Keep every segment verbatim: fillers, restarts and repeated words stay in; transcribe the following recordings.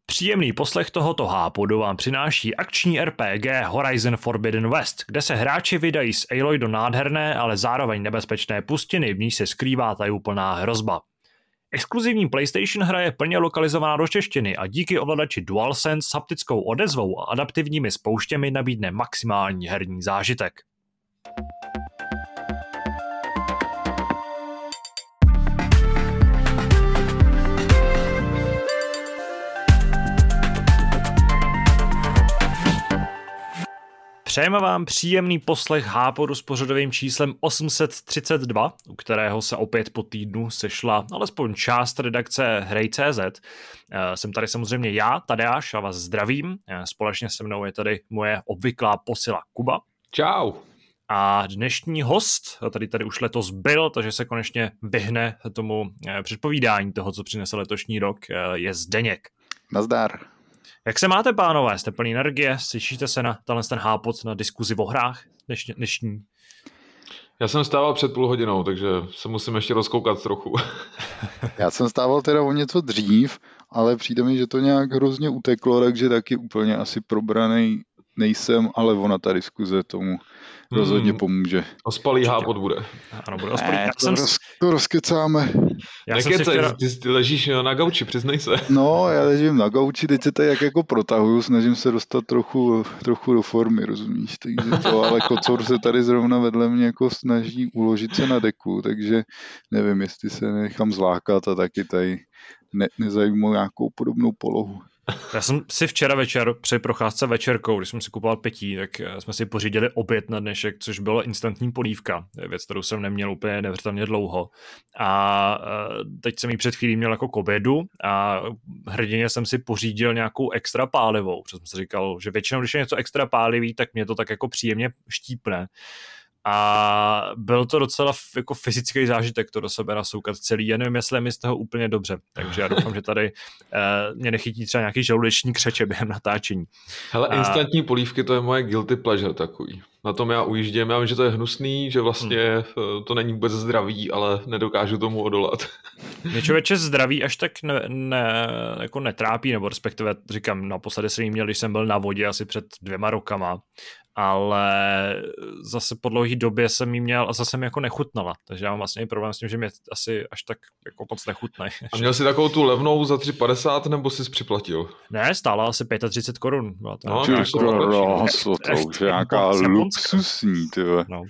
Příjemný poslech tohoto hápodu vám přináší akční R P G Horizon Forbidden West, kde se hráči vydají s Aloy do nádherné, ale zároveň nebezpečné pustiny, v níž se skrývá tajuplná hrozba. Exkluzivní PlayStation hra je plně lokalizovaná do češtiny a díky ovladači DualSense s haptickou odezvou a adaptivními spouštěmi nabídne maximální herní zážitek. Přejeme vám příjemný poslech hápodu s pořadovým číslem osm set třicet dva, u kterého se opět po týdnu sešla alespoň část redakce Hrej tečka cé zet. Jsem tady samozřejmě já, Tadeáš, a vás zdravím. Společně se mnou je tady moje obvyklá posila Kuba. Čau. A dnešní host, tady tady už letos byl, takže se konečně vyhne tomu předpovídání toho, co přinese letošní rok, je Zdeněk. Nazdar. Jak se máte, pánové? Jste plný energie? Slyšíte se na tenhle ten hápot, na diskuzi o hrách dnešní? dnešní? Já jsem stával před půl hodinou, takže se musím ještě rozkoukat trochu. Já jsem stával teda o něco dřív, ale přijde mi, že to nějak hrozně uteklo, takže taky úplně asi probranej nejsem, ale ona ta diskuze tomu rozhodně pomůže. Ospalý hápot bude. Ano, bude ospalý. Ne, Já to, jsem... roz, to rozkecáme. Nekecaj, včera... ty, ty ležíš na gauči, přiznej se. No, já ležím na gauči, teď se tady jak jako protahuju, snažím se dostat trochu, trochu do formy, rozumíš? Takže to, ale Kocour se tady zrovna vedle mě jako snaží uložit se na deku, takže nevím, jestli se nechám zlákat a taky tady ne, nezajmu nějakou podobnou polohu. Já jsem si včera večer při procházce večerkou, když jsem si kupoval pití, tak jsme si pořídili oběd na dnešek, což bylo instantní polívka. Věc, kterou jsem neměl úplně neuvěřitelně dlouho. A teď jsem ji před chvílí měl jako k obědu a hrdině jsem si pořídil nějakou extra pálivou. Protože jsem si říkal, že většinou, když je něco extra pálivý, tak mě to tak jako příjemně štípne. A byl to docela jako fyzický zážitek to do sebe nasoukat celý. Já nevím, jestli je mi z toho úplně dobře. Takže já doufám, že tady uh, mě nechytí třeba nějaký žaludeční křeče během natáčení. Hele, instantní polívky, to je moje guilty pleasure takový. Na tom já ujíždím. Já vím, že to je hnusný, že vlastně hmm. to není vůbec zdravý, ale nedokážu tomu odolat. Mě člověče zdraví až tak ne, ne, jako netrápí, nebo respektive říkám, naposledy jsem jí měl, když jsem byl na vodě asi před dvěma rokama, ale zase po dlouhý době jsem jí měl a zase mi jako nechutnala, takže já mám vlastně problém s tím, že mě asi až tak jako moc nechutnej. A měl jsi takovou tu levnou za tři padesát nebo jsi připlatil? Ne, stála asi třicet pět korun. No, to už je nějaká luxusní, tyhle. No.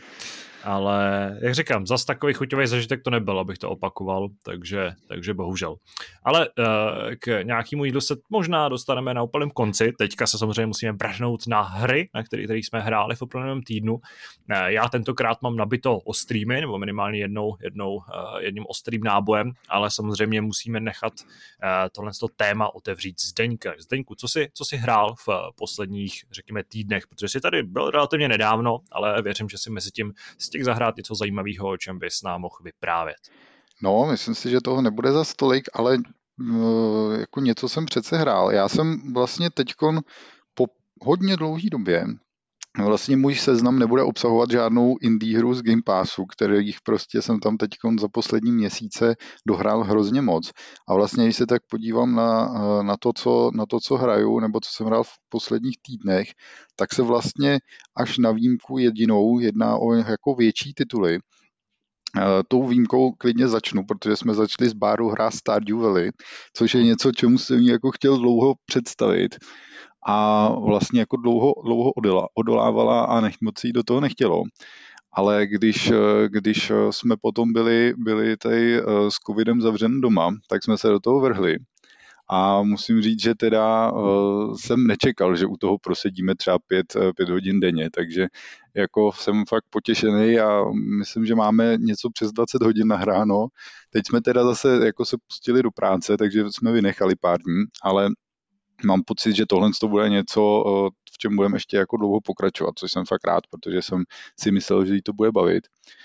Ale jak říkám, zas takový chuťový zažitek to nebyl, abych to opakoval, takže, takže bohužel. Ale uh, k nějakému jídlu se možná dostaneme na úplném konci. Teďka se samozřejmě musíme vrhnout na hry, na který, který jsme hráli v uplynulém týdnu. Uh, já tentokrát mám nabito ostrými, nebo minimálně jednou, jednou uh, jedním ostrým nábojem, ale samozřejmě musíme nechat uh, tohle téma otevřít Zdeňka. Zdeňku, co jsi, co jsi hrál v uh, posledních, řekněme, týdnech? Protože jsi tady byl relativně nedávno, ale věřím, že si mezi tím z těch zahrát něco zajímavého, o čem bys nám mohl vyprávět. No, myslím si, že toho nebude za stolik, ale uh, jako něco jsem přece hrál. Já jsem vlastně teďkon po hodně dlouhý době, vlastně můj seznam nebude obsahovat žádnou indie hru z Game Passu, kterých prostě jsem tam teďkon za poslední měsíce dohrál hrozně moc. A vlastně, když se tak podívám na, na, to, co, na to, co hraju, nebo co jsem hrál v posledních týdnech, tak se vlastně až na výjimku jedinou jedná o jako větší tituly. Tou výjimkou klidně začnu, protože jsme začali z báru hrát Stardew Valley, což je něco, čemu jsem jako chtěl dlouho představit a vlastně jako dlouho, dlouho odolávala a nech, moc jí do toho nechtělo. Ale když, když jsme potom byli, byli tady s covidem zavřen doma, tak jsme se do toho vrhli. A musím říct, že teda uh, jsem nečekal, že u toho prosedíme třeba pět, pět hodin denně, takže jako jsem fakt potěšený a myslím, že máme něco přes dvacet hodin nahráno. Teď jsme teda zase jako se pustili do práce, takže jsme vynechali pár dní, ale mám pocit, že tohle to bude něco, uh, v čem budeme ještě jako dlouho pokračovat, což jsem fakt rád, protože jsem si myslel, že jí to bude bavit.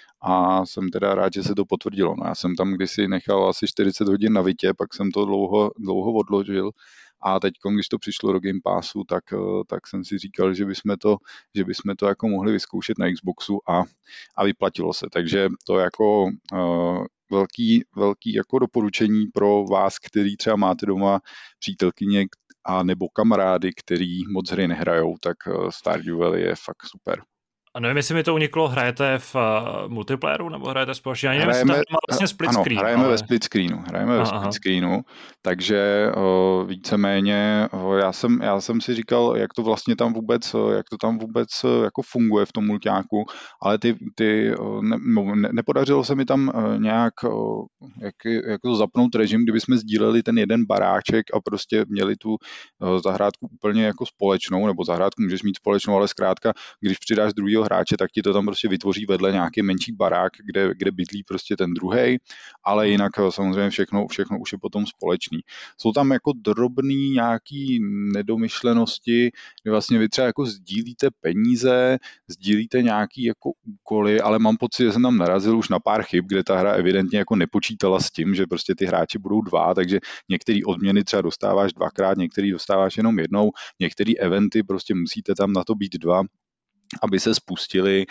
A jsem teda rád, že se to potvrdilo. No, já jsem tam kdysi nechal asi čtyřicet hodin na vitě, pak jsem to dlouho, dlouho odložil a teď, když to přišlo do Game Passu, tak, tak jsem si říkal, že bychom to, že bychom to jako mohli vyzkoušet na Xboxu a, a vyplatilo se. Takže to jako uh, velký, velký jako doporučení pro vás, který třeba máte doma přítelkyně, a nebo kamarády, který moc hry nehrajou, tak Stardew Valley je fakt super. A nevím, jestli mi to uniklo, hrajete v uh, multiplayeru nebo hrajete společně? Já nevím, hrajeme, jestli to má vlastně split ano, screen. hrajeme ale... ve split screenu, hrajeme aha, ve split screenu, takže uh, víceméně uh, já, jsem, já jsem si říkal, jak to vlastně tam vůbec, uh, jak to tam vůbec uh, jako funguje v tom mulťáku, ale ty, ty uh, ne, ne, nepodařilo se mi tam uh, nějak uh, jak, jak to zapnout režim, kdyby jsme sdíleli ten jeden baráček a prostě měli tu uh, zahrádku úplně jako společnou, nebo zahrádku můžeš mít společnou, ale zkrátka, když přidáš druhýho hráče, tak ti to tam prostě vytvoří vedle nějaký menší barák, kde, kde bydlí prostě ten druhej, ale jinak samozřejmě všechno, všechno už je potom společný. Jsou tam jako drobný nějaký nedomyšlenosti, kdy vlastně vy třeba jako sdílíte peníze, sdílíte nějaký jako úkoly, ale mám pocit, že jsem tam narazil už na pár chyb, kde ta hra evidentně jako nepočítala s tím, že prostě ty hráči budou dva, takže některé odměny třeba dostáváš dvakrát, některý dostáváš jenom jednou, některé eventy prostě musíte tam na to být dva, aby se spustili.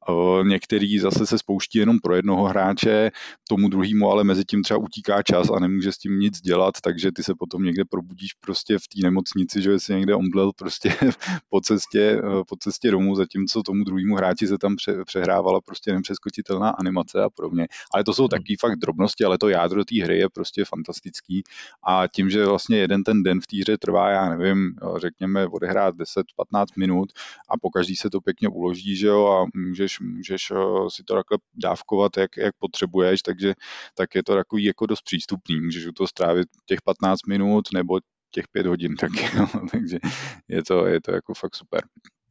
Některý zase se spouští jenom pro jednoho hráče, tomu druhému ale mezi tím třeba utíká čas a nemůže s tím nic dělat, takže ty se potom někde probudíš prostě v té nemocnici, že jsi někde omdlel prostě po cestě, po cestě domů, zatímco tomu druhému hráči se tam pře, přehrávala prostě nepřeskočitelná animace a podobně. Ale to jsou taky fakt drobnosti, ale to jádro té hry je prostě fantastický a tím, že vlastně jeden ten den v té hře trvá, já nevím, řekněme odehrát deset patnáct minut a po každý se to pěkně uloží, že jo, a můžeš, můžeš si to takhle dávkovat, jak, jak potřebuješ, takže tak je to takový jako dost přístupný. Můžeš u toho strávit těch patnáct minut nebo těch pět hodin taky, no, takže je to, je to jako fakt super.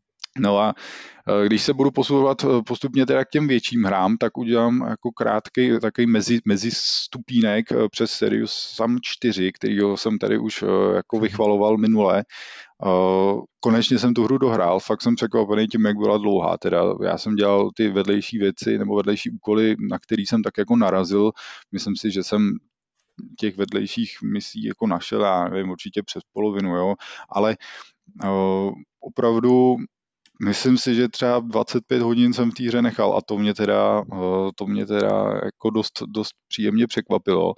No a když se budu posouvat postupně teda k těm větším hrám, tak udělám jako krátký takový mezi, mezi stupínek přes Serious Sam čtyři, kterýho jsem tady už jako vychvaloval minule. Konečně jsem tu hru dohrál, fakt jsem překvapený tím, jak byla dlouhá. Teda já jsem dělal ty vedlejší věci nebo vedlejší úkoly, na který jsem tak jako narazil. Myslím si, že jsem těch vedlejších misí jako našel, já nevím, určitě přes polovinu, jo, ale opravdu myslím si, že třeba dvacet pět hodin jsem v té hře nechal a to mě teda, to mě teda jako dost, dost příjemně překvapilo.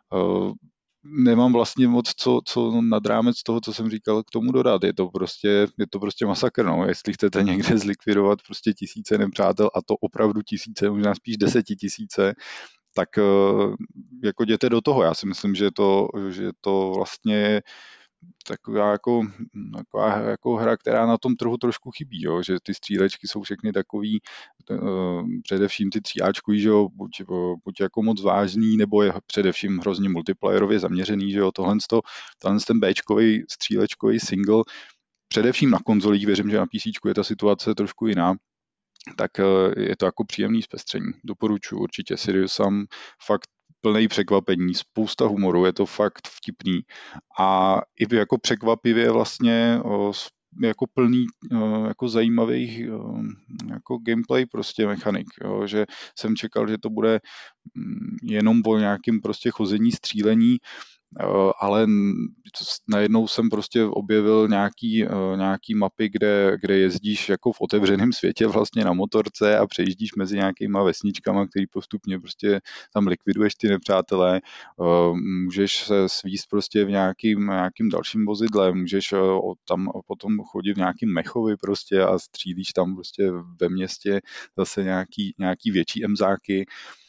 Nemám vlastně moc co, co nad rámec toho, co jsem říkal, k tomu dodat. Je to prostě, je to prostě masakr, no. Jestli chcete někde zlikvidovat prostě tisíce nepřátel a to opravdu tisíce, možná spíš desetitisíce, tak jako jděte do toho. Já si myslím, že to, že to vlastně taková jako, taková jako hra, která na tom trhu trošku chybí, jo? Že ty střílečky jsou všechny takový, uh, především ty tříáčkový, že jo? Buď, buď jako moc vážný, nebo je především hrozně multiplayerově zaměřený, že jo? Tohle, to, tohle ten Bčkový střílečkový single, především na konzolích, věřím, že na PCčku je ta situace trošku jiná, tak je to jako příjemný zpestření. Doporučuji určitě. Serious Sam fakt plný překvapení, spousta humoru, je to fakt vtipný a i jako překvapivě vlastně jako plný jako zajímavých jako gameplay prostě mechanik, jo, že jsem čekal, že to bude jenom o nějakým prostě chození, střílení, ale najednou jsem prostě objevil nějaký, nějaký mapy, kde, kde jezdíš jako v otevřeném světě vlastně na motorce a přejíždíš mezi nějakýma vesničkama, který postupně prostě tam likviduješ ty nepřátelé, můžeš se svíst prostě v nějakým, nějakým dalším vozidle, můžeš tam potom chodit v nějakým mechovi prostě a střílíš tam prostě ve městě zase nějaký, nějaký větší emzáky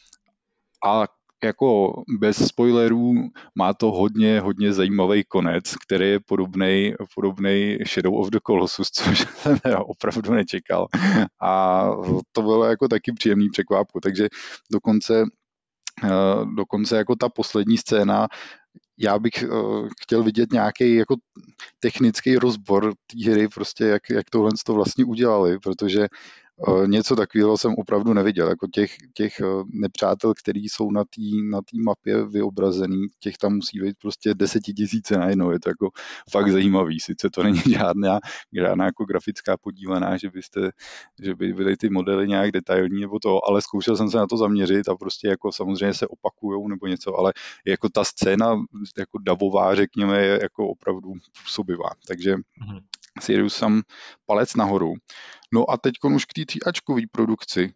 a jako bez spoilerů má to hodně, hodně zajímavý konec, který je podobnej, podobnej Shadow of the Colossus, což jsem opravdu nečekal. A to bylo jako taky příjemný překvápku, takže dokonce, dokonce jako ta poslední scéna, já bych uh, chtěl vidět nějaký jako technický rozbor té hry, prostě jak, jak tohle to vlastně udělali, protože uh, něco takového jsem opravdu neviděl, jako těch, těch uh, nepřátel, který jsou na té na té mapě vyobrazený, těch tam musí být prostě desetitisíce najednou, je to jako fakt zajímavý, sice to není žádná, žádná jako grafická podílená, že byste, že by byly ty modely nějak detailní nebo to, ale zkoušel jsem se na to zaměřit a prostě jako samozřejmě se opakujou nebo něco, ale jako ta scéna jako davová, řekněme, je jako opravdu působivá, takže mm-hmm. Serious Sam palec nahoru. No a teď už k té tříáčkový produkci.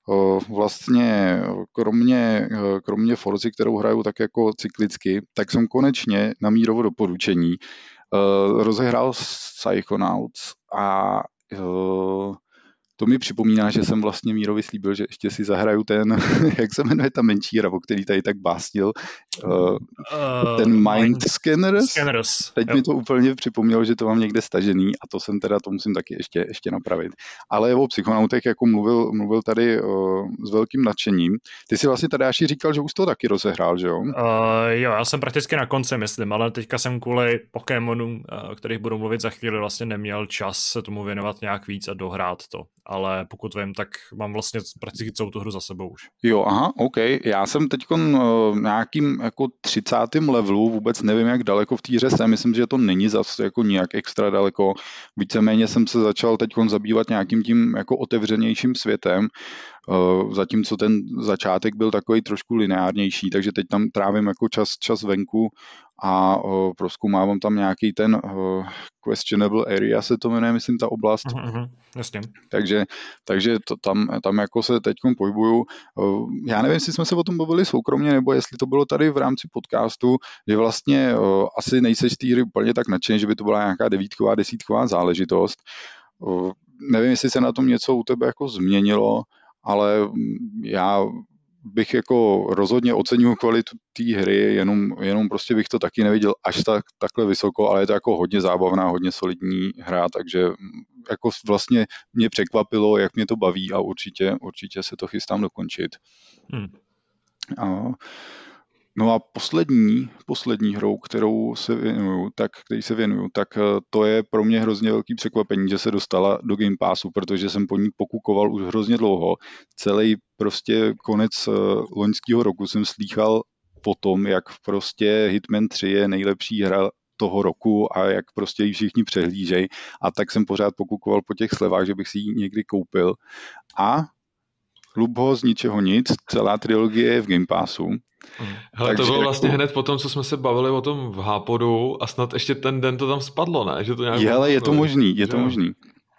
Vlastně kromě, kromě Forzy, kterou hraju tak jako cyklicky, tak jsem konečně na Mírovo doporučení uh, rozehrál Psychonauts a uh, to mi připomíná, že jsem vlastně Mírovi slíbil, že ještě si zahraju ten, jak se jmenuje ta menší hra, o který tady tak básnil, uh, ten Uh, Mind Mind Scanners. Scanners. Teď jo. mi to úplně připomnělo, že to mám někde stažený a to jsem teda, to musím taky ještě, ještě napravit. Ale o Psychonautech jako mluvil, mluvil tady uh, s velkým nadšením. Ty si vlastně Tadáši říkal, že už to taky rozehrál, že jo? Uh, jo, já jsem prakticky na konci, myslím, ale teďka jsem kvůli Pokémonům, o kterých budu mluvit za chvíli, vlastně neměl čas se tomu věnovat nějak víc a dohrát to. Ale pokud vím, tak mám vlastně prakticky celou tu hru za sebou už. Jo, aha, OK. Já jsem teď uh, nějakým jako třicátým levelu, vůbec nevím, jak daleko v té hře jsem, myslím, že to není zase jako nějak extra daleko. Víceméně jsem se začal teď zabývat nějakým tím jako otevřenějším světem, uh, zatímco ten začátek byl takový trošku lineárnější, takže teď tam trávím jako čas, čas venku a uh, prozkoumávám tam nějaký ten uh, questionable area se to jmenuje, myslím, ta oblast. Uh-huh, jasně. Takže, takže to tam, tam jako se teď pohybuju. Uh, já nevím, jestli jsme se o tom bavili soukromně, nebo jestli to bylo tady v rámci podcastu, že vlastně uh, asi nejseš té hry úplně tak nadšený, že by to byla nějaká devítková, desítková záležitost. Uh, nevím, jestli se na tom něco u tebe jako změnilo, ale já bych jako rozhodně ocenil kvalitu té hry, jenom, jenom prostě bych to taky neviděl až tak, takhle vysoko, ale je to jako hodně zábavná, hodně solidní hra, takže jako vlastně mě překvapilo, jak mě to baví a určitě, určitě se to chystám dokončit. Hmm. A, no a poslední, poslední hrou, kterou se věnuju, tak, který se věnuju, tak to je pro mě hrozně velký překvapení, že se dostala do Game Passu, protože jsem po ní pokukoval už hrozně dlouho. Celý prostě konec loňského roku jsem slýchal po tom, jak prostě Hitman tři je nejlepší hra toho roku a jak prostě ji všichni přehlížejí. A tak jsem pořád pokukoval po těch slevách, že bych si ji někdy koupil. A Lubho z ničeho nic, celá trilogie je v Game Passu. Hele, to bylo vlastně jako... hned po tom, co jsme se bavili o tom v Hápodu a snad ještě ten den to tam spadlo, ne? Že to nějak Hele, je to možný, je to možný.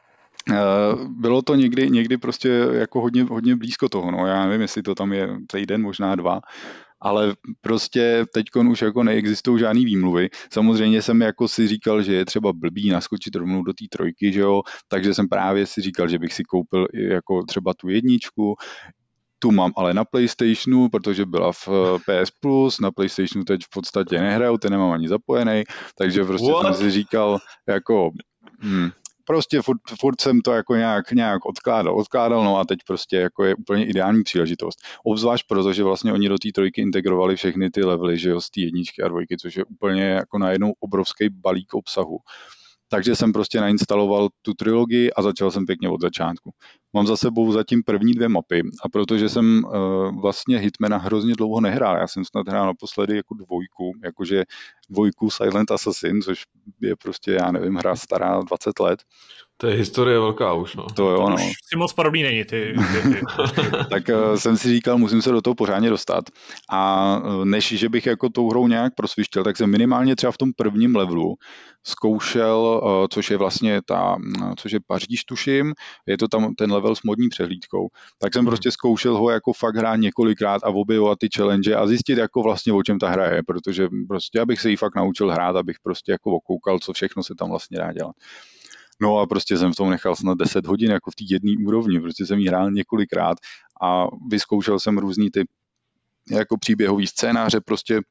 Bylo to někdy, někdy prostě jako hodně, hodně blízko toho, no. Já nevím, jestli to tam je týden, možná dva, ale prostě teďkon už jako neexistují žádný výmluvy. Samozřejmě jsem jako si říkal, že je třeba blbý naskočit rovnou do té trojky, že jo, takže jsem právě si říkal, že bych si koupil jako třeba tu jedničku. Tu mám ale na PlayStationu, protože byla v P S Plus, na PlayStationu teď v podstatě nehraju, ten nemám ani zapojený, takže prostě What? jsem si říkal, jako, hm, prostě furt, furt jsem to jako nějak, nějak odkládal, odkládal, no a teď prostě jako je úplně ideální příležitost. Obzvlášť proto, že vlastně oni do té trojky integrovali všechny ty levely, že jo, z té jedničky a dvojky, což je úplně jako najednou obrovský balík obsahu. Takže jsem prostě nainstaloval tu trilogii a začal jsem pěkně od začátku. Mám za sebou zatím první dvě mapy a protože jsem uh, vlastně Hitmana hrozně dlouho nehrál, já jsem snad hrál naposledy jako dvojku, jakože dvojku Silent Assassin, což je prostě, já nevím, hra stará dvacet let. To je historie velká už, no. To jo, no. Už si moc podobný není, ty. ty, ty. Tak uh, jsem si říkal, musím se do toho pořádně dostat. A uh, než, že bych jako tou hrou nějak prosvištěl, tak jsem minimálně třeba v tom prvním levelu zkoušel, uh, což je vlastně ta, uh, což je Paříž, tuším, je to tam ten level s modní přehlídkou. Tak jsem hmm. prostě zkoušel ho jako fakt hrát několikrát a objevovat ty challenge a zjistit jako vlastně o čem ta hra je, protože prostě abych se jí fakt naučil hrát, abych prostě jako okoukal, co všechno se tam vlastně dá dělat. No a prostě jsem v tom nechal snad deset hodin jako v té jedné úrovni, prostě jsem jí hrál několikrát a vyzkoušel jsem různý ty jako příběhový scénáře, prostě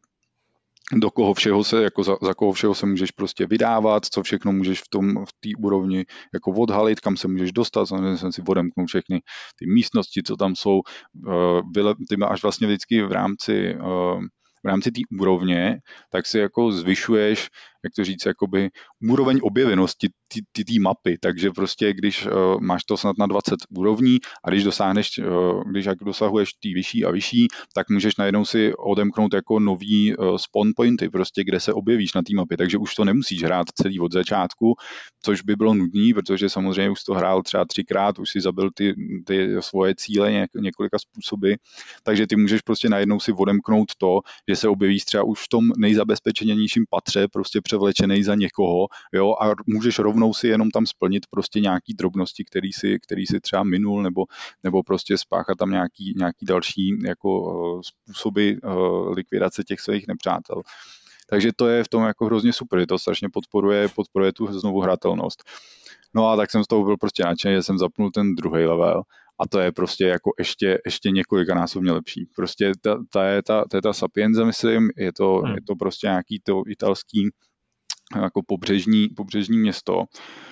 do koho všeho se, jako za, za koho všeho se můžeš prostě vydávat, co všechno můžeš v tom, v té úrovni jako odhalit, kam se můžeš dostat, samozřejmě jsem si odemknul všechny ty místnosti, co tam jsou, ty máš vlastně vždycky v rámci v rámci té úrovně, tak si jako zvyšuješ, jak to říct, jakoby úroveň objevenosti té mapy, takže prostě když uh, máš to snad na dvacet úrovní a když dosáhneš, uh, když jak dosahuješ ty vyšší a vyšší, tak můžeš najednou si odemknout jako nový uh, spawn pointy, prostě kde se objevíš na té mapě, takže už to nemusíš hrát celý od začátku, což by bylo nudný, protože samozřejmě už to hrál třeba třikrát, už si zabil ty, ty svoje cíle něk, několika způsoby, takže ty můžeš prostě najednou si odemknout to, že se objevíš třeba už v tom nejzabezpečenějším patře, prostě převlečenej za někoho, jo, a můžeš rovnou si jenom tam splnit prostě nějaký drobnosti, který si, který si třeba minul, nebo, nebo prostě spáchat tam nějaký, nějaký další jako uh, způsoby uh, likvidace těch svých nepřátel. Takže to je v tom jako hrozně super, to strašně podporuje, podporuje tu znovu hratelnost. No a tak jsem z toho byl prostě nadšený, že jsem zapnul ten druhý level a to je prostě jako ještě, ještě několikanásobně lepší. Prostě ta, ta, je, ta, ta je ta Sapienza, myslím, je to, hmm. je to prostě nějaký to italský jako pobřežní, pobřežní město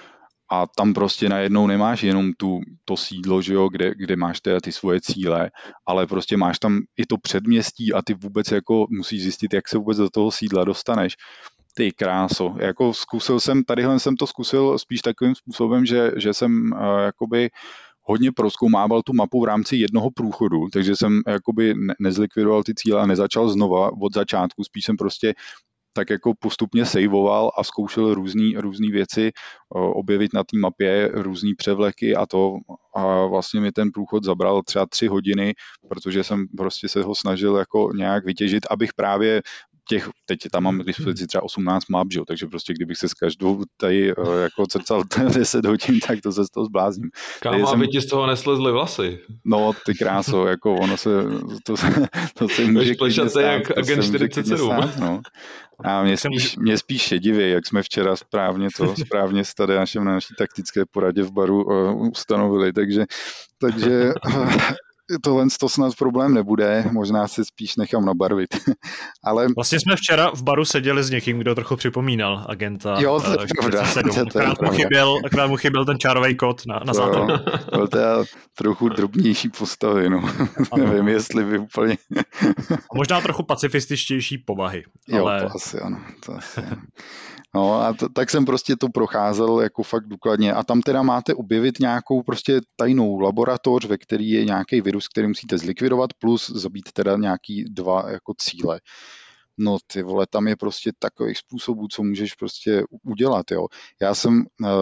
a tam prostě najednou nemáš jenom tu, to sídlo, že jo, kde, kde máš teda ty svoje cíle, ale prostě máš tam i to předměstí a ty vůbec jako musíš zjistit, jak se vůbec do toho sídla dostaneš. Ty kráso, jako zkusil jsem, tadyhle jsem to zkusil spíš takovým způsobem, že, že jsem uh, jakoby hodně prozkoumával tu mapu v rámci jednoho průchodu, takže jsem jakoby ne- nezlikvidoval ty cíle a nezačal znova od začátku, spíš jsem prostě tak jako postupně saveoval a zkoušel různý, různý věci objevit na té mapě, různý převleky a to a vlastně mi ten průchod zabral třeba tři hodiny, protože jsem prostě se ho snažil jako nějak vytěžit, abych právě těch, teď tam mám k dispozici třeba osmnáct map, že? Takže prostě kdybych se s každou tady jako crcal deset hodin, tak to se z toho zblázním. Kámo, aby ti z toho neslezly vlasy. No, ty kráso, jako ono se, to, to se může klidně stát. Jak Agent čtyřicet sedm. Stát, no. A mě spíš, mě spíš šedivě, jak jsme včera správně to, správně s tady našem, na naší taktické poradě v baru uh, ustanovili, takže, takže uh, tohle to snad problém nebude, možná se spíš nechám nabarvit. Ale... Vlastně jsme včera v baru seděli s někým, kdo trochu připomínal agenta. Jo, to je pravda. Akorát mu chyběl, akorát mu chyběl ten čárový kód na, na zátok. Byl to trochu drobnější postavy, no. Nevím, jestli by úplně... A možná trochu pacifističtější povahy. Ale... Jo, to asi ano. To asi ano. No a t- tak jsem prostě to procházel jako fakt důkladně a tam teda máte objevit nějakou prostě tajnou laboratoř, ve který je nějaký virus, který musíte zlikvidovat, plus zabít teda nějaký dva jako cíle. No ty vole, tam je prostě takových způsobů, co můžeš prostě udělat, jo. Já jsem,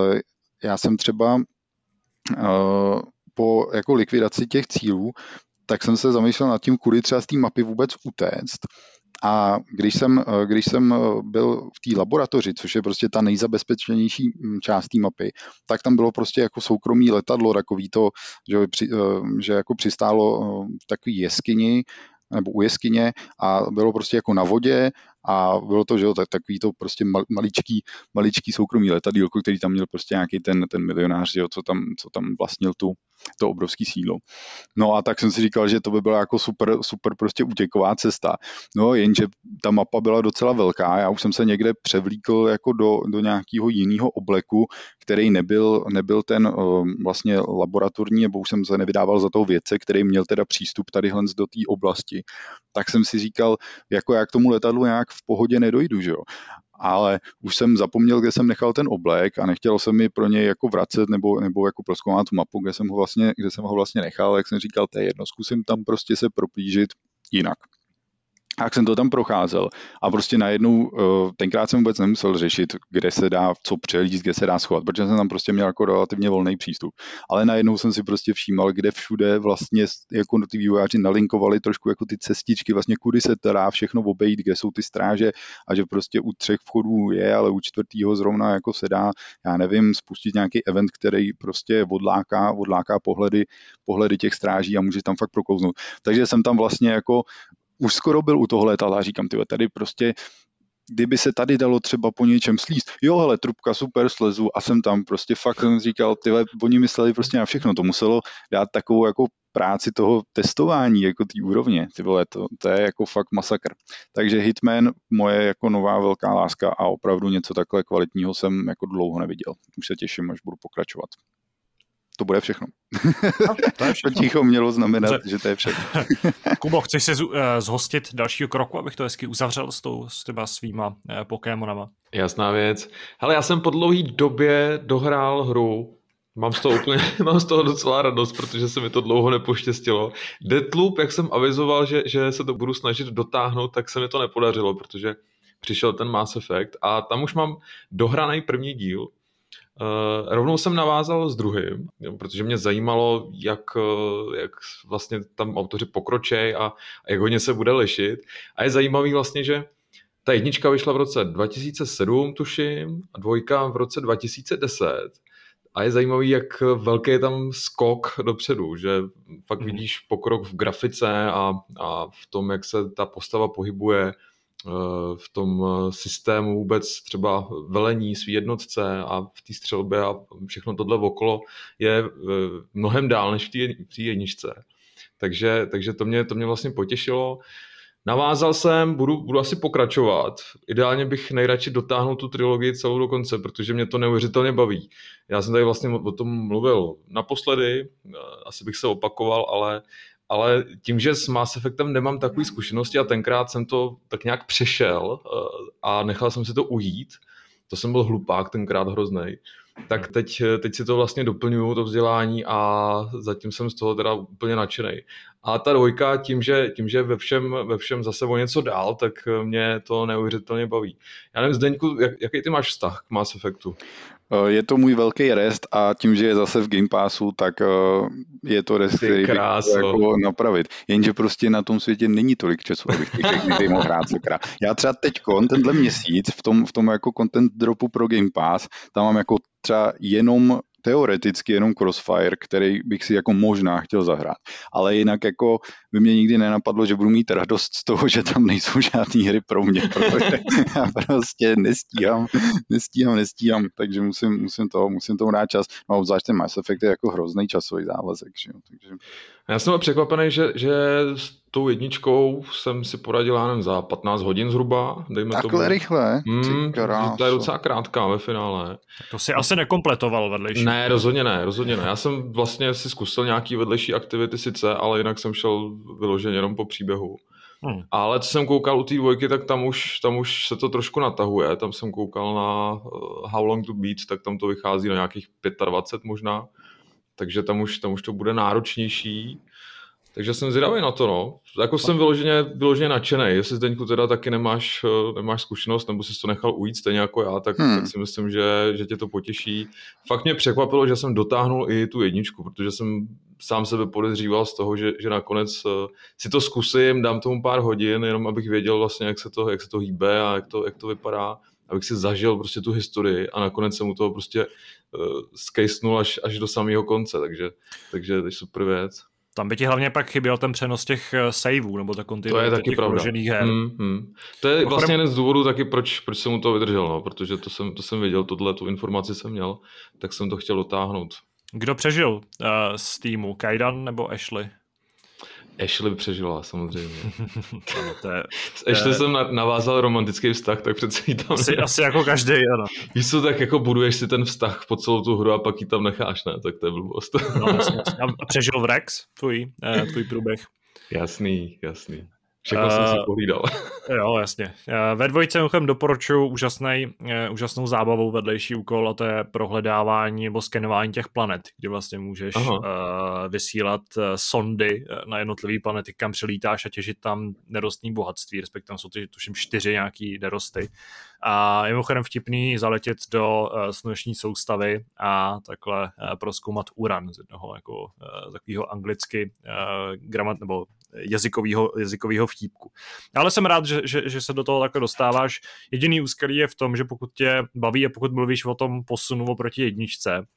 já jsem třeba po jako likvidaci těch cílů, tak jsem se zamýšlel nad tím, kudy třeba z té mapy vůbec utéct. A když jsem, když jsem byl v té laboratoři, což je prostě ta nejzabezpečenější část té mapy, tak tam bylo prostě jako soukromý letadlo, takový to, že, při, že jako přistálo v takový jeskyni, nebo u jeskyně a bylo prostě jako na vodě a bylo to, že jo, tak, takový to prostě maličký, maličký soukromý letadýlko, který tam měl prostě nějaký ten, ten milionář, že jo, co tam, co tam vlastnil tu, to obrovský sídlo. No a tak jsem si říkal, že to by byla jako super, super prostě útěková cesta. No jenže ta mapa byla docela velká, já už jsem se někde převlíkl jako do, do nějakého jiného obleku, který nebyl, nebyl ten uh, vlastně laboratorní, nebo už jsem se nevydával za toho vědce, který měl teda přístup tadyhle do té oblasti. Tak jsem si říkal, jako já k tomu letadlu nějak v pohodě nedojdu, že jo. Ale už jsem zapomněl, kde jsem nechal ten oblek a nechtěl jsem mi pro něj jako vracet nebo, nebo jako prozkoumat tu mapu, kde jsem ho vlastně, kde jsem ho vlastně nechal, jak jsem říkal, to je jedno, zkusím tam prostě se proplížit jinak. A jak jsem to tam procházel a prostě najednou, tenkrát jsem vůbec nemusel řešit, kde se dá co přelíst, kde se dá schovat, protože jsem tam prostě měl jako relativně volný přístup. Ale najednou jsem si prostě všímal, kde všude vlastně jako ty vývojáři nalinkovali trošku jako ty cestičky, vlastně kudy se to dá všechno obejít, kde jsou ty stráže a že prostě u třech vchodů je, ale u čtvrtýho zrovna jako se dá, já nevím, spustit nějaký event, který prostě odláká, odláká pohledy, pohledy těch stráží a může tam fakt proklouznout. Takže jsem tam vlastně jako už skoro byl u toho letadla a říkám, tyhle, tady prostě, kdyby se tady dalo třeba po něčem slíst, jo, hele, trubka, super, slezu a jsem tam prostě fakt jsem říkal, tyhle, oni mysleli prostě na všechno, to muselo dát takovou jako práci toho testování, jako té úrovně, ty vole, to, to je jako fakt masakr. Takže Hitman, moje jako nová velká láska a opravdu něco takhle kvalitního jsem jako dlouho neviděl. Už se těším, až budu pokračovat. To bude všechno. No, to je všechno. Ticho mělo znamenat, Dobře. Že to je všechno. Kubo, chceš se zhostit dalšího kroku, abych to hezky uzavřel s, tou, s těma svýma eh, Pokémonama? Jasná věc. Hele, já jsem po dlouhý době dohrál hru. Mám z toho úplně, mám z toho docela radost, protože se mi to dlouho nepoštěstilo. Deathloop, jak jsem avizoval, že, že se to budu snažit dotáhnout, tak se mi to nepodařilo, protože přišel ten Mass Effect a tam už mám dohraný první díl. Uh, rovnou jsem navázal s druhým, protože mě zajímalo, jak, jak vlastně tam autoři pokročej a, a jak hodně se bude lišit. A je zajímavý vlastně, že ta jednička vyšla v roce dva tisíce sedm, tuším, a dvojka v roce dva tisíce deset. A je zajímavý, jak velký je tam skok dopředu, že fakt vidíš pokrok v grafice a, a v tom, jak se ta postava pohybuje, v tom systému vůbec třeba velení svý jednotce a v té střelbě a všechno tohle okolo je mnohem dál než v té jedničce. Takže, takže to, mě, to mě vlastně potěšilo. Navázal jsem, budu, budu asi pokračovat. Ideálně bych nejradši dotáhnul tu trilogii celou do konce, protože mě to neuvěřitelně baví. Já jsem tady vlastně o tom mluvil naposledy, asi bych se opakoval, ale, ale tím, že s Mass Effectem nemám takové zkušenosti a tenkrát jsem to tak nějak přešel a nechal jsem si to ujít, to jsem byl hlupák tenkrát hroznej, tak teď, teď si to vlastně doplňuju, to vzdělání a zatím jsem z toho teda úplně nadšenej. A ta dvojka tím, že, tím, že ve všem, ve všem zase o něco dál, tak mě to neuvěřitelně baví. Já nevím, Zdeňku, jak, jaký ty máš vztah k Mass Effectu? Je to můj velký rest a tím, že je zase v Game Passu, tak je to rest, který bych jako napravit. Jenže prostě na tom světě není tolik času, abych ty všechny hry mohl hrát sakra. Já třeba teďkon, tenhle měsíc, v tom, v tom jako content dropu pro Game Pass, tam mám jako třeba jenom teoreticky jenom Crossfire, který bych si jako možná chtěl zahrát. Ale jinak jako by mě nikdy nenapadlo, že budu mít radost z toho, že tam nejsou žádný hry pro mě, protože já prostě nestíhám, nestíhám, nestíhám, takže musím, musím toho, musím tomu dát čas. No a obzvlášť ten Mass Effect je jako hrozný časový závazek, že jo, takže... Já jsem překvapený, že, že s tou jedničkou jsem si poradil, já nevím, za patnáct hodin zhruba, dejme Takhle tomu. rychle? Hmm, to je docela krátká ve finále. To si asi nekompletoval vedlejší. Ne, rozhodně ne, rozhodně ne. Já jsem vlastně si zkusil nějaký vedlejší aktivity sice, ale jinak jsem šel vyloženě jenom po příběhu. Hmm. Ale co jsem koukal u té dvojky, tak tam už, tam už se to trošku natahuje. Tam jsem koukal na uh, How Long to Beat, tak tam to vychází na nějakých dvacet pět možná. Takže tam už, tam už to bude náročnější. Takže jsem zvědavý na to, no. Jako jsem vyloženě, vyloženě nadšenej. Jestli, Zdeňku, teda taky nemáš, nemáš zkušenost, nebo jsi to nechal ujít stejně jako já, tak, hmm. tak si myslím, že, že tě to potěší. Fakt mě překvapilo, že jsem dotáhnul i tu jedničku, protože jsem sám sebe podezříval z toho, že, že nakonec si to zkusím, dám tomu pár hodin, jenom abych věděl vlastně, jak se to, jak se to hýbe a jak to, jak to vypadá, abych si zažil prostě tu historii a nakonec jsem u toho prostě uh, skejsnul až, až do samého konce, takže, takže to je super věc. Tam by ti hlavně pak chyběl ten přenos těch saveů, nebo ta kontinuita těch uložených her. Hmm, hmm. To je vlastně jeden z důvodů taky, proč, proč jsem mu to vydržel, no, protože to jsem, to jsem viděl, tohle, tu informaci jsem měl, tak jsem to chtěl dotáhnout. Kdo přežil uh, z týmu? Kaidan nebo Ashley? Ashley přežila, samozřejmě. Ano, to je, S Ashley je... jsem navázal romantický vztah, tak přece jí tam... Asi, asi jako každý, ano. Víš co, tak jako buduješ si ten vztah po celou tu hru a pak ji tam necháš, ne? Tak to je blbost. No, jasně, jasně. A přežil v Rex tvůj, eh, tvůj průběh? Jasný, jasný. Všechno uh, jsem si pohlídal. Jo, jasně. Ve dvojce mimochodem doporučuji úžasnej, úžasnou zábavou vedlejší úkol, a to je prohledávání nebo skenování těch planet, kde vlastně můžeš uh, vysílat sondy na jednotlivé planety, kam přilítáš a těžit tam nerostný bohatství, respektive tam jsou to, tuším čtyři nějaký nerosty. A je mimochodem vtipný zaletět do uh, sluneční soustavy a takhle uh, prozkoumat uran z jednoho jako uh, takového anglicky uh, gramat nebo jazykového, jazykového vtípku. Ale jsem rád, že, že, že se do toho takhle dostáváš. Jediný úskalí je v tom, že pokud tě baví a pokud mluvíš o tom posunu oproti jedničce,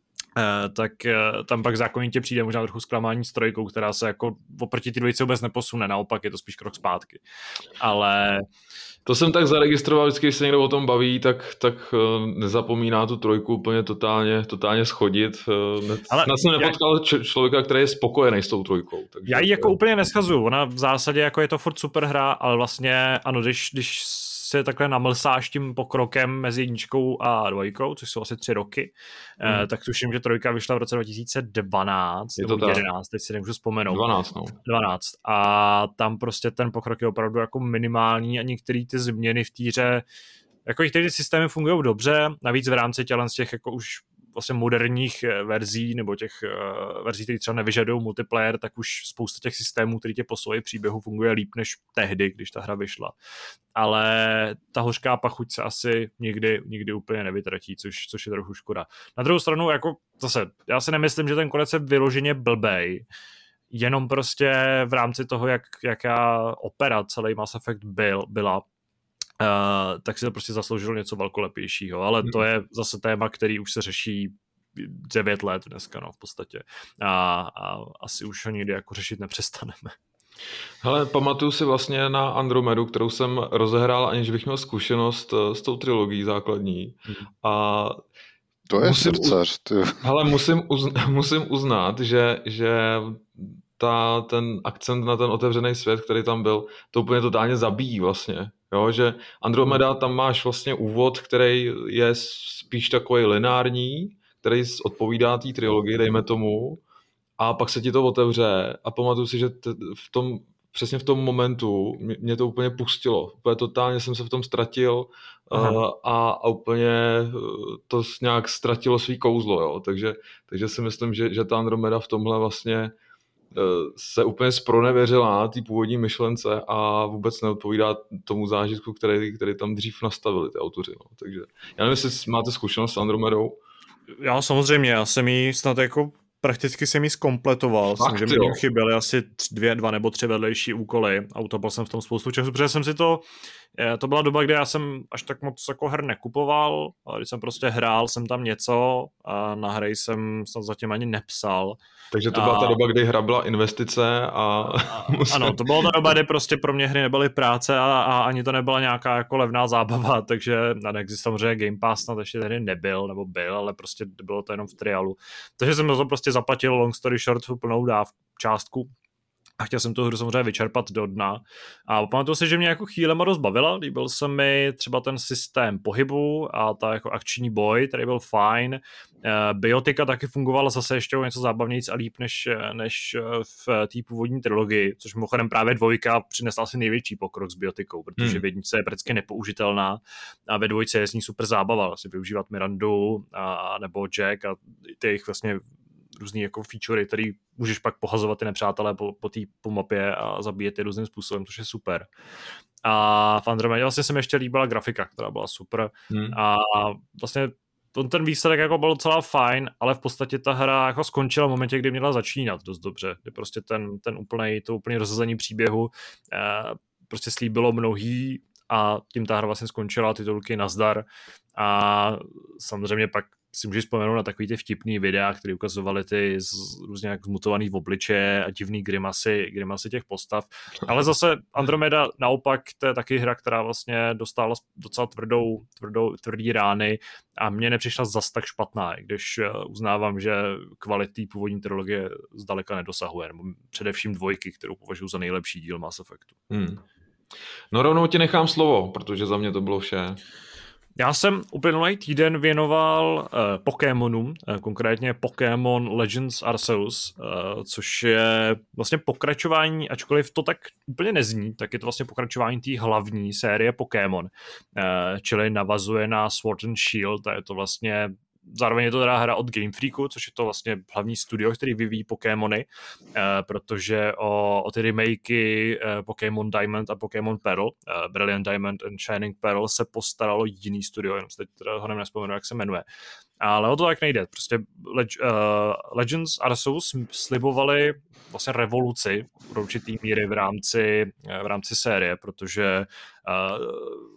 eh, tak eh, tam pak zákonitě přijde možná trochu zklamání s trojkou, která se jako oproti ty dvojice vůbec neposune, naopak je to spíš krok zpátky. Ale... To jsem tak zaregistroval, vždycky, když se někdo o tom baví, tak, tak nezapomíná tu trojku úplně totálně, totálně schodit. Ale já jsem nepotkal já... člověka, který je spokojený s tou trojkou. Takže já ji jako úplně neschazuju. Ona v zásadě jako je to furt super hra, ale vlastně ano, když, když se takhle namlsáš tím pokrokem mezi jedničkou a dvojkou, což jsou asi tři roky, hmm. eh, tak tuším, že trojka vyšla v roce dva tisíce dvanáct nebo jedenáct, teď si nemůžu vzpomenout. dvanáct, no. dvanáct. A tam prostě ten pokrok je opravdu jako minimální a některé ty změny v týře, jako některé ty systémy fungují dobře, navíc v rámci tělen z těch jako už vlastně moderních verzí nebo těch uh, verzí, které třeba nevyžadují multiplayer, tak už spousta těch systémů, které tě posouvají příběhu, funguje líp než tehdy, když ta hra vyšla. Ale ta hořká pachuť se asi nikdy, nikdy úplně nevytratí, což, což je trochu škoda. Na druhou stranu, jako zase, já si nemyslím, že ten konec je vyloženě blbej, jenom prostě v rámci toho, jak, jaká opera celý Mass Effect byl, byla, Uh, tak si to prostě zasloužilo něco velkolepějšího, ale to je zase téma, který už se řeší devět let dneska, no, v podstatě. A, a asi už ho nikdy jako řešit nepřestaneme. Hele, pamatuju si vlastně na Andromedu, kterou jsem rozehrál, aniž bych měl zkušenost s tou trilogií základní. Hmm. A To je musím, srdcař. Ty. hele, musím, uzn, musím uznat, že, že ta, ten akcent na ten otevřený svět, který tam byl, to úplně totálně zabíjí vlastně. Jo, že Andromeda, tam máš vlastně úvod, který je spíš takový lineární, který odpovídá té trilogii, dejme tomu, a pak se ti to otevře a pamatuju si, že t- v tom, přesně v tom momentu mě, mě to úplně pustilo. Úplně totálně jsem se v tom ztratil uh, a, a úplně to nějak ztratilo svý kouzlo. Jo. Takže, takže si myslím, že, že ta Andromeda v tomhle vlastně se úplně zpronevěřila té původní myšlence a vůbec neodpovídá tomu zážitku, který, který tam dřív nastavili ty autoři. No. Takže já nevím, jestli máte zkušenost s Andromedou. Já samozřejmě, já jsem jí snad jako prakticky jsem ji zkompletoval, Fakt, že mi chyběly asi dvě, dva nebo tři vedlejší úkoly a utopil jsem v tom spoustu času, protože jsem si to, to byla doba, kdy já jsem až tak moc jako her nekupoval, ale když jsem prostě hrál, jsem tam něco a na hry jsem snad zatím ani nepsal. Takže to byla a... ta doba, kdy hra byla investice a... a ano, to byla ta doba, kdy prostě pro mě hry nebyly práce a, a ani to nebyla nějaká jako levná zábava, takže neexistoval samozřejmě Game Pass, snad ještě tady nebyl, nebo byl, ale prostě bylo to jenom v trialu. Takže jsem to prostě zaplatil long story short plnou dávku, částku. A chtěl jsem tu hru samozřejmě vyčerpat do dna. A pamatuju si, že mě jako chvílema dost bavila. Líbil se mi třeba ten systém pohybu a ta jako akční boj, který byl fajn. Biotika taky fungovala zase ještě o něco zábavnějc a líp než, než v té původní trilogii, což mimochodem právě dvojka přinesla asi největší pokrok s biotikou, protože hmm. v jedničce je prakticky nepoužitelná a ve dvojce je z ní super zábava. Asi využívat Mirandu a, nebo Jack a ty jejich vlastně různý jako featurey, který můžeš pak pohazovat ty nepřátelé po, po té po mapě a zabíjet je různým způsobem, což je super. A v Andromedě vlastně se mi ještě líbila grafika, která byla super. Hmm. A vlastně ten, ten výsledek jako byl docela fajn, ale v podstatě ta hra jako skončila v momentě, kdy měla začínat dost dobře, kdy prostě ten, ten úplnej, to úplný rozhazení příběhu eh, prostě slíbilo mnohý a tím ta hra vlastně skončila, titulky nazdar. A samozřejmě pak si můžeš vzpomenout na takový ty vtipný videa, které ukazovaly ty z, různě jak zmutovaný v obličeje a divný grimasy, grimasy těch postav. Ale zase Andromeda naopak, to je taky hra, která vlastně dostala docela tvrdou, tvrdou, tvrdý rány a mně nepřišla zas tak špatná, když uznávám, že kvality původní trilogie zdaleka nedosahuje, nebo především dvojky, kterou považuji za nejlepší díl Mass Effectu. Hmm. No rovnou ti nechám slovo, protože za mě to bylo vše. Já jsem uplynulý týden věnoval uh, Pokémonům, uh, konkrétně Pokémon Legends Arceus, uh, což je vlastně pokračování, ačkoliv to tak úplně nezní, tak je to vlastně pokračování té hlavní série Pokémon, uh, čili navazuje na Sword and Shield, a je to vlastně zároveň je to teda hra od Game Freaku, což je to vlastně hlavní studio, který vyvíjí Pokémony, eh, protože o, o ty remakey eh, Pokémon Diamond a Pokémon Pearl, eh, Brilliant Diamond and Shining Pearl se postaralo jiný studio, jenom se teď teda ho nevzpomenu, jak se jmenuje. Ale o to tak nejde. Prostě Leg, uh, Legends Arceus slibovali vlastně revoluci pro určitý míry v rámci, v rámci série, protože uh,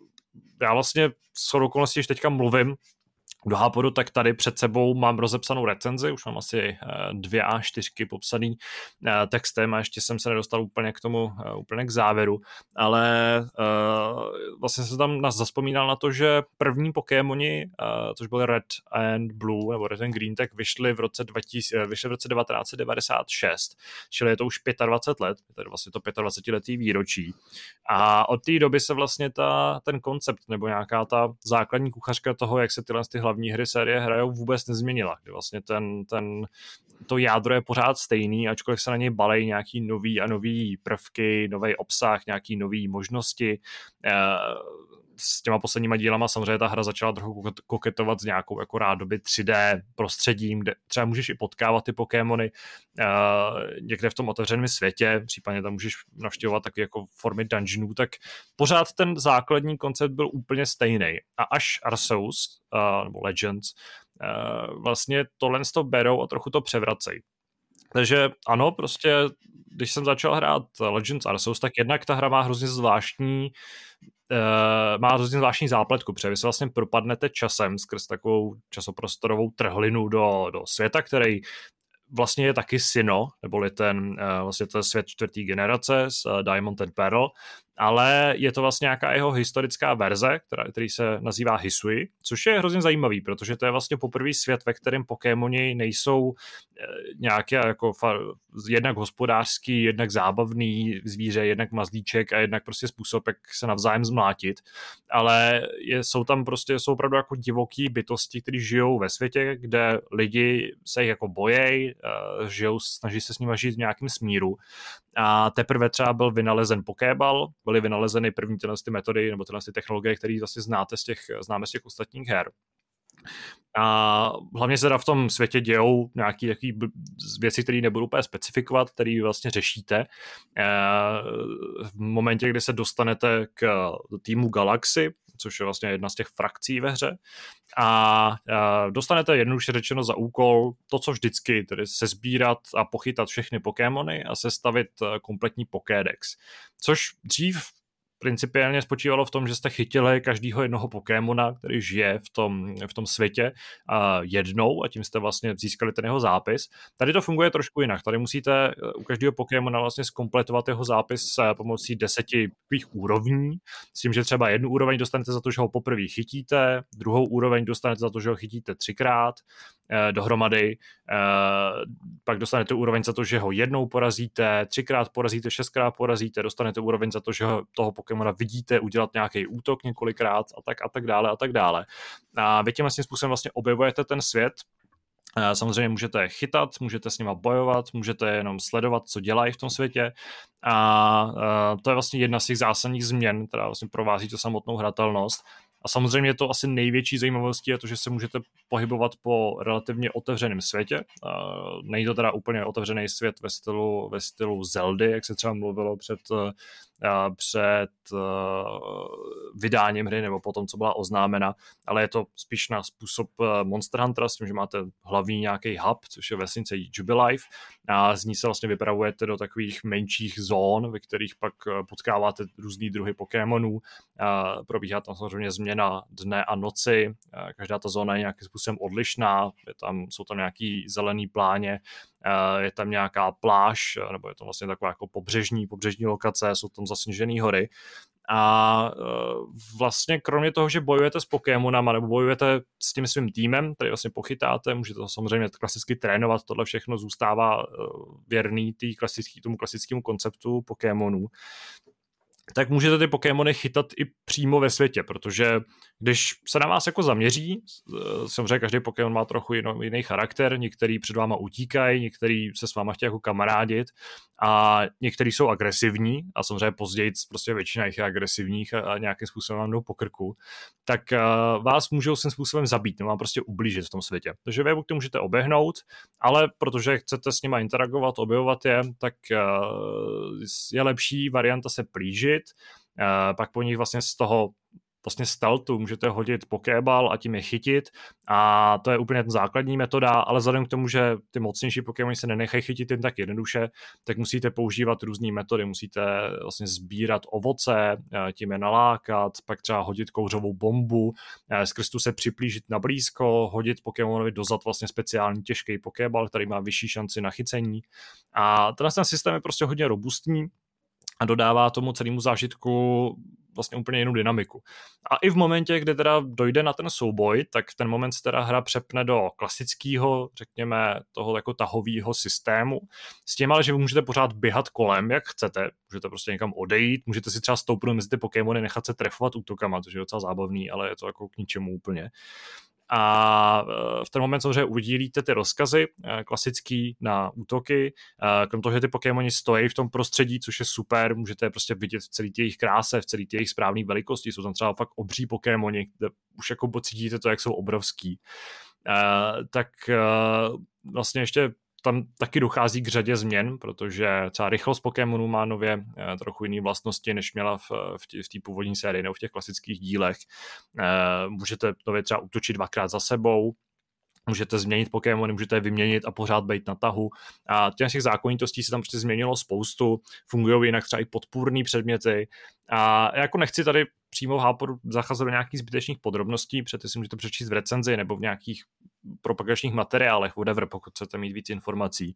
já vlastně s okolností, když teďka mluvím do Hápodu, tak tady před sebou mám rozepsanou recenzi, už mám asi dvě á čtyři popsaný textem a ještě jsem se nedostal úplně k tomu, úplně k závěru, ale uh, vlastně jsem tam nás zaspomínal na to, že první Pokémoni, uh, což byly Red and Blue, nebo Red and Green, tak vyšly v roce, dva tisíce, vyšly v roce devatenáct set devadesát šest, čili je to už dvacet pět let, je to vlastně to dvacetiletý výročí. A od té doby se vlastně ta, ten koncept, nebo nějaká ta základní kuchařka toho, jak se tyhle ty hlavní hry série hrajou, vůbec nezměnila. Kdy vlastně ten, ten, to jádro je pořád stejný, ačkoliv se na něj balej nějaký nový a nový prvky, nový obsah, nějaký nový možnosti. S těma posledníma dílama samozřejmě ta hra začala trochu koketovat s nějakou jako rádoby tři dé prostředím, kde třeba můžeš i potkávat ty Pokémony někde v tom otevřeném světě, případně tam můžeš navštěvovat takové jako formy dungeonů, tak pořád ten základní koncept byl úplně stejný. A až Arceus, nebo Legends, vlastně tohle z toho berou a trochu to převracejí. Takže ano, prostě když jsem začal hrát Legends Arceus, tak jednak ta hra má hrozně zvláštní Uh, má hrozně zvláštní zápletku, protože vy se vlastně propadnete časem skrz takovou časoprostorovou trhlinu do, do světa, který vlastně je taky Sinnoh, neboli ten, vlastně ten svět čtvrtý generace z Diamond and Pearl, ale je to vlastně nějaká jeho historická verze, která, který se nazývá Hisui, což je hrozně zajímavý, protože to je vlastně poprvý svět, ve kterém Pokémoni nejsou nějaké jako jednak hospodářský, jednak zábavný zvíře, jednak mazlíček a jednak prostě způsob, jak se navzájem zmlátit, ale je, jsou tam prostě, jsou opravdu jako divoký bytosti, kteří žijou ve světě, kde lidi se jich jako bojejí, žijou, snaží se s nimi žít v nějakém smíru. A teprve třeba byl vynalezen Pokéball, byly vynalezeny první tyhle ty metody nebo tyhle ty technologie, které vlastně znáte z těch, známe z těch ostatních her. A hlavně se teda v tom světě dějou nějaké věci, které nebudu úplně specifikovat, které vlastně řešíte. V momentě, kdy se dostanete k týmu Galaxy, což je vlastně jedna z těch frakcí ve hře, a dostanete jednoduše řečeno za úkol to, co vždycky, tedy sesbírat a pochytat všechny Pokémony a sestavit kompletní Pokédex. Což dřív principiálně spočívalo v tom, že jste chytili každého jednoho Pokémona, který žije v tom, v tom světě uh, jednou a tím jste vlastně získali ten jeho zápis. Tady to funguje trošku jinak. Tady musíte u každého Pokémona vlastně zkompletovat jeho zápis pomocí deseti úrovní, s tím, že třeba jednu úroveň dostanete za to, že ho poprvé chytíte, druhou úroveň dostanete za to, že ho chytíte třikrát eh, dohromady, eh, pak dostanete úroveň za to, že ho jednou porazíte, třikrát porazíte, šestkrát porazíte, dostanete úroveň za to, že ho, toho Pokémona vidíte udělat nějaký útok několikrát a tak a tak dále a tak dále. A vy tím vlastně způsobem vlastně objevujete ten svět. Samozřejmě můžete je chytat, můžete s nima bojovat, můžete jenom sledovat, co dělají v tom světě a to je vlastně jedna z těch zásadních změn, která vlastně provází to samotnou hratelnost. A samozřejmě to asi největší zajímavostí je to, že se můžete pohybovat po relativně otevřeném světě. Není to teda úplně otevřený svět ve stylu, ve stylu Zeldy, jak se třeba mluvilo před, před vydáním hry nebo potom, co byla oznámena, ale je to spíš na způsob Monster Huntera s tím, že máte hlavní nějaký hub, což je vesnice Jubilife a z ní se vlastně vypravujete do takových menších zón, ve kterých pak potkáváte různý druhy Pokémonů. Probíhá tam samozřejmě změna dne a noci, každá ta zóna je nějakým způsobem odlišná, je tam, jsou tam nějaký zelený pláně, je tam nějaká pláž, nebo je to vlastně taková jako pobřežní, pobřežní lokace, jsou tam zasněžené hory. A vlastně kromě toho, že bojujete s Pokémonama nebo bojujete s tím svým týmem, který vlastně pochytáte, můžete to samozřejmě klasicky trénovat, tohle všechno zůstává věrný tý klasický, tomu klasickému konceptu Pokémonů, tak můžete ty Pokémony chytat i přímo ve světě, protože když se na vás jako zaměří, samozřejmě každý Pokémon má trochu jiný, jiný charakter, některý před váma utíkají, některý se s váma chtějí jako kamarádit a některý jsou agresivní a samozřejmě později prostě většina jich je agresivních a, a nějakým způsobem vám jdou po krku, tak uh, vás můžou svým způsobem zabít, nebo vám prostě ublížit v tom světě. Takže vy to můžete obehnout, ale protože chcete s nima interagovat, objevovat je, tak uh, je lepší varianta se plížit, uh, pak po nich vlastně z toho vlastně stealthu můžete hodit Pokéball a tím je chytit a to je úplně ten základní metoda, ale vzhledem k tomu, že ty mocnější Pokémoni se nenechají chytit jen tak jednoduše, tak musíte používat různé metody, musíte vlastně sbírat ovoce, tím je nalákat, pak třeba hodit kouřovou bombu, skrz tu se připlížit na blízko, hodit Pokémonovi dozad vlastně speciální těžký Pokéball, který má vyšší šanci na chycení a ten systém je prostě hodně robustní a dodává tomu celému zážitku vlastně úplně jinou dynamiku. A i v momentě, kdy teda dojde na ten souboj, tak v ten moment se teda hra přepne do klasického, řekněme, toho jako tahového systému. S tím ale, že vy můžete pořád běhat kolem, jak chcete, můžete prostě někam odejít, můžete si třeba stoupnout mezi ty Pokémony, nechat se trefovat útokama, což je docela zábavný, ale je to jako k ničemu úplně. A v ten moment samozřejmě udílíte ty rozkazy klasický na útoky, krom toho, že ty Pokémoni stojí v tom prostředí, což je super, můžete je prostě vidět v celý jejich kráse, v celý jejich správné velikosti, jsou tam třeba fakt obří Pokémoni, kde už jako pocítíte to, jak jsou obrovský. Tak vlastně ještě tam taky dochází k řadě změn, protože třeba rychlost Pokémonů má nově eh, trochu jiné vlastnosti, než měla v, v té původní sérii nebo v těch klasických dílech. Eh, můžete nově třeba útočit dvakrát za sebou, můžete změnit Pokémony, můžete je vyměnit a pořád být na tahu. A těch zákonitostí se tam prostě změnilo spoustu, fungují jinak třeba i podpůrný předměty. A já jako nechci tady přímo v Háporu zacházet do nějakých zbytečných podrobností, protože si můžete přečíst v recenzi nebo v nějakých propagačních materiálech, whatever, pokud chcete mít víc informací.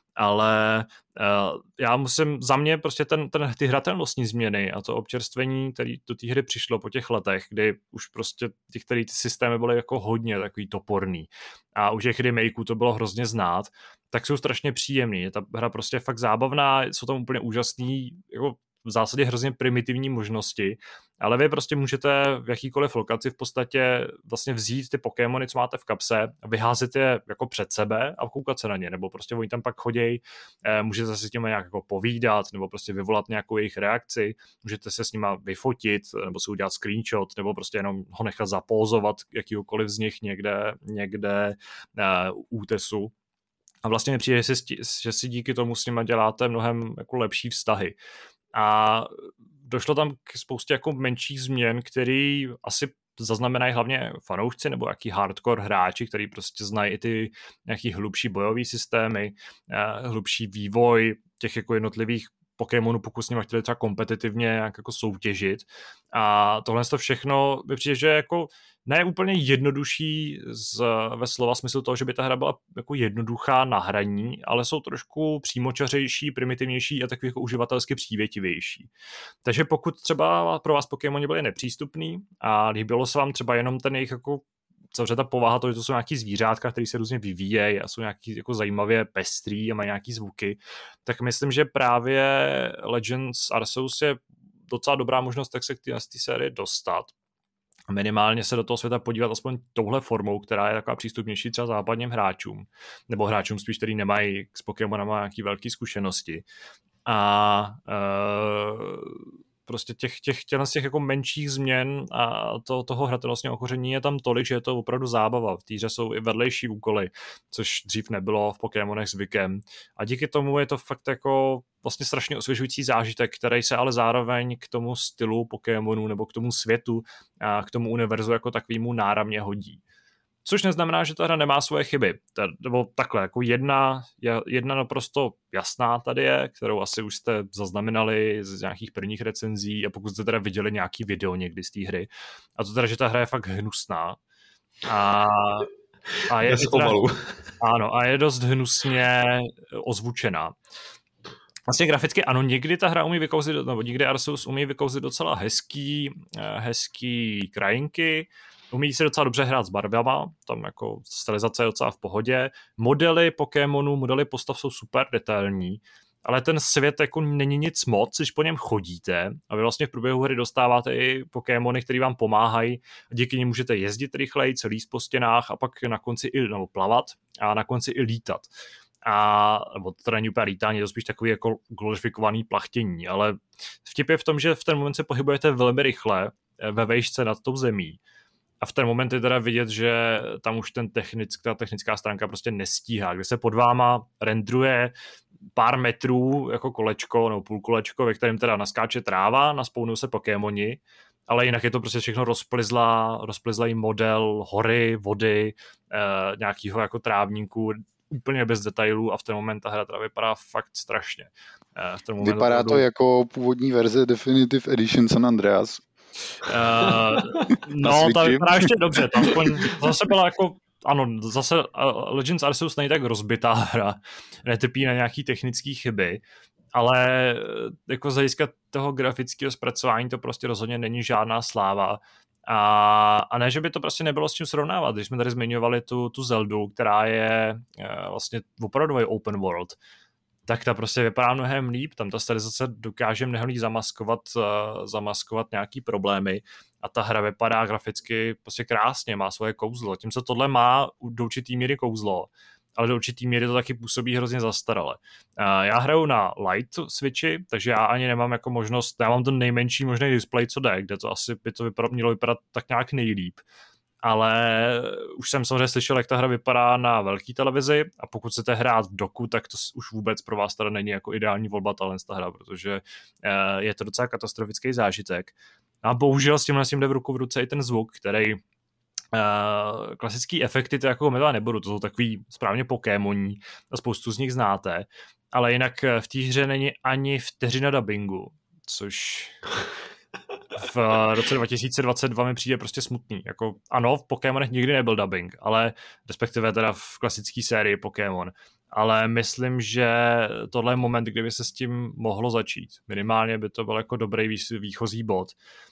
Ale uh, já musím, za mě prostě ten, ten, ty hratelnostní změny a to občerstvení, který do té hry přišlo po těch letech, kdy už prostě ty, který ty systémy byly jako hodně takový toporný a u těch remakeů to bylo hrozně znát, tak jsou strašně příjemný. Je ta hra prostě fakt zábavná, jsou tam úplně úžasný, jako v zásadě hrozně primitivní možnosti, ale vy prostě můžete v jakýkoliv lokaci v podstatě vlastně vzít ty Pokémony, co máte v kapse, vyházet je jako před sebe a koukat se na ně, nebo prostě oni tam pak chodějí, můžete se s nimi nějak jako povídat, nebo prostě vyvolat nějakou jejich reakci, můžete se s nima vyfotit, nebo si udělat screenshot, nebo prostě jenom ho nechat zapózovat jakýkoliv z nich někde, někde uh, útesu. A vlastně mi přijde, že si, že si díky tomu s nima děláte mnohem jako lepší vztahy. A došlo tam k spoustě jako menších změn, který asi zaznamenají hlavně fanoušci nebo jaký hardcore hráči, který prostě znají i ty nějaký hlubší bojový systémy, hlubší vývoj těch jako jednotlivých Pokémonů, pokud s nimi chtěli třeba kompetitivně nějak jako soutěžit. A tohle to všechno mi přijde, že jako ne úplně jednodušší z, ve slova smyslu toho, že by ta hra byla jako jednoduchá na hraní, ale jsou trošku přímočařejší, primitivnější a takový jako uživatelsky přívětivější. Takže pokud třeba pro vás Pokémoni byly nepřístupný a líbilo se vám třeba jenom ten jejich jako samozřejmě ta povaha, to, že to jsou nějaký zvířátka, které se různě vyvíjejí a jsou nějaký jako zajímavě pestrý a mají nějaký zvuky, tak myslím, že právě Legends Arceus je docela dobrá možnost, jak se k té sérii dostat. Minimálně se do toho světa podívat aspoň touhle formou, která je taková přístupnější třeba západním hráčům, nebo hráčům spíš, který nemají s Pokémonama nějaký velké zkušenosti. A uh, prostě těch, těch, těch, těch jako menších změn a to, toho hratelnostního okoření je tam tolik, že je to opravdu zábava. V té hře jsou i vedlejší úkoly, což dřív nebylo v Pokémonech zvykem. A díky tomu je to fakt jako vlastně strašně osvěžující zážitek, který se ale zároveň k tomu stylu Pokémonů nebo k tomu světu a k tomu univerzu jako takovému náramně hodí. Což neznamená, že ta hra nemá svoje chyby. Nebo takhle, jako jedna, jedna naprosto jasná tady je, kterou asi už jste zaznamenali z nějakých prvních recenzí a pokud jste teda viděli nějaký video někdy z té hry. A to teda, že ta hra je fakt hnusná. A, a je, teda, ano, a je dost hnusně ozvučená. Vlastně graficky ano, někdy ta hra umí vykouzit, nebo někdy Arceus umí vykouzit docela hezký, hezký krajinky, umí se docela dobře hrát s barvama, tam jako stylizace je docela v pohodě. Modely Pokémonů, modely postav jsou super detailní, ale ten svět jako není nic moc, když po něm chodíte a vy vlastně v průběhu hry dostáváte i Pokémony, které vám pomáhají a díky nim můžete jezdit rychleji, celý po stěnách a pak na konci i nebo plavat a na konci i lítat. A, nebo to není úplně lítání, je to spíš takový jako glorifikovaný plachtění, ale vtip je v tom, že v ten moment se pohybujete velmi rychle ve vejšce nad tou zemí. A v ten moment je teda vidět, že tam už ten technick, ta technická stránka prostě nestíhá, kde se pod váma rendruje pár metrů jako kolečko nebo půlkolečko, ve kterém teda naskáče tráva, naspounují se Pokémoni, ale jinak je to prostě všechno rozplizlá, rozplizlý model hory, vody, eh, nějakýho jako trávníku, úplně bez detailů a v ten moment ta hra teda vypadá fakt strašně. Eh, v ten moment vypadá to, to jako původní verze Definitive Edition San Andreas. Uh, no, ta vypadá ještě dobře, ta aspoň zase byla jako, ano, zase Legends Arceus není tak rozbitá hra, netrpí na nějaký technické chyby, ale jako z hlediska toho grafického zpracování to prostě rozhodně není žádná sláva. A, a ne, že by to prostě nebylo s čím srovnávat, když jsme tady zmiňovali tu, tu Zeldu, která je vlastně opravdový open world, tak ta prostě vypadá mnohem líp, tam ta stylizace dokáže mnohem líp zamaskovat, uh, zamaskovat nějaký problémy a ta hra vypadá graficky prostě krásně, má svoje kouzlo, tím se tohle má do určitý míry kouzlo, ale do určitý míry to taky působí hrozně zastarale. Uh, já hraju na light switchi, takže já ani nemám jako možnost, já mám ten nejmenší možný display, co jde, kde to asi by to vypadá, mělo vypadat tak nějak nejlíp. Ale už jsem samozřejmě slyšel, jak ta hra vypadá na velké televizi a pokud chcete hrát v doku, tak to už vůbec pro vás teda není jako ideální volba tahle ta hra, protože je to docela katastrofický zážitek. A bohužel s tímhle s tím jde v ruku v ruce i ten zvuk, který klasický efekty to jako omylovat nebudu, to jsou takový správně Pokémoní a spoustu z nich znáte, ale jinak v té hře není ani vteřina dabingu, což v roce dva tisíce dvacet dva mi přijde prostě smutný. Jako, ano, v Pokémonech nikdy nebyl dubbing, ale respektive teda v klasické sérii Pokémon. Ale myslím, že tohle je moment, kdyby se s tím mohlo začít. Minimálně by to byl jako dobrý výchozí bod.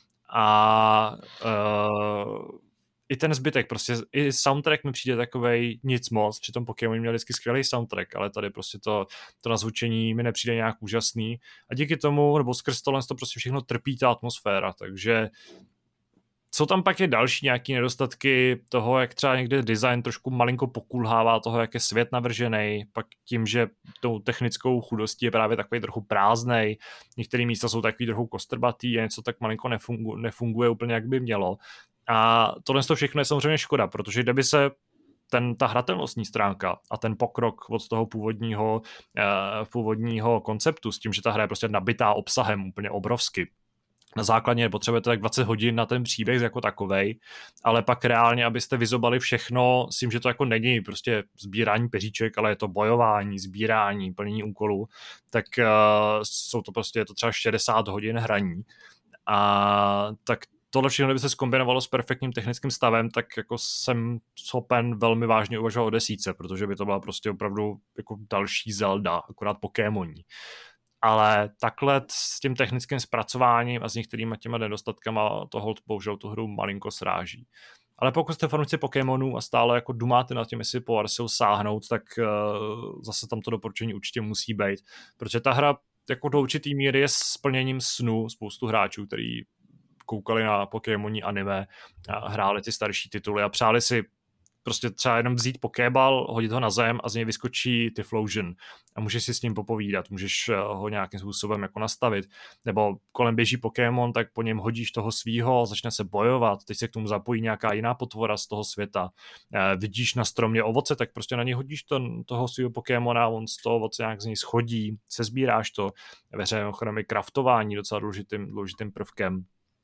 A uh, i ten zbytek, prostě i soundtrack mi přijde takovej nic moc, přitom Pokémon měl vždycky skvělý soundtrack, ale tady prostě to, to nazvučení mi nepřijde nějak úžasný a díky tomu, nebo skrz tohle to prostě všechno trpí ta atmosféra, takže jsou tam pak i další nějaký nedostatky toho, jak třeba někde design trošku malinko pokulhává toho, jak je svět navržený, pak tím, že tou technickou chudostí je právě takový trochu prázdnej, některé místa jsou takový trochu kostrbatý a něco tak malinko nefungu, nefunguje úplně, jak by mělo. A tohle to všechno je samozřejmě škoda, protože kdyby se ten, ta hratelnostní stránka a ten pokrok od toho původního, uh, původního konceptu s tím, že ta hra je prostě nabitá obsahem úplně obrovsky, na základně potřebujete tak dvacet hodin na ten příběh jako takovej, ale pak reálně, abyste vyzobali všechno s tím, že to jako není prostě sbírání peříček, ale je to bojování, sbírání, plnění úkolů, tak uh, jsou to prostě, je to třeba šedesát hodin hraní. A tak tohle všechno, kdyby se zkombinovalo s perfektním technickým stavem, tak jako jsem schopen velmi vážně uvažovat o desítce, protože by to byla prostě opravdu jako další Zelda, akorát Pokémoní. Ale takhle s tím technickým zpracováním a s některýma těma nedostatkama to hold bohužel tu hru malinko sráží. Ale pokud jste fanoušci Pokémonů a stále jako dumáte nad tím, jestli po Arceus sáhnout, tak uh, zase tam to doporučení určitě musí být, protože ta hra jako do určitý míry je splněním snu spoustu hráčů, který koukali na Pokémoní anime a hráli ty starší tituly a přáli si prostě třeba jenom vzít pokébal, hodit ho na zem a z něj vyskočí Typhlosion a můžeš si s ním popovídat, můžeš ho nějakým způsobem jako nastavit, nebo kolem běží Pokémon, tak po něm hodíš toho svýho, začne se bojovat, teď se k tomu zapojí nějaká jiná potvora z toho světa, e, vidíš na stromě ovoce, tak prostě na něj hodíš to, toho svýho Pokémona, on z toho ovoce nějak z něj schodí, sezbíráš to, ve hře je kraftování docela důležitým, důležitým prvkem.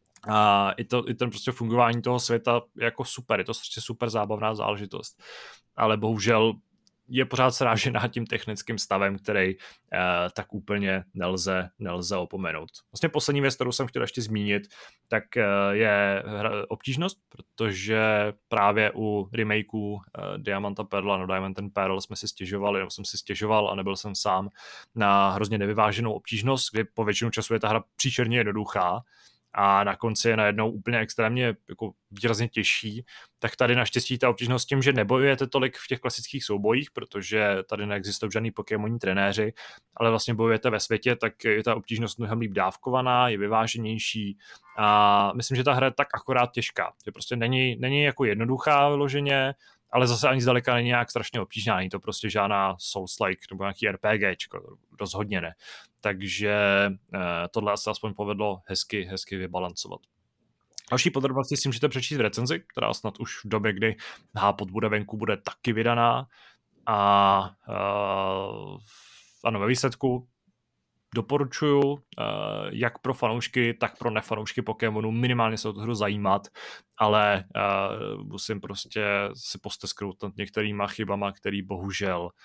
A i, to, i ten prostě fungování toho světa je jako super, je to prostě super zábavná záležitost, ale bohužel je pořád srážená tím technickým stavem, který eh, tak úplně nelze, nelze opomenout. Vlastně poslední věc, kterou jsem chtěl ještě zmínit, tak eh, je obtížnost, protože právě u remakeu eh, Diamant a Perla, no Diamant and Pearl jsme si stěžovali, nebo jsem si stěžoval a nebyl jsem sám na hrozně nevyváženou obtížnost, kdy po většinu času je ta hra příšerně jednoduchá, a na konci je najednou úplně extrémně jako výrazně těžší, tak tady naštěstí ta obtížnost tím, že nebojujete tolik v těch klasických soubojích, protože tady neexistují žádný pokémonní trenéři, ale vlastně bojujete ve světě, tak je ta obtížnost mnohem líp dávkovaná, je vyváženější a myslím, že ta hra je tak akorát těžká, že prostě není, není jako jednoduchá vyloženě, ale zase ani zdaleka není nějak strašně obtížná, není to prostě žádná Souls-like nebo nějaký RPGčko, rozhodně ne. Takže eh, tohle se aspoň povedlo hezky, hezky vybalancovat. Další podrobnosti si můžete přečíst v recenzi, která snad už v době, kdy Hápot bude venku, bude taky vydaná. A uh, ano, ve výsledku doporučuju, jak pro fanoušky, tak pro nefanoušky Pokémonů minimálně se o tu hru zajímat, ale uh, musím prostě si postesknout nad některýma chybama, který bohužel uh,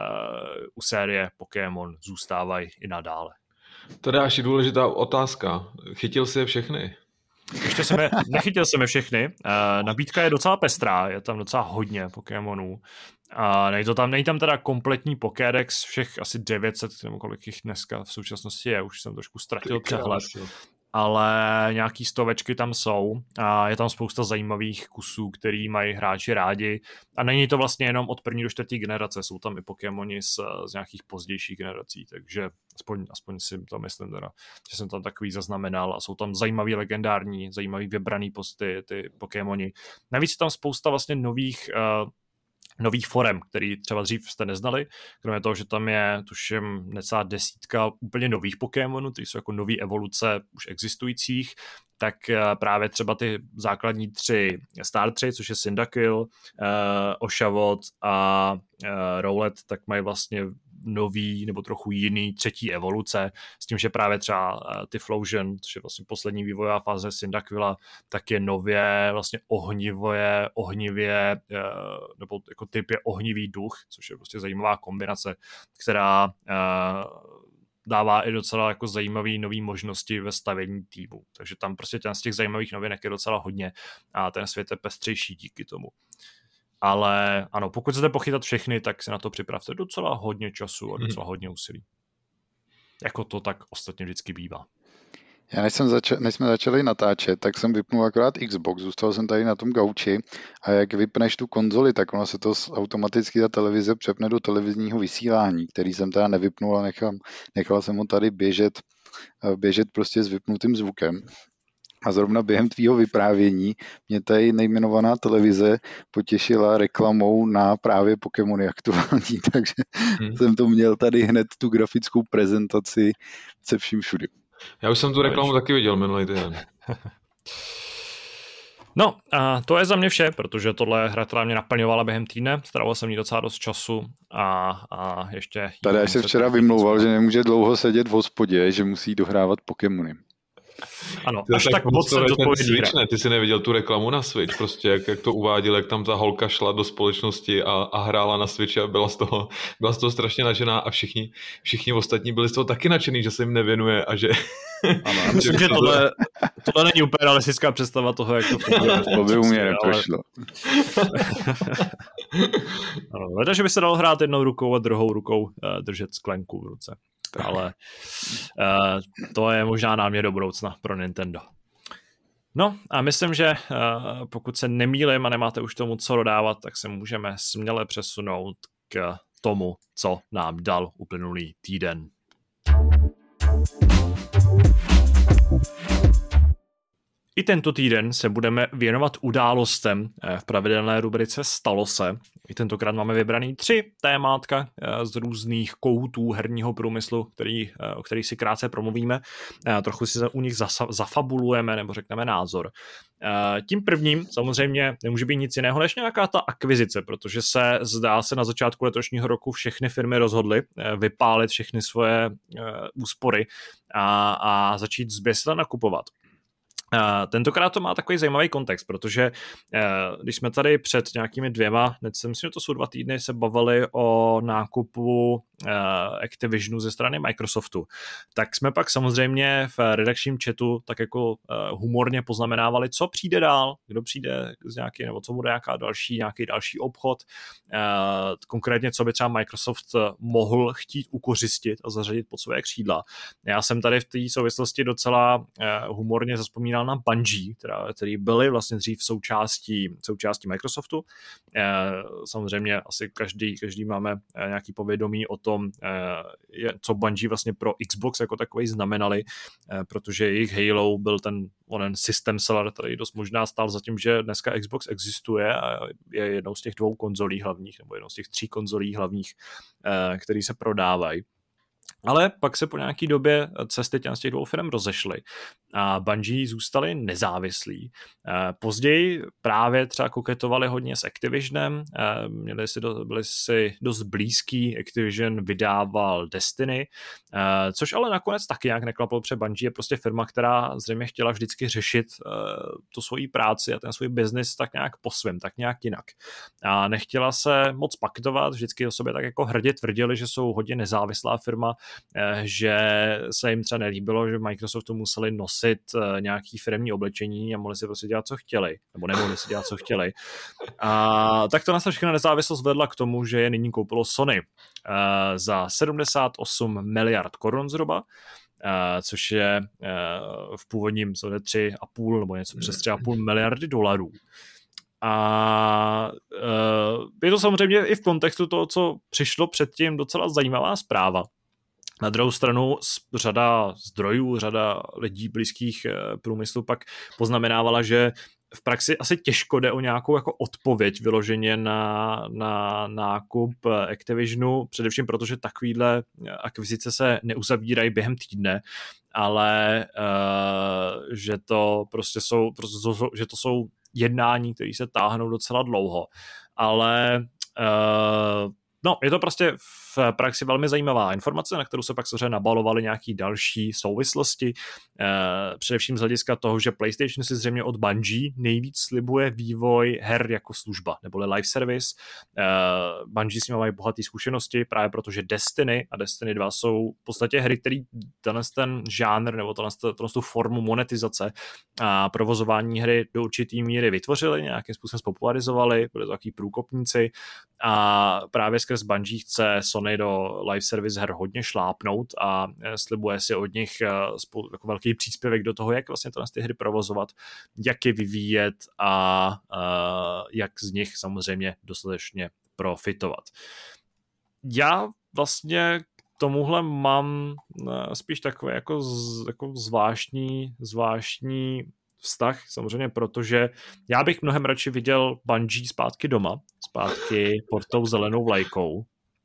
u série Pokémon zůstávají i nadále. To je další důležitá otázka. Chytil jsi je všechny? Ještě jsem je, nechytil jsem je všechny. Uh, nabídka je docela pestrá, je tam docela hodně Pokémonů. A není to tam, není tam teda kompletní Pokédex, všech asi devět set, nebo kolik jich dneska v současnosti je, už jsem trošku ztratil přehled. Ale nějaký stovečky tam jsou a je tam spousta zajímavých kusů, který mají hráči rádi a není to vlastně jenom od první do čtvrtý generace, jsou tam i Pokémoni z, z nějakých pozdějších generací, takže aspoň, aspoň si to myslím teda, že jsem tam takový zaznamenal a jsou tam zajímavý legendární, zajímavý vybraný posty, ty Pokémoni. Navíc je tam spousta vlastně nových uh, nových forem, který třeba dřív jste neznali, kromě toho, že tam je tuším necelá desítka úplně nových Pokémonů, ty jsou jako nový evoluce už existujících, tak právě třeba ty základní tři Star tři, což je Cyndaquil, uh, Oshawott a uh, Rowlet, tak mají vlastně nový nebo trochu jiný třetí evoluce, s tím, že právě třeba Typhlosion, což je vlastně poslední vývojová fáze Cyndaquila, tak je nově vlastně ohnivě, ohnivě, nebo jako typ je ohnivý duch, což je prostě zajímavá kombinace, která dává i docela jako zajímavý nový možnosti ve stavění týmu. Takže tam prostě z těch zajímavých novinek je docela hodně a ten svět je pestřejší díky tomu. Ale ano, pokud chcete pochytat všechny, tak si na to připravte docela hodně času a docela hodně úsilí. Jako to tak ostatně vždycky bývá. Já než, jsem zača- než jsme začali natáčet, tak jsem vypnul akorát Xbox, zůstal jsem tady na tom gauči a jak vypneš tu konzoli, tak ono se to automaticky ta televize přepne do televizního vysílání, který jsem teda nevypnul a nechal, nechal jsem ho tady běžet, běžet prostě s vypnutým zvukem. A zrovna během tvýho vyprávění mě tady nejmenovaná televize potěšila reklamou na právě Pokémony aktuální, takže hmm. jsem to měl tady hned tu grafickou prezentaci se vším všudy. Já už jsem tu reklamu taky viděl minulý týden. No, a to je za mě vše, protože tohle je hra, která mě naplňovala během týdne, strávil jsem jí docela dost času a, a ještě... Tady já jsem včera vymlouval, že nemůže dlouho sedět v hospodě, že musí dohrávat Pokémony. Ano, až tak, tak moc jsem zodpovědný hra. Ty jsi neviděl tu reklamu na Switch, prostě jak, jak to uváděl, jak tam ta holka šla do společnosti a, a hrála na Switchi a byla z toho, byla z toho strašně nadšená a všichni, všichni ostatní byli z toho taky nadšený, že se jim nevěnuje a že... Ano, já myslím, že tohle, tohle není úplně realistická představa toho, jak to funguje. To by u mě neprošlo. Ano, leda, že by se dalo hrát jednou rukou a druhou rukou uh, držet sklenku v ruce. Ale uh, to je možná námět do budoucna pro Nintendo. No a myslím, že uh, pokud se nemýlím a nemáte už tomu co dodávat, tak se můžeme směle přesunout k tomu, co nám dal uplynulý týden. I tento týden se budeme věnovat událostem v pravidelné rubrice Stalo se. I tentokrát máme vybraný tři témátka z různých koutů herního průmyslu, který, o kterých si krátce promluvíme. Trochu si u nich zafabulujeme nebo řekneme názor. Tím prvním samozřejmě nemůže být nic jiného než nějaká ta akvizice, protože se zdá se na začátku letošního roku všechny firmy rozhodly vypálit všechny svoje úspory a, a začít zběsile nakupovat. Uh, tentokrát to má takový zajímavý kontext, protože uh, když jsme tady před nějakými dvěma, myslím si, že to jsou dva týdny, se bavili o nákupu uh, Activisionu ze strany Microsoftu, tak jsme pak samozřejmě v redakčním chatu tak jako uh, humorně poznamenávali, co přijde dál, kdo přijde z nějaký, nebo co bude nějaká další, nějaký další obchod, uh, konkrétně co by třeba Microsoft mohl chtít ukořistit a zařadit pod své křídla. Já jsem tady v té souvislosti docela uh, humorně zazpomínal na Bungie, která, který byly vlastně dřív součástí, součástí Microsoftu. E, samozřejmě asi každý, každý máme nějaký povědomí o tom, e, co Bungie vlastně pro Xbox jako takový znamenali, e, protože jejich Halo byl ten onen system seller, který dost možná stál za tím, že dneska Xbox existuje a je jednou z těch dvou konzolí hlavních, nebo jednou z těch tří konzolí hlavních, e, který se prodávají. Ale pak se po nějaký době cesty z těch dvou firm rozešly a Bungie zůstali nezávislí. Později právě třeba koketovali hodně s Activisionem, měli si do, byli si dost blízký, Activision vydával Destiny, což ale nakonec taky nějak neklaplo, protože Bungie je prostě firma, která zřejmě chtěla vždycky řešit tu svoji práci a ten svůj biznis tak nějak po svém, tak nějak jinak. A nechtěla se moc paketovat, vždycky o sobě tak jako hrdě tvrdili, že jsou hodně nezávislá firma, že se jim třeba nelíbilo, že Microsoftu museli nosit nějaký firemní oblečení a mohli si prostě dělat, co chtěli, nebo nemohli si dělat, co chtěli. A tak to nás všechna nezávislost vedla k tomu, že je nyní koupilo Sony za sedmdesát osm miliard korun zhruba, což je v původním tři a půl nebo něco přes tři a půl miliardy dolarů. A je to samozřejmě i v kontextu toho, co přišlo předtím, docela zajímavá zpráva. Na druhou stranu řada zdrojů, řada lidí blízkých průmyslu pak poznamenávala, že v praxi asi těžko jde o nějakou jako odpověď vyloženě na, na nákup Activisionu, především protože takovýhle akvizice se neuzavírají během týdne, ale uh, že to prostě jsou, prostě, že to jsou jednání, které se táhnou docela dlouho. Ale uh, no, je to prostě v v praxi velmi zajímavá informace, na kterou se pak samozřejmě nabalovaly nějaký další souvislosti. Především z hlediska toho, že PlayStation si zřejmě od Bungie nejvíc slibuje vývoj her jako služba, neboli live service. Bungie s nimi mají bohaté zkušenosti, právě protože Destiny a Destiny dva jsou v podstatě hry, které tenhle ten žánr nebo tenhle tu formu monetizace a provozování hry do určitý míry vytvořili, nějakým způsobem spopularizovali, byli to takový průkopníci a právě skrz Bungie chce Sony do live service her hodně šlápnout a slibuje si od nich jako velký příspěvek do toho, jak vlastně to ty hry provozovat, jak je vyvíjet a, a jak z nich samozřejmě dostatečně profitovat. Já vlastně k tomuhle mám spíš takový jako, z, jako zvláštní, zvláštní vztah, samozřejmě, protože já bych mnohem radši viděl Bungie zpátky doma, zpátky pod tou zelenou vlajkou.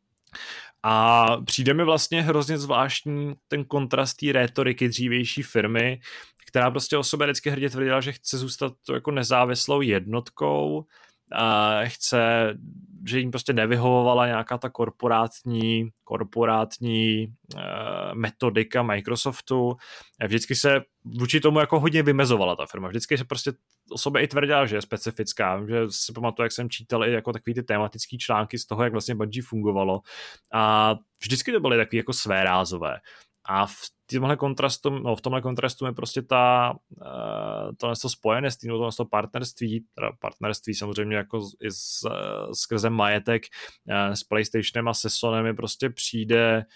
A přijde mi vlastně hrozně zvláštní ten kontrast té rétoriky dřívější firmy, která prostě o sobě vždycky hrdě tvrdila, že chce zůstat to jako nezávislou jednotkou, a chce, že jim prostě nevyhovovala nějaká ta korporátní, korporátní uh, metodika Microsoftu. Vždycky se vůči tomu jako hodně vymezovala ta firma. Vždycky se prostě o sobě i tvrdila, že je specifická. Že si pamatuju, jak jsem čítal i jako takový ty tematický články z toho, jak vlastně Bungie fungovalo. A vždycky to byly takový jako svérázové. A v tomhle kontrastu, no v tomhle kontrastu je prostě ta uh, tohle spojenectví, no tohle partnerství, teda partnerství samozřejmě jako i s, skrze majetek uh, s PlayStationem a se Sonem je prostě přijde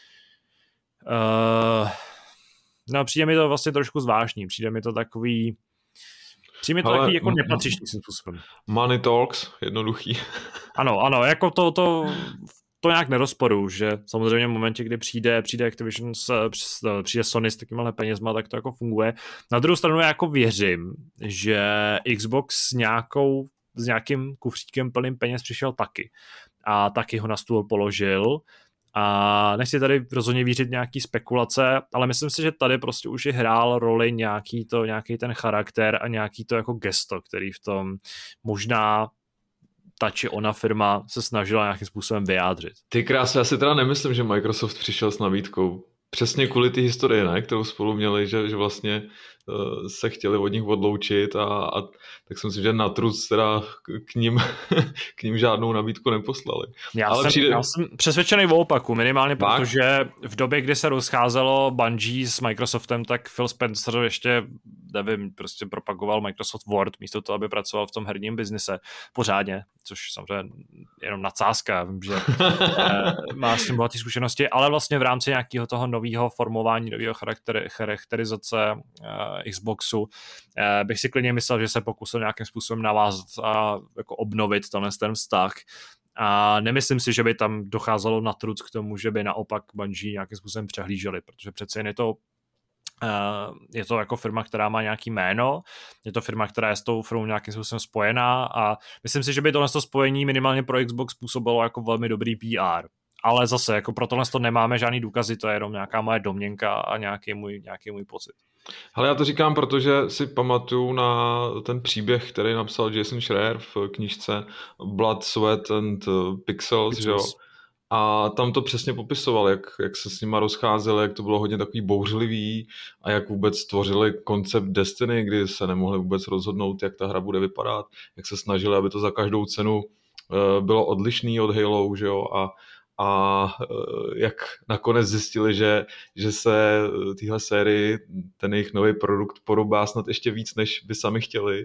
uh, no přijde mi to vlastně trošku zvláštní, přijde mi to takový přijde mi to Ale takový jako nepatřičný způsobem. Money talks, jednoduchý. Ano, ano, jako to, to to nějak nerozporu, že samozřejmě v momentě, kdy přijde, přijde Activision, s, přijde Sony s takovýmhle penězma, tak to jako funguje. Na druhou stranu já jako věřím, že Xbox s nějakou, s nějakým kufříkem plným peněz přišel taky. A taky ho na stůl položil. A nechci tady rozhodně vířit nějaký spekulace, ale myslím si, že tady prostě už i hrál roli nějaký, to, nějaký ten charakter a nějaký to jako gesto, který v tom možná ta či ona firma se snažila nějakým způsobem vyjádřit. Ty krásy, já si teda nemyslím, že Microsoft přišel s nabídkou. Přesně kvůli ty historie, ne, kterou spolu měli, že, že vlastně uh, se chtěli od nich odloučit a, a tak jsem si, že na truc teda k ním, k ním žádnou nabídku neposlali. Já, Ale jsem, přijde... já jsem přesvědčený o opaku, minimálně tak? Protože v době, kdy se rozcházelo Bungie s Microsoftem, tak Phil Spencer ještě, nevím, prostě propagoval Microsoft Word místo toho, aby pracoval v tom herním biznise pořádně, což samozřejmě jenom nadsázka, vím, že má s tím bohaté zkušenosti, ale vlastně v rámci nějakého toho nového formování, nového charakter, charakterizace uh, Xboxu uh, bych si klidně myslel, že se pokusil nějakým způsobem navázat a jako obnovit tenhle ten vztah. A nemyslím si, že by tam docházelo na truc k tomu, že by naopak Bungie nějakým způsobem přehlíželi, protože přece jen je to Uh, je to jako firma, která má nějaký jméno, je to firma, která je s tou firmou nějakým způsobem spojená a myslím si, že by tohle spojení minimálně pro Xbox působilo jako velmi dobrý P R. Ale zase, jako pro tohle to nemáme žádný důkazy, to je jenom nějaká moje domněnka a nějaký můj, nějaký můj pocit. Ale já to říkám, protože si pamatuju na ten příběh, který napsal Jason Schreier v knížce Blood, Sweat and Pixels, Pixels. Že jo? A tam to přesně popisoval, jak, jak se s nima rozcházeli, jak to bylo hodně takový bouřlivý a jak vůbec tvořili koncept Destiny, kdy se nemohli vůbec rozhodnout, jak ta hra bude vypadat, jak se snažili, aby to za každou cenu uh, bylo odlišný od Halo, že jo, a, a uh, jak nakonec zjistili, že, že se téhle sérii, ten jejich nový produkt podobá snad ještě víc, než by sami chtěli.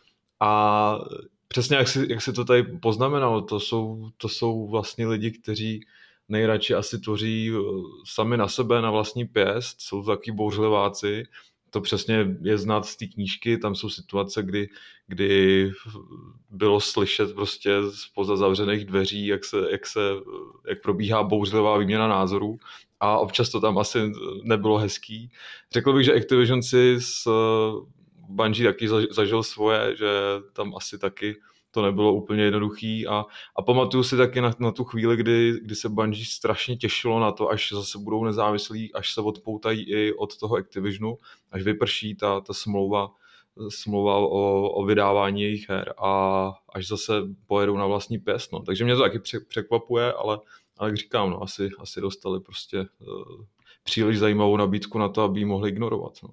A přesně jak si, jak si to tady poznamenal, to jsou, to jsou vlastně lidi, kteří nejradši asi tvoří sami na sebe, na vlastní pěst, jsou takový bouřliváci, to přesně je znát z té knížky, tam jsou situace, kdy, kdy bylo slyšet prostě zpoza zavřených dveří, jak, se, jak, se, jak probíhá bouřlivá výměna názorů a občas to tam asi nebylo hezký. Řekl bych, že Activision si s Bungie taky zažil svoje, že tam asi taky to nebylo úplně jednoduchý a, a pamatuju si taky na, na tu chvíli, kdy, kdy se Bungie strašně těšilo na to, až zase budou nezávislí, až se odpoutají i od toho Activisionu, až vyprší ta, ta smlouva, smlouva o, o vydávání jejich her a až zase pojedou na vlastní pěst. No. Takže mě to taky překvapuje, ale, ale jak říkám, no, asi, asi dostali prostě uh, příliš zajímavou nabídku na to, aby ji mohli ignorovat. No.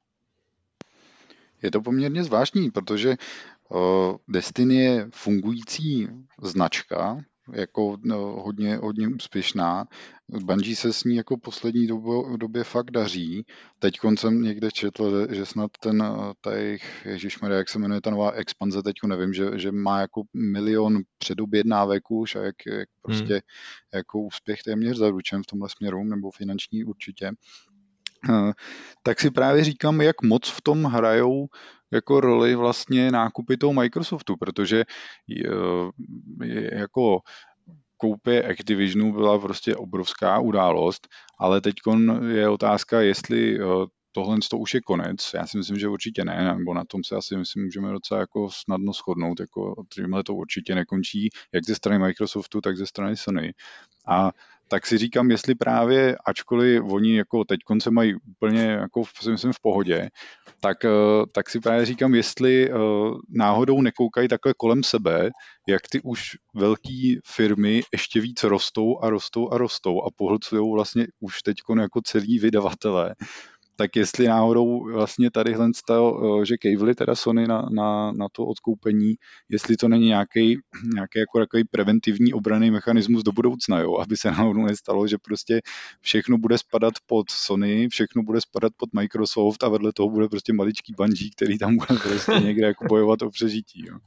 Je to poměrně zvláštní, protože uh, Destiny je fungující značka, jako no, hodně, hodně úspěšná. Bungie se s ní jako poslední dobu, době fakt daří. Teď jsem někde četl, že snad ten, ta jejich, ježišmarja, jak se jmenuje ta nová expanze, teď nevím, že, že má jako milion předobjednávek už a jak, jak prostě hmm. jako úspěch téměř zaručen v tomhle směru, nebo finanční určitě. Uh, tak si právě říkám, jak moc v tom hrajou jako roli vlastně nákupy toho Microsoftu, protože uh, jako koupě Activisionu byla prostě obrovská událost, ale teď je otázka, jestli uh, tohle to už je konec. Já si myslím, že určitě ne, nebo na tom se asi myslím, můžeme docela jako snadno shodnout, jako tímhle to určitě nekončí, jak ze strany Microsoftu, tak ze strany Sony. A tak si říkám, jestli právě, ačkoliv oni jako teď se mají úplně jako si myslím v pohodě, tak, tak si právě říkám, jestli náhodou nekoukají takhle kolem sebe, jak ty už velký firmy ještě víc rostou a rostou a rostou a pohlcujou vlastně už teď jako celý vydavatelé. Tak jestli náhodou vlastně tadyhle stalo, že kejvli teda Sony na, na, na to odkoupení, jestli to není nějaký, nějaký jako takový preventivní obranný mechanismus do budoucna, jo? Aby se náhodou nestalo, že prostě všechno bude spadat pod Sony, všechno bude spadat pod Microsoft a vedle toho bude prostě maličký Bungie, který tam bude prostě někde jako bojovat o přežití. Jo?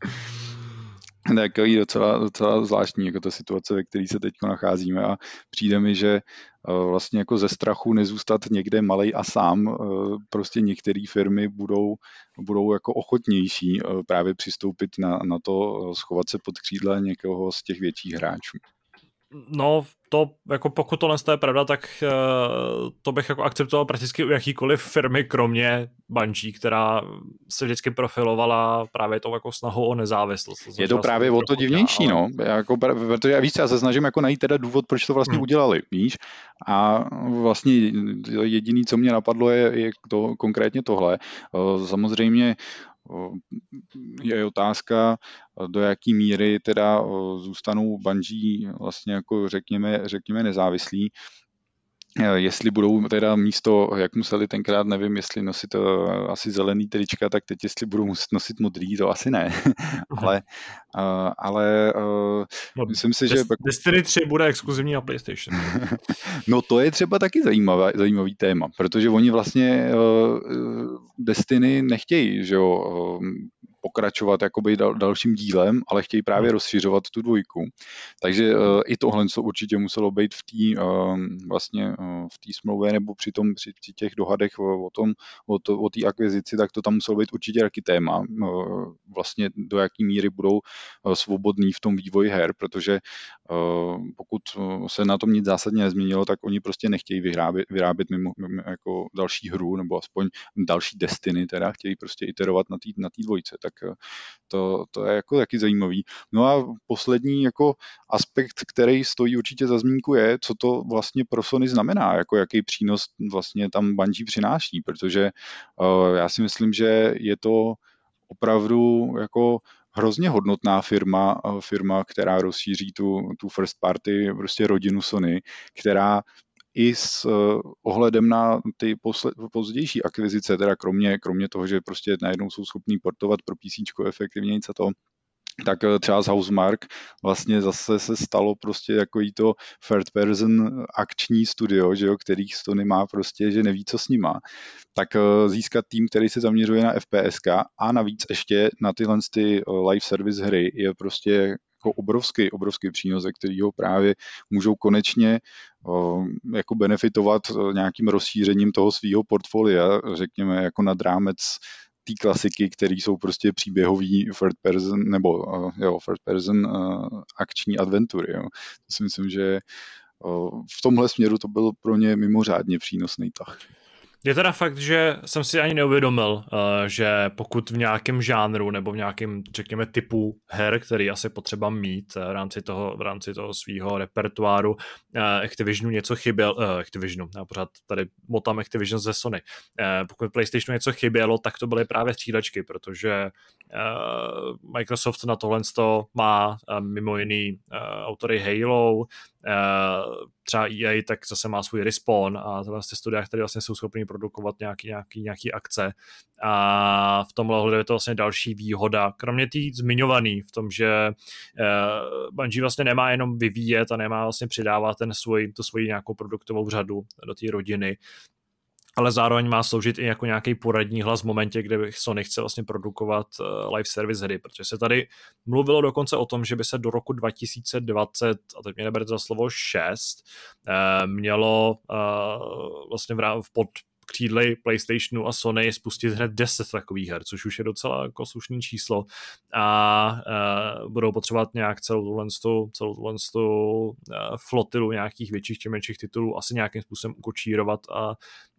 Takový docela, docela zvláštní jako ta situace, ve které se teď nacházíme a přijde mi, že vlastně jako ze strachu nezůstat někde malej a sám, prostě některé firmy budou, budou jako ochotnější právě přistoupit na, na to schovat se pod křídle někoho z těch větších hráčů. No, to, jako pokud tohle je pravda, tak uh, to bych jako akceptoval prakticky u jakýkoliv firmy, kromě Bungie, která se vždycky profilovala právě tou jako snahou o nezávislost. To je to právě o to divnější, ale... no. Jako, protože víc, já se snažím jako najít teda důvod, proč to vlastně hmm. udělali, víš? A vlastně jediný, co mě napadlo, je, je to, konkrétně tohle. Samozřejmě je otázka, do jaký míry teda zůstanou Bungie vlastně jako řekněme, řekněme nezávislí. Jestli budou teda místo, jak museli tenkrát, nevím, jestli nosit asi zelený trička, tak teď jestli budou muset nosit modrý, to asi ne. ale ale no, myslím si, Des, že... Destiny tři bude exkluzivní na PlayStation. No to je třeba taky zajímavý, zajímavý téma, protože oni vlastně Destiny nechtějí, že jo, pokračovat jakoby dal, dalším dílem, ale chtějí právě no. rozšiřovat tu dvojku. Takže uh, i tohle co určitě muselo být v té uh, vlastně uh, v té smlouvě nebo při, tom, při, při těch dohadech o, o tom, o, to, o té akvizici, tak to tam muselo být určitě taky téma. Uh, vlastně do jaký míry budou uh, svobodní v tom vývoji her, protože uh, pokud se na tom nic zásadně nezměnilo, tak oni prostě nechtějí vyrábět, vyrábět mimo, mimo jako další hru, nebo aspoň další Destiny, teda chtějí prostě iterovat na té na té dvojce. Tak to, to je jako taky zajímavý. No a poslední jako aspekt, který stojí určitě za zmínku je, co to vlastně pro Sony znamená, jako jaký přínos vlastně tam Bungie přináší, protože uh, já si myslím, že je to opravdu jako hrozně hodnotná firma, firma, která rozšíří tu, tu first party, prostě rodinu Sony, která i s uh, ohledem na ty posled, pozdější akvizice, teda kromě, kromě toho, že prostě najednou jsou schopní portovat pro PCčko efektivně a to, tak třeba z Housemarque vlastně zase se stalo prostě jako jí to third person akční studio, že jo, kterých Sony má prostě, že neví, co s ním má. Tak získat tým, který se zaměřuje na FPSK a navíc ještě na tyhle ty live service hry je prostě jako obrovský, obrovský přínos, ze kterého právě můžou konečně uh, jako benefitovat nějakým rozšířením toho svého portfolia, řekněme jako nad rámec té klasiky, které jsou prostě příběhový third person, nebo uh, jo, third person uh, akční adventury. Jo. To si myslím, že uh, v tomhle směru to byl pro ně mimořádně přínosný tah. Je teda fakt, že jsem si ani neuvědomil, že pokud v nějakém žánru nebo v nějakém, řekněme, typu her, který asi potřeba mít v rámci toho, v rámci toho svýho repertoáru, Activisionu něco chybělo, Activisionu, já pořád tady motám Activision ze Sony, pokud PlayStationu něco chybělo, tak to byly právě střílečky, protože Microsoft na tohle má mimo jiný autory Halo, třeba E A tak zase má svůj Respawn a tyhle studia, které vlastně jsou schopný produkovat nějaký, nějaký, nějaký akce a v tomhle ohledu je to vlastně další výhoda, kromě té zmiňovaný v tom, že Bungie vlastně nemá jenom vyvíjet a nemá vlastně přidávat ten svůj, tu svoji nějakou produktovou řadu do té rodiny, ale zároveň má sloužit i jako nějaký poradní hlas v momentě, kde Sony chce vlastně produkovat live service hry, protože se tady mluvilo dokonce o tom, že by se do roku dva tisíce dvacet, a teď mě neberte za slovo šest, mělo vlastně v pod křídly PlayStationu a Sony spustit hned deset takových her, což už je docela jako slušný číslo a uh, budou potřebovat nějak celou tuhle celou tuhle uh, flotilu nějakých větších či menších titulů asi nějakým způsobem ukočírovat a,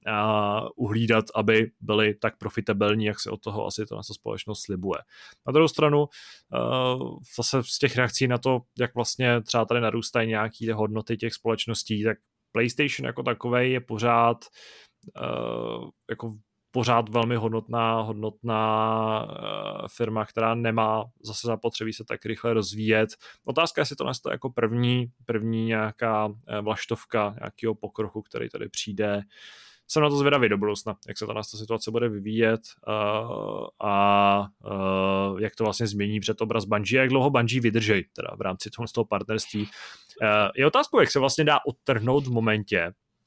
a uhlídat, aby byly tak profitabilní, jak se od toho asi to naše společnost slibuje. Na druhou stranu uh, zase z těch reakcí na to, jak vlastně třeba tady narůstají nějaké hodnoty těch společností, tak PlayStation jako takovej je pořád Uh, jako pořád velmi hodnotná, hodnotná uh, firma, která nemá zase zapotřebí se tak rychle rozvíjet. Otázka je, jestli to je jako první, první nějaká uh, vlaštovka nějakého pokroku, který tady přijde. Jsem na to zvědavý do budoucna, jak se ta situace bude vyvíjet uh, a uh, jak to vlastně změní předobraz Bungie a jak dlouho Bungie vydrží teda v rámci toho, toho partnerství. Uh, je otázkou, jak se vlastně dá odtrhnout v momentě,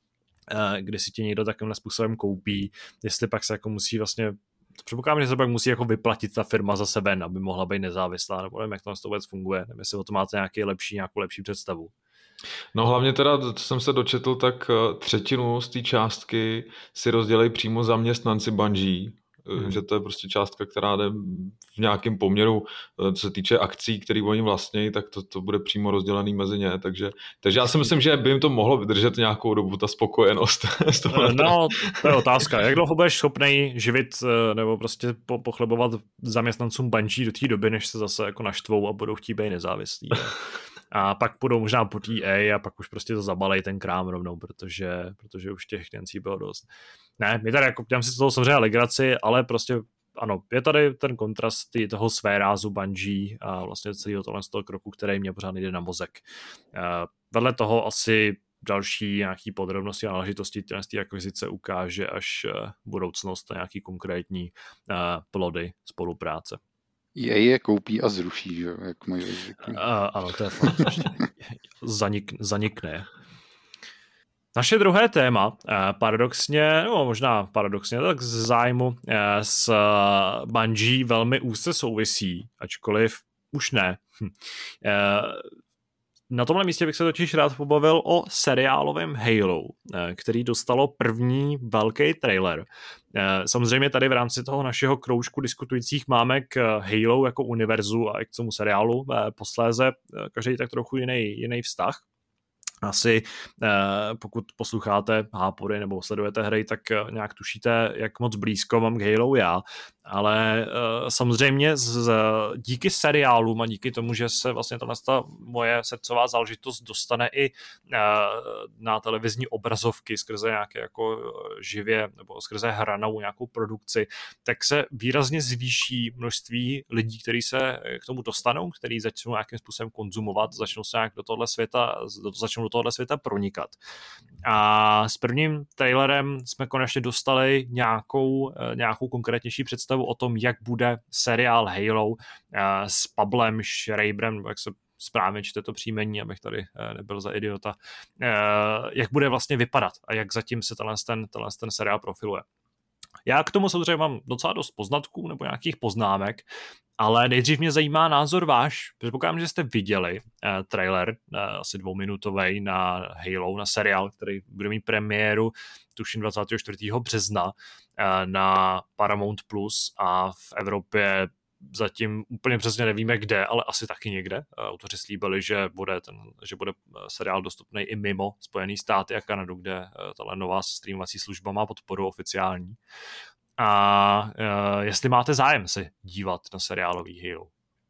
kdy si tě někdo takovým způsobem koupí, jestli pak se jako musí vlastně, předpokládám, že se pak musí jako vyplatit ta firma za sebe, aby mohla být nezávislá, nebo nevím, jak to vůbec funguje, nevím, jestli o to máte nějaký lepší, nějakou lepší představu. No hlavně teda, co jsem se dočetl, tak třetinu z té částky si rozdělej přímo zaměstnanci Bungie, hmm. že to je prostě částka, která jde v nějakém poměru, co se týče akcí, které oni vlastní, tak to, to bude přímo rozdělený mezi ně, takže, takže já si myslím, že by jim to mohlo vydržet nějakou dobu, ta spokojenost. No, to je otázka. Jak dlouho budeš schopnej živit nebo prostě po, pochlebovat zaměstnancům Bungie do té doby, než se zase jako naštvou a budou chtít být nezávislí. A pak půjdou možná po T A a pak už prostě to zabalej ten krám rovnou, protože, protože už těch financí bylo dost. Ne, my tady jako, dělám si z toho samozřejmě legraci, ale prostě ano, je tady ten kontrast toho své rázu Bungie a vlastně celého tohle z toho kroku, který mě pořád jde na mozek. Uh, vedle toho asi další nějaký podrobnosti a náležitosti z té akvizice ukáže až uh, budoucnost a nějaký konkrétní uh, plody spolupráce. E A je koupí a zruší, že? Jak mají zvyklý. Uh, ano, to je fakt. Zanik, zanikne. Naše druhé téma, paradoxně, no možná paradoxně, tak z zájmu s Bungie velmi úzce souvisí, ačkoliv už ne. Na tomhle místě bych se totiž rád pobavil o seriálovém Halo, který dostalo první velký trailer. Samozřejmě tady v rámci toho našeho kroužku diskutujících máme k Halo jako univerzu a k tomu seriálu posléze každý tak trochu jiný, jiný vztah. Asi pokud posloucháte Hápory nebo sledujete hry, tak nějak tušíte, jak moc blízko mám k Halo já, ale samozřejmě z, díky seriálům a díky tomu, že se vlastně ta moje srdcová záležitost dostane i na televizní obrazovky skrze nějaké jako živě nebo skrze hranou nějakou produkci, tak se výrazně zvýší množství lidí, kteří se k tomu dostanou, kteří začnou nějakým způsobem konzumovat, začnou se nějak do tohle světa, začnou do tohle světa pronikat. A s prvním trailerem jsme konečně dostali nějakou, nějakou konkrétnější představu o tom, jak bude seriál Halo s Pablem Schreiberem, jak se správně čte to příjmení, abych tady nebyl za idiota, jak bude vlastně vypadat a jak zatím se tenhle ten, tenhle ten seriál profiluje. Já k tomu samozřejmě mám docela dost poznatků nebo nějakých poznámek, ale nejdřív mě zajímá názor váš. Předpokládám, že jste viděli uh, trailer, uh, asi dvouminutovej na Halo, na seriál, který bude mít premiéru, tuším dvacátého čtvrtého března uh, na Paramount Plus a v Evropě zatím úplně přesně nevíme kde, ale asi taky někde. Autoři slíbili, že bude, ten, že bude seriál dostupný i mimo Spojené státy a Kanadu, kde tahle nová streamovací služba má podporu oficiální. A uh, jestli máte zájem se dívat na seriálový Halo.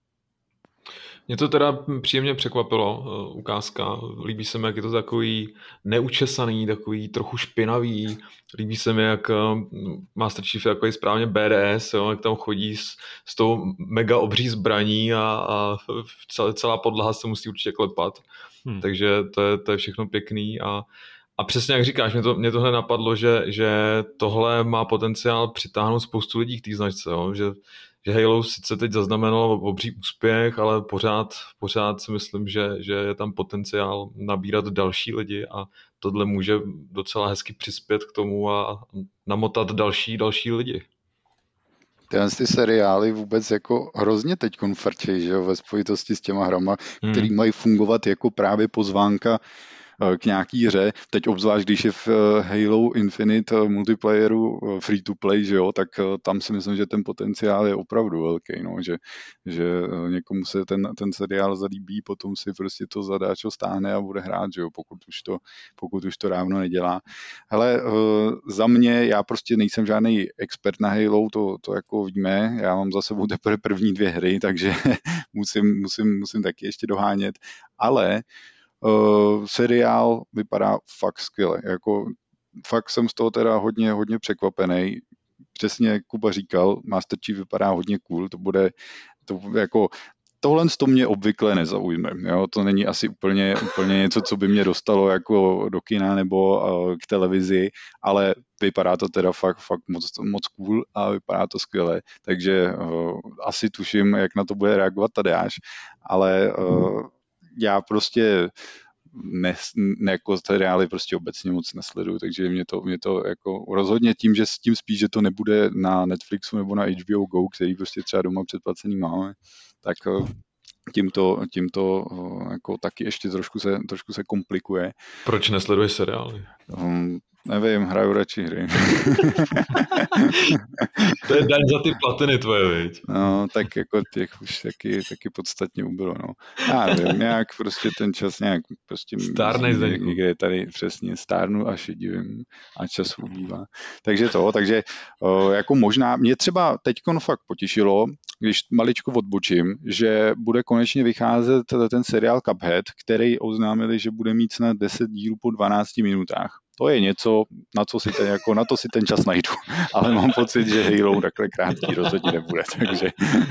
Mě to teda příjemně překvapilo, uh, ukázka. Líbí se mi, jak je to takový neučesaný, takový trochu špinavý. Líbí se mi, jak uh, Master Chief je takový správně B D S, jo, jak tam chodí s, s tou mega obří zbraní a, a celá, celá podlaha se musí určitě klepat. Hmm. Takže to je, to je všechno pěkný a A přesně jak říkáš, mě, to, mě tohle napadlo, že, že tohle má potenciál přitáhnout spoustu lidí k té značce, jo? Že, že Halo sice teď zaznamenalo obří úspěch, ale pořád, pořád si myslím, že, že je tam potenciál nabírat další lidi a tohle může docela hezky přispět k tomu a namotat další, další lidi. Tyhle ty seriály vůbec jako hrozně teď konfrčej, že jo, ve spojitosti s těma hrama, hmm. který mají fungovat jako právě pozvánka k nějaký hře. Teď obzvlášť, když je v Halo Infinite multiplayeru free to play, že jo, tak tam si myslím, že ten potenciál je opravdu velký, no, že, že někomu se ten, ten seriál zalíbí, potom si prostě to zadáčo stáhne a bude hrát, že jo, pokud už to, pokud už to dávno nedělá. Hele, za mě, já prostě nejsem žádný expert na Halo, to, to jako víme, já mám za sebou teprve první dvě hry, takže musím, musím, musím taky ještě dohánět, ale Uh, seriál vypadá fakt skvěle. Jako, fakt jsem z toho teda hodně, hodně překvapený. Přesně jak Kuba říkal, Master Chief vypadá hodně cool, to bude to jako tohle to mě obvykle nezaujme. Jo? To není asi úplně, úplně něco, co by mě dostalo jako do kina nebo uh, k televizi, ale vypadá to teda fakt, fakt moc, moc cool a vypadá to skvěle. Takže uh, asi tuším, jak na to bude reagovat Tadeáš, ale uh, já prostě ne, ne jako seriály prostě obecně moc nesleduju, takže mě to, mě to jako rozhodně tím, že s tím spíš, že to nebude na Netflixu nebo na H B O Go, který prostě třeba doma předplacený máme, tak tímto, tímto jako taky ještě trošku se, trošku se komplikuje. Proč nesleduješ seriály? Um, Nevím, hraju radši hry. To je daň za ty platiny tvoje, viď? No, tak jako těch už taky, taky podstatně ubylo, no. Já nevím, nějak prostě ten čas nějak prostě... Stárnej Zdeňku. Někde tady přesně stárnu a šedivím a čas ubývá. Takže to, takže o, jako možná, mě třeba teďkon fakt potěšilo, když maličko odbočím, že bude konečně vycházet ten seriál Cuphead, který oznámili, že bude mít snad deset dílů po dvanácti minutách. To je něco, na co si ten, jako na to si ten čas najdu. Ale mám pocit, že Halo takhle krátký rozhodně nebude. Takže.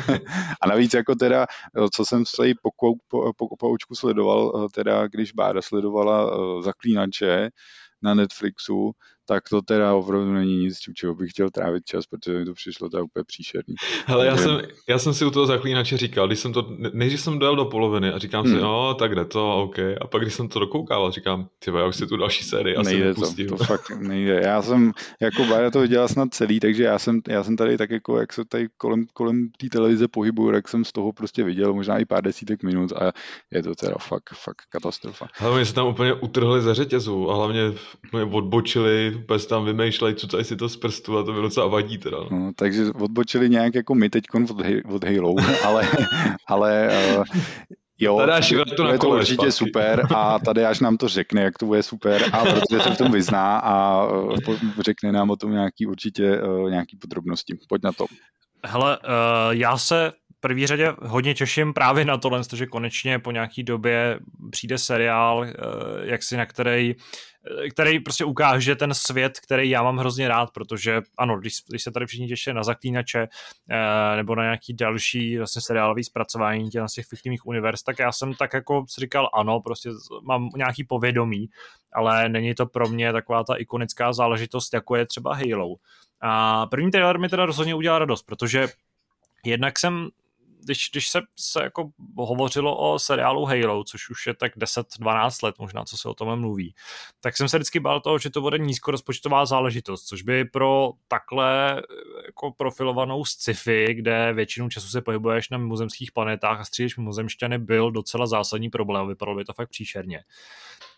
A navíc jako teda, co jsem se po, po, po, po očku sledoval, teda když Bára sledovala Zaklínače na Netflixu, tak to teda opravdu není nic, čeho bych chtěl trávit čas, protože mi to přišlo tak úplně příšerný. Hele, já jsem, já jsem si u toho Zaklínače říkal, když jsem to, než jsem dojel do poloviny a říkám hmm. si, no, tak jde to, OK. A pak, když jsem to dokoukával, říkám, tyba, já už si tu další sérii asi nejde nepustím. To, to fakt nejde. Já jsem, jako Bára to viděla snad celý, takže já jsem, já jsem tady tak jako, jak se tady kolem, kolem té televize pohybuju, tak jsem z toho prostě viděl možná i pár desítek minut a je to teda fakt, fakt katastrofa. Hele, mě se tam úplně utrhli ze řetězu a hlavně mě odbočili, úplně se tam vymýšleli, co si to z prstu a to bylo docela vadí teda. No, takže odbočili nějak jako my teďkon od, od Halo, ale, ale uh, jo, Tadeáš, to je to určitě zpátky. Super a Tadeáš nám to řekne, jak to bude super a protože se v tom vyzná a uh, řekne nám o tom nějaký určitě uh, nějaký podrobnosti. Pojď na to. Hele, uh, já se v první řadě hodně těším právě na tohle, že konečně po nějaký době přijde seriál, uh, jaksi na který který prostě ukáže ten svět, který já mám hrozně rád, protože ano, když, když se tady všichni těší na Zaklínače eh, nebo na nějaký další vlastně seriálový zpracování těch, těch fiktivních univerz, tak já jsem tak jako si říkal ano, prostě mám nějaký povědomí, ale není to pro mě taková ta ikonická záležitost, jako je třeba Halo. A první trailer mi teda rozhodně udělal radost, protože jednak jsem Když, když se, se jako hovořilo o seriálu Halo, což už je tak deset dvanáct let možná, co se o tom mluví, tak jsem se vždycky bál toho, že to bude nízkorozpočtová záležitost, což by pro takhle jako profilovanou sci-fi, kde většinu času se pohybuješ na mimozemských planetách a střílíš mimozemšťany, byl docela zásadní problém, vypadalo by to fakt příšerně.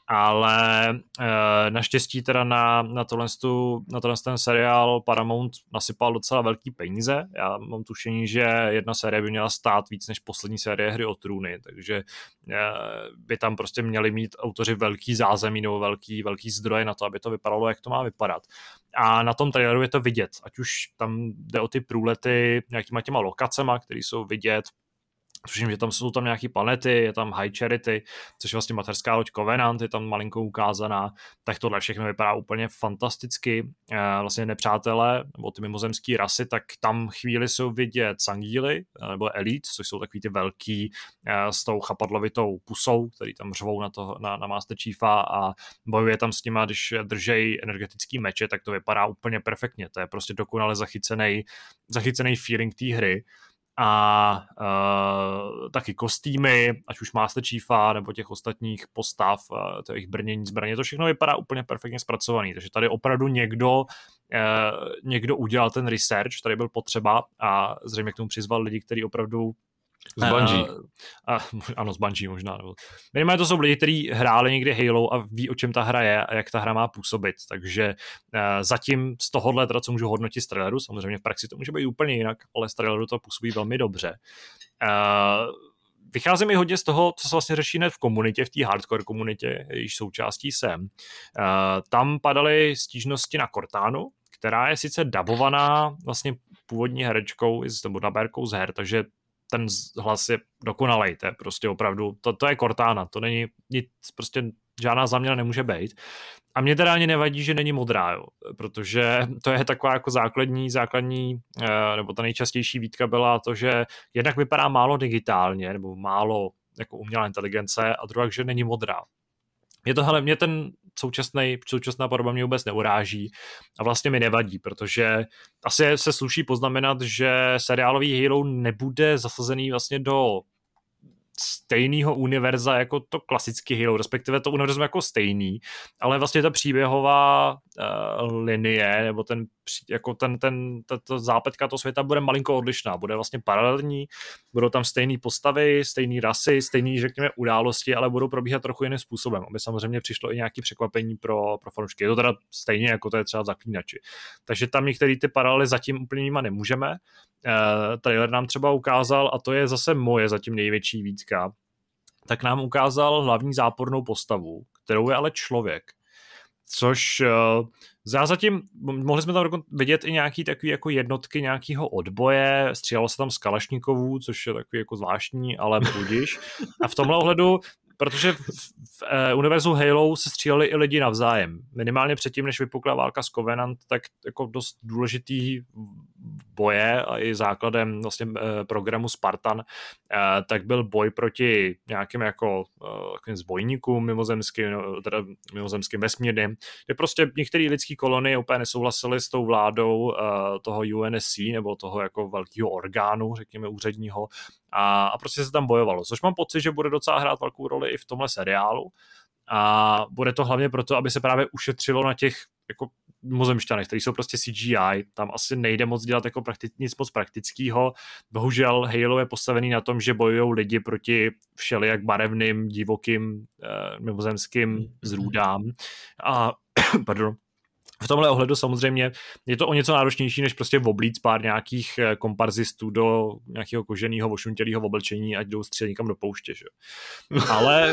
ale e, naštěstí teda na, na, tohle, na tohle ten seriál Paramount nasypal docela velký peníze. Já mám tušení, že jedna série by měla stát víc než poslední série Hry o trůny, takže e, by tam prostě měli mít autoři velký zázemí nebo velký, velký zdroje na to, aby to vypadalo, jak to má vypadat. A na tom traileru je to vidět, ať už tam jde o ty průlety nějakýma těma lokacema, které jsou vidět. Tuším, že tam jsou tam nějaký planety, je tam High Charity, což je vlastně mateřská loď Covenant, je tam malinko ukázaná, tak tohle všechno vypadá úplně fantasticky. Vlastně nepřátelé, nebo ty mimozemský rasy, tak tam chvíli jsou vidět Sangíly, nebo Elite, což jsou takový ty velký s tou chapadlovitou pusou, který tam řvou na, to, na, na Master Chiefa a bojuje tam s nima, když držej energetický meče, tak to vypadá úplně perfektně. To je prostě dokonale zachycený, zachycený feeling té hry. A uh, taky kostýmy, ať už Master Chiefa nebo těch ostatních postav, uh, těch brnění zbraně, to všechno vypadá úplně perfektně zpracovaný, takže tady opravdu někdo, uh, někdo udělal ten research, který byl potřeba a zřejmě k tomu přizval lidi, kteří opravdu z Bungie. Uh, uh, ano, z Bungie možná. Nebo. Minimálně to jsou lidi, kteří hráli někdy Halo a ví, o čem ta hra je a jak ta hra má působit. Takže uh, zatím z tohohle, teda, co můžu hodnotit z traileru, samozřejmě v praxi to může být úplně jinak, ale z traileru to působí velmi dobře. Uh, vychází mi hodně z toho, co se vlastně řeší hned v komunitě, v té hardcore komunitě, jejíž součástí jsem. Uh, tam padaly stížnosti na Cortánu, která je sice dabovaná vlastně původní herečkou nebo dabérkou z her, takže ten hlas je dokonalej, to je prostě opravdu, to, to je Cortana, to není nic, prostě žádná záměna nemůže být. A mě teda ani nevadí, že není modrá, jo, protože to je taková jako základní, základní, nebo ta nejčastější výtka byla to, že jednak vypadá málo digitálně, nebo málo jako umělá inteligence a druhá, že není modrá. Mě to, hele, mě ten současný, současná podoba mě vůbec neuráží a vlastně mi nevadí, protože asi se sluší poznamenat, že seriálový Halo nebude zasazený vlastně do stejného univerza jako to klasický Halo, respektive to univerzum jako stejný, ale vlastně ta příběhová uh, linie, nebo ten, jako ten, ten, ta, ta zápletka toho světa bude malinko odlišná, bude vlastně paralelní, budou tam stejné postavy, stejné rasy, stejné, řekněme, události, ale budou probíhat trochu jiným způsobem, aby samozřejmě přišlo i nějaké překvapení pro, pro fanoušky. Je to teda stejně, jako to je třeba v Zaklínači. Takže tam některé ty paralely zatím úplně nima nemůžeme. Uh, trailer nám třeba ukázal, a to je zase moje zatím největší výtka, tak nám ukázal hlavní zápornou postavu, kterou je ale člověk. Což uh, já zatím, mohli jsme tam vidět i nějaký takový jako jednotky nějakého odboje, střílelo se tam z kalašníkovů, což je takový jako zvláštní, ale budiš. A v tomhle ohledu, protože v, v, v uh, univerzu Halo se stříleli i lidi navzájem. Minimálně předtím, než vypukla válka s Covenant, tak jako dost důležitý boje a i základem vlastně uh, programu Spartan, uh, tak byl boj proti nějakým jako uh, zbojníkům mimozemským, teda mimozemským vesmírným, kde prostě některé lidské kolonie úplně nesouhlasily s tou vládou uh, toho U N S C nebo toho jako velkého orgánu, řekněme úředního, a, a prostě se tam bojovalo, což mám pocit, že bude docela hrát velkou roli i v tomhle seriálu a bude to hlavně proto, aby se právě ušetřilo na těch jako mimozemšťanech, kteří jsou prostě C G I, tam asi nejde moc dělat jako prakti- nic moc praktického. Bohužel Halo je postavený na tom, že bojují lidi proti všelijak barevným, divokým, eh, mimozemským zrůdám a pardon, v tomhle ohledu samozřejmě je to o něco náročnější, než prostě oblíct pár nějakých komparzistů do nějakého koženého ošuntělého oblečení, ať jdou střílet někam do pouště. Že? Ale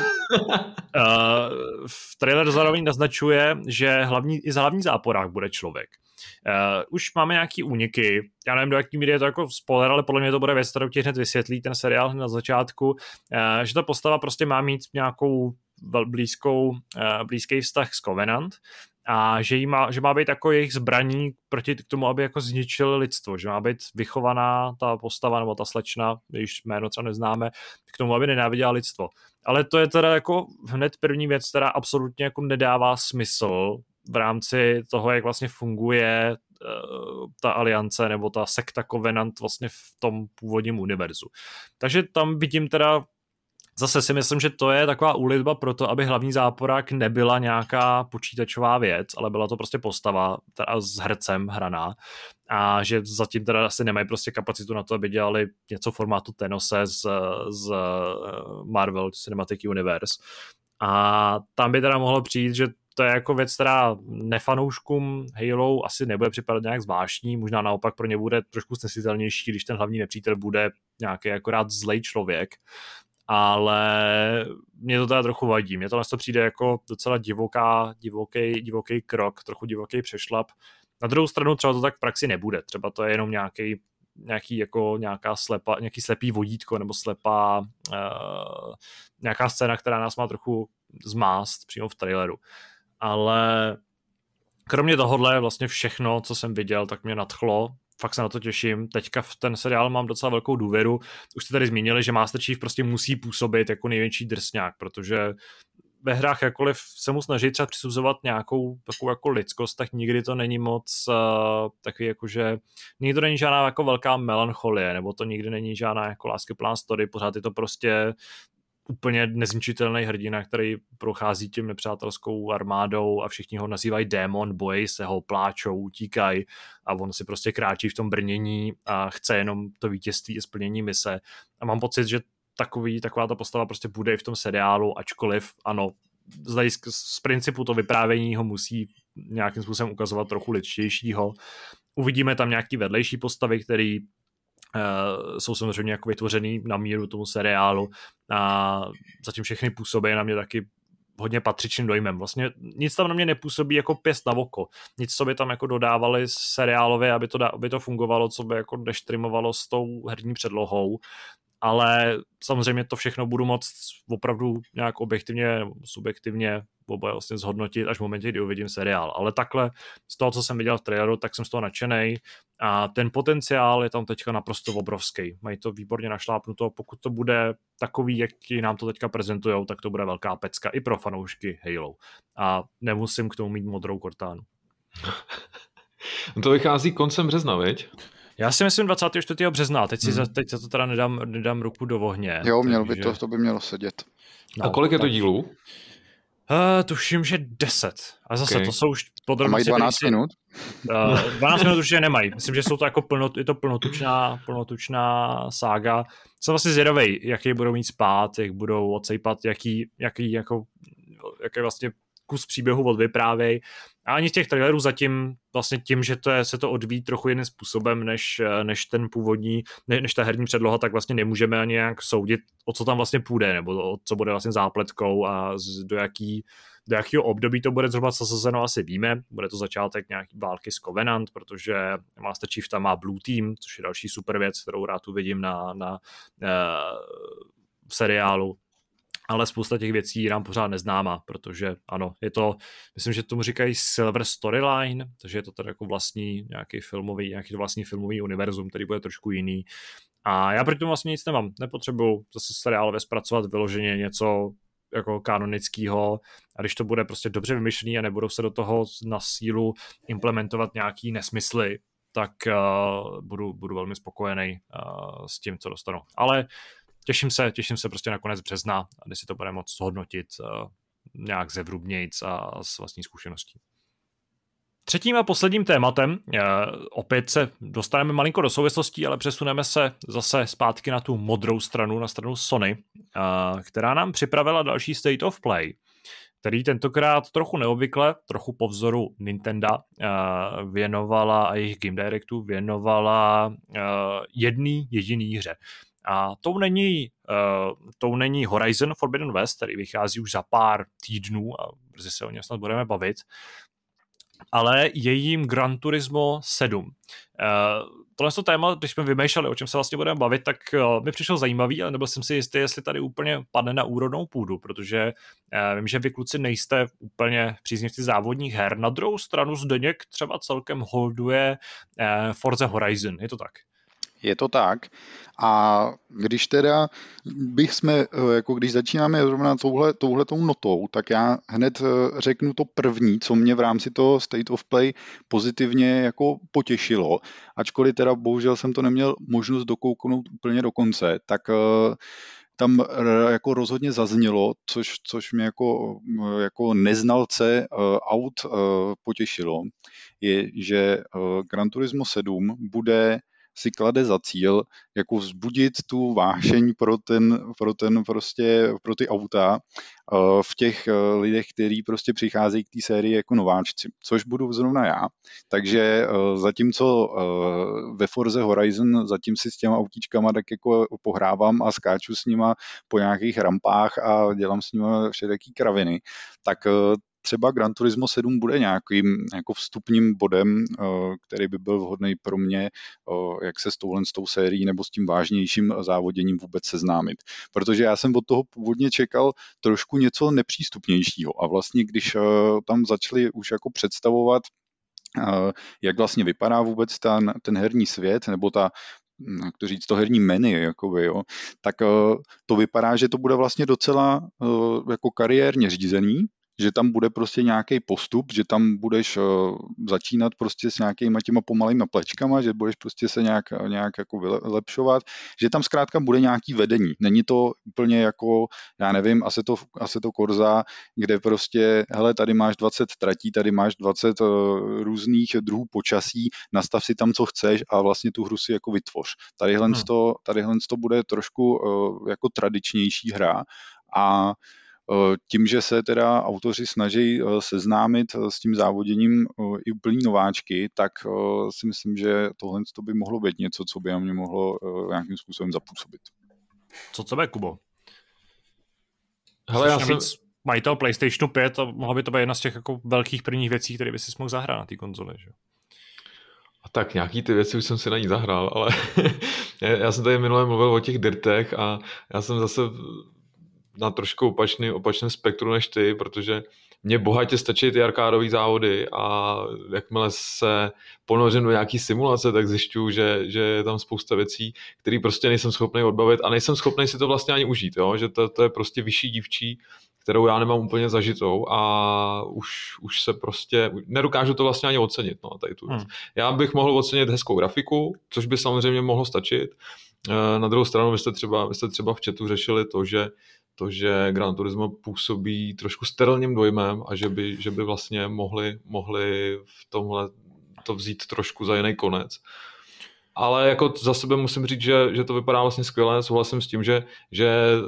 uh, v trailer zároveň naznačuje, že hlavní, i za hlavní záporák bude člověk. Uh, už máme nějaký úniky, já nevím, do jaký míry je to jako spoiler, ale podle mě to bude věc, kterou ti hned vysvětlí ten seriál na začátku, uh, že ta postava prostě má mít nějakou blízkou, uh, blízký vztah s Covenant, a že, jí má, že má být jako jejich zbraní proti k tomu, aby jako zničil lidstvo, že má být vychovaná ta postava nebo ta slečna, když jméno třeba neznáme, k tomu, aby nenáviděla lidstvo. Ale to je teda jako hned první věc, která absolutně jako nedává smysl v rámci toho, jak vlastně funguje uh, ta aliance nebo ta sekta Covenant vlastně v tom původním univerzu. Takže tam vidím teda zase si myslím, že to je taková úlitba pro to, aby hlavní záporák nebyla nějaká počítačová věc, ale byla to prostě postava teda s hercem hraná a že zatím teda asi nemají prostě kapacitu na to, aby dělali něco formátu Thanose z, z Marvel Cinematic Universe. A tam by teda mohlo přijít, že to je jako věc, která nefanouškům Halo asi nebude připadat nějak zvláštní, možná naopak pro ně bude trošku snesitelnější, když ten hlavní nepřítel bude nějaký akorát zlej člověk, ale mě to teda trochu vadí. Mně to to přijde jako docela divoká, divoký, divoký krok, trochu divoký přešlap. Na druhou stranu třeba to tak v praxi nebude, třeba to je jenom nějaký nějaký jako nějaká slepa, nějaký slepý vodítko nebo slepá uh, nějaká scéna, která nás má trochu zmást přímo v traileru. Ale kromě tohohle vlastně všechno, co jsem viděl, tak mě nadchlo. Fakt se na to těším. Teďka v ten seriál mám docela velkou důvěru. Už jste tady zmínili, že Master Chief prostě musí působit jako největší drsňák, protože ve hrách jakkoliv se mu snaží třeba přisuzovat nějakou takovou jako lidskost, tak nikdy to není moc uh, takový jako, že nikdy to není žádná jako velká melancholie, nebo to nikdy není žádná jako láskyplná story, pořád je to prostě úplně nezničitelný hrdina, který prochází tím nepřátelskou armádou a všichni ho nazývají démon, bojí se ho, pláčou, utíkají a on si prostě kráčí v tom brnění a chce jenom to vítězství a splnění mise. A mám pocit, že takový, taková ta postava prostě bude i v tom seriálu, ačkoliv ano, z, z principu to vyprávění ho musí nějakým způsobem ukazovat trochu lidštějšího. Uvidíme tam nějaký vedlejší postavy, který Uh, jsou samozřejmě jako vytvořený na míru tomu seriálu a zatím všechny působí na mě taky hodně patřičným dojmem. Vlastně nic tam na mě nepůsobí jako pěst na oko. Nic, co by tam jako dodávali seriálově, aby to, aby to fungovalo, co by jako deštreamovalo s tou herní předlohou. Ale samozřejmě to všechno budu moct opravdu nějak objektivně, subjektivně oboje vlastně zhodnotit až v momentě, kdy uvidím seriál. Ale takhle z toho, co jsem viděl v traileru, tak jsem z toho nadšenej a ten potenciál je tam teďka naprosto obrovský. Mají to výborně našlápnuto, pokud to bude takový, jaký nám to teďka prezentujou, tak to bude velká pecka i pro fanoušky Halo. A nemusím k tomu mít modrou kortánu. To vychází koncem března, viď? Já si myslím dvacátého čtvrtého března, teď si hmm. za, teď za to teda nedám, nedám ruku do ohně. Jo, měl by to, to by mělo sedět. No, a kolik je to dílů? Uh, tuším, že deset. A zase okay. To jsou už A podrobnosti. mají dvanáct minut? Uh, dvanáct minut určitě nemají. Myslím, že jsou to jako plno, je to plnotučná, plnotučná sága. Jsem vlastně zvědavej, jaký budou mít spát, jak budou odsejpat, jaký, jaký, jako, jaký vlastně kus příběhu odvyprávěj. A ani z těch trailerů zatím vlastně tím, že to je, se to odvíjí trochu jiným způsobem než, než ten původní, ne, než ta herní předloha, tak vlastně nemůžeme ani nějak soudit, o co tam vlastně půjde, nebo o co bude vlastně zápletkou a z, do, jaký, do jakého období to bude zhruba zasazeno, asi víme. Bude to začátek nějaký války s Covenant, protože Master Chief tam má Blue Team, což je další super věc, kterou rád uvidím na, na, na v seriálu. Ale spousta těch věcí nám pořád neznáma, protože ano, je to, myslím, že tomu říkají Silver Storyline, takže je to tady jako vlastní nějaký filmový, nějaký vlastní filmový univerzum, který bude trošku jiný. A já proti tomu vlastně nic nemám, nepotřebuji zase seriálově zpracovat vyloženě něco jako kanonického a když to bude prostě dobře vymyšlený a nebudou se do toho na sílu implementovat nějaký nesmysly, tak uh, budu, budu velmi spokojený uh, s tím, co dostanu. Ale Těším se, těším se prostě na konec března, kdy si to bude moct zhodnotit uh, nějak zevrubnějc a s vlastní zkušeností. Třetím a posledním tématem, uh, opět se dostaneme malinko do souvislostí, ale přesuneme se zase zpátky na tu modrou stranu, na stranu Sony, uh, která nám připravila další State of Play, který tentokrát trochu neobvykle, trochu po vzoru Nintendo uh, věnovala a jejich Game Directu věnovala uh, jedný jediný hře. A tou není, uh, tou není Horizon Forbidden West, který vychází už za pár týdnů a brzy se o něm snad budeme bavit, ale je jím Gran Turismo sedm. Uh, tohle to téma, když jsme vymýšleli, o čem se vlastně budeme bavit, tak uh, mi přišel zajímavý, ale nebyl jsem si jistý, jestli tady úplně padne na úrodnou půdu, protože uh, vím, že vy kluci nejste úplně příznivci závodních her. Na druhou stranu Zdeněk třeba celkem holduje uh, Forza Horizon, je to tak? Je to tak. A když teda bych jsme, jako když začínáme zrovna touhle, touhletou notou, tak já hned řeknu to první, co mě v rámci toho State of Play pozitivně jako potěšilo. Ačkoliv teda bohužel jsem to neměl možnost dokouknout úplně do konce, tak tam jako rozhodně zaznělo, což, což mě jako, jako neznalce aut potěšilo, je, že Gran Turismo sedm bude si klade za cíl jako vzbudit tu vášeň pro ten, pro ten prostě, pro ty auta v těch lidech, kteří prostě přicházejí k té sérii jako nováčci, což budu zrovna já. Takže zatímco ve Forze Horizon zatím si s těma autíčkama tak jako pohrávám a skáču s nima po nějakých rampách a dělám s nima všelijaký kraviny, tak třeba Gran Turismo sedm bude nějakým jako vstupním bodem, který by byl vhodný pro mě, jak se s touhle s tou sérií nebo s tím vážnějším závoděním vůbec seznámit. Protože já jsem od toho původně čekal trošku něco nepřístupnějšího a vlastně když tam začali už jako představovat, jak vlastně vypadá vůbec ten, ten herní svět nebo ta jak to říct, to herní menu, jakoby, jo, tak to vypadá, že to bude vlastně docela jako kariérně řízený, že tam bude prostě nějaký postup, že tam budeš uh, začínat prostě s nějakýma těma pomalýma plečkama, že budeš prostě se nějak, nějak jako vylepšovat, že tam zkrátka bude nějaký vedení. Není to úplně jako, já nevím, asi to, asi to Corsa, kde prostě, hele, tady máš dvacet tratí, tady máš dvacet uh, různých druhů počasí, nastav si tam, co chceš a vlastně tu hru si jako vytvoř. Tadyhle, hmm. to, tadyhle to bude trošku uh, jako tradičnější hra a tím, že se teda autoři snaží seznámit s tím závoděním i úplný nováčky, tak si myslím, že tohle by mohlo být něco, co by na mě mohlo nějakým způsobem zapůsobit. Co to bude, Kubo? Hele, já jsem... majitel PlayStationu pět a mohla by to být jedna z těch jako velkých prvních věcí, které by si mohl zahrát na té konzoli, že? A tak nějaký ty věci už jsem si na ní zahrál, ale já jsem tady minule mluvil o těch dirtech a já jsem zase na trošku opačný, opačném spektru než ty, protože mně bohatě stačí ty arkádové závody a jakmile se ponořím do nějaký simulace, tak zjišťuju, že, že je tam spousta věcí, které prostě nejsem schopný odbavit a nejsem schopný si to vlastně ani užít, jo? Že to, to je prostě vyšší dívčí, kterou já nemám úplně zažitou a už, už se prostě, nedokážu to vlastně ani ocenit. No, tady tu hmm. Já bych mohl ocenit hezkou grafiku, což by samozřejmě mohlo stačit. Na druhou stranu, vy jste třeba, vy jste třeba v chatu řešili to, že to, že Gran Turismo působí trošku sterilním dojmem a že by, že by vlastně mohli, mohli v tomhle to vzít trošku za jiný konec. Ale jako za sebe musím říct, že, že to vypadá vlastně skvěle. Souhlasím s tím, že, že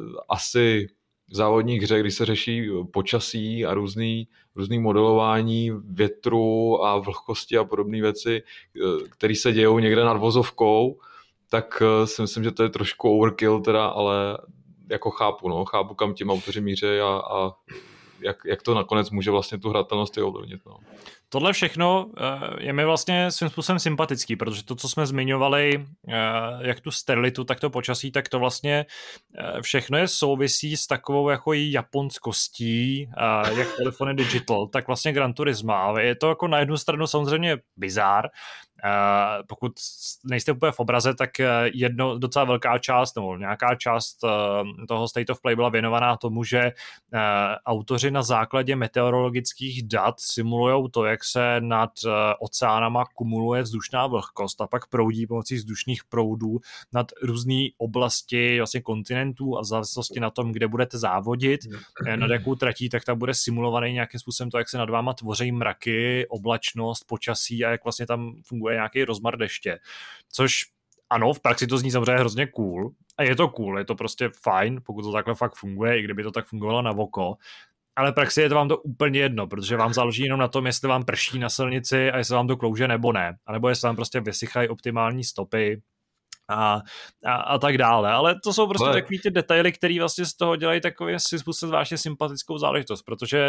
asi v závodních hře, když se řeší počasí a různý, různý modelování větru a vlhkosti a podobné věci, které se dějou někde nad vozovkou, tak si myslím, že to je trošku overkill teda, ale jako chápu, no, chápu, kam tím autoři míří a, a jak, jak to nakonec může vlastně tu hratelnost ovlivnit, no. Tohle všechno je mi vlastně svým způsobem sympatický, protože to, co jsme zmiňovali, jak tu sterilitu, tak to počasí, tak to vlastně všechno je souvisí s takovou jako japonskostí, jak telefony digital, tak vlastně Gran Turismo. A je to jako na jednu stranu samozřejmě bizár. Pokud nejste úplně v obraze, tak jedno docela velká část nebo nějaká část toho State of Play byla věnovaná tomu, že autoři na základě meteorologických dat simulujou to, jak se nad oceánama kumuluje vzdušná vlhkost a pak proudí pomocí vzdušných proudů nad různé oblasti vlastně kontinentů a v závislosti na tom, kde budete závodit, nad jakou tratí, tak tam bude simulovaný nějakým způsobem to, jak se nad váma tvoří mraky, oblačnost, počasí a jak vlastně tam funguje nějaký rozmar deště. Což ano, v praxi to zní samozřejmě hrozně cool a je to cool, je to prostě fajn, pokud to takhle fakt funguje, i kdyby to tak fungovalo na oko. Ale v praxi je to vám to úplně jedno, protože vám záleží jenom na tom, jestli vám prší na silnici a jestli vám to klouže nebo ne. A nebo jestli vám prostě vysychají optimální stopy a, a, a tak dále. Ale to jsou prostě takový ty detaily, které vlastně z toho dělají takový si způsob zvláště sympatickou záležitost, protože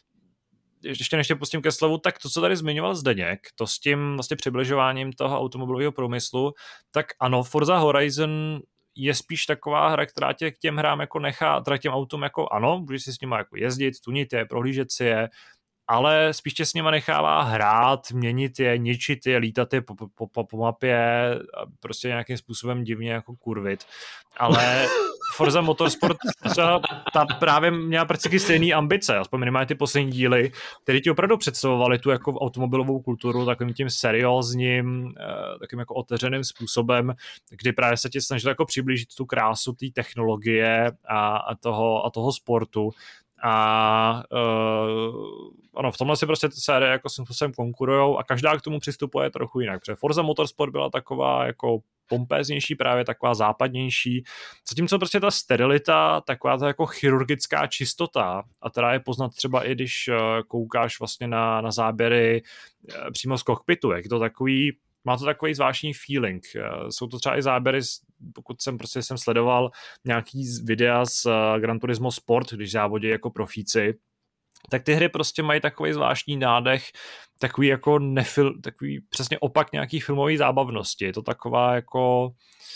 ještě než tě pustím ke slovu, tak to, co tady zmiňoval Zdeněk, to s tím vlastně přibližováním toho automobilového průmyslu, tak ano, Forza Horizon je spíš taková hra, která tě k těm hrám jako nechá, teda těm autům jako ano, můžeš si s nima jako jezdit, tunit je, prohlížet si je, ale spíš tě s nima nechává hrát, měnit je, ničit je, lítat je po, po, po, po mapě a prostě nějakým způsobem divně jako kurvit. Ale Forza Motorsport třeba ta právě měla prakticky stejný ambice, aspoň minimálně ty poslední díly, které ti opravdu představovaly tu jako automobilovou kulturu takovým tím seriózním, takovým jako otevřeným způsobem, kdy právě se ti snažili jako přiblížit tu krásu té technologie a, a, toho, a toho sportu. A uh, ono, v tomhle si prostě ty série jako svým způsobem konkurujou a každá k tomu přistupuje trochu jinak, protože Forza Motorsport byla taková jako pompéznější, právě taková západnější, zatímco prostě ta sterilita, taková ta jako chirurgická čistota, a teda je poznat třeba i když koukáš vlastně na, na záběry přímo z kokpitu, jak je to takový, má to takový zvláštní feeling. Jsou to třeba i záběry, pokud jsem prostě jsem sledoval nějaký videa z Gran Turismo Sport, když závodí jako profíci, tak ty hry prostě mají takový zvláštní nádech, takový jako nefil, takový přesně opak nějaký filmové zábavnosti. Je to taková jako,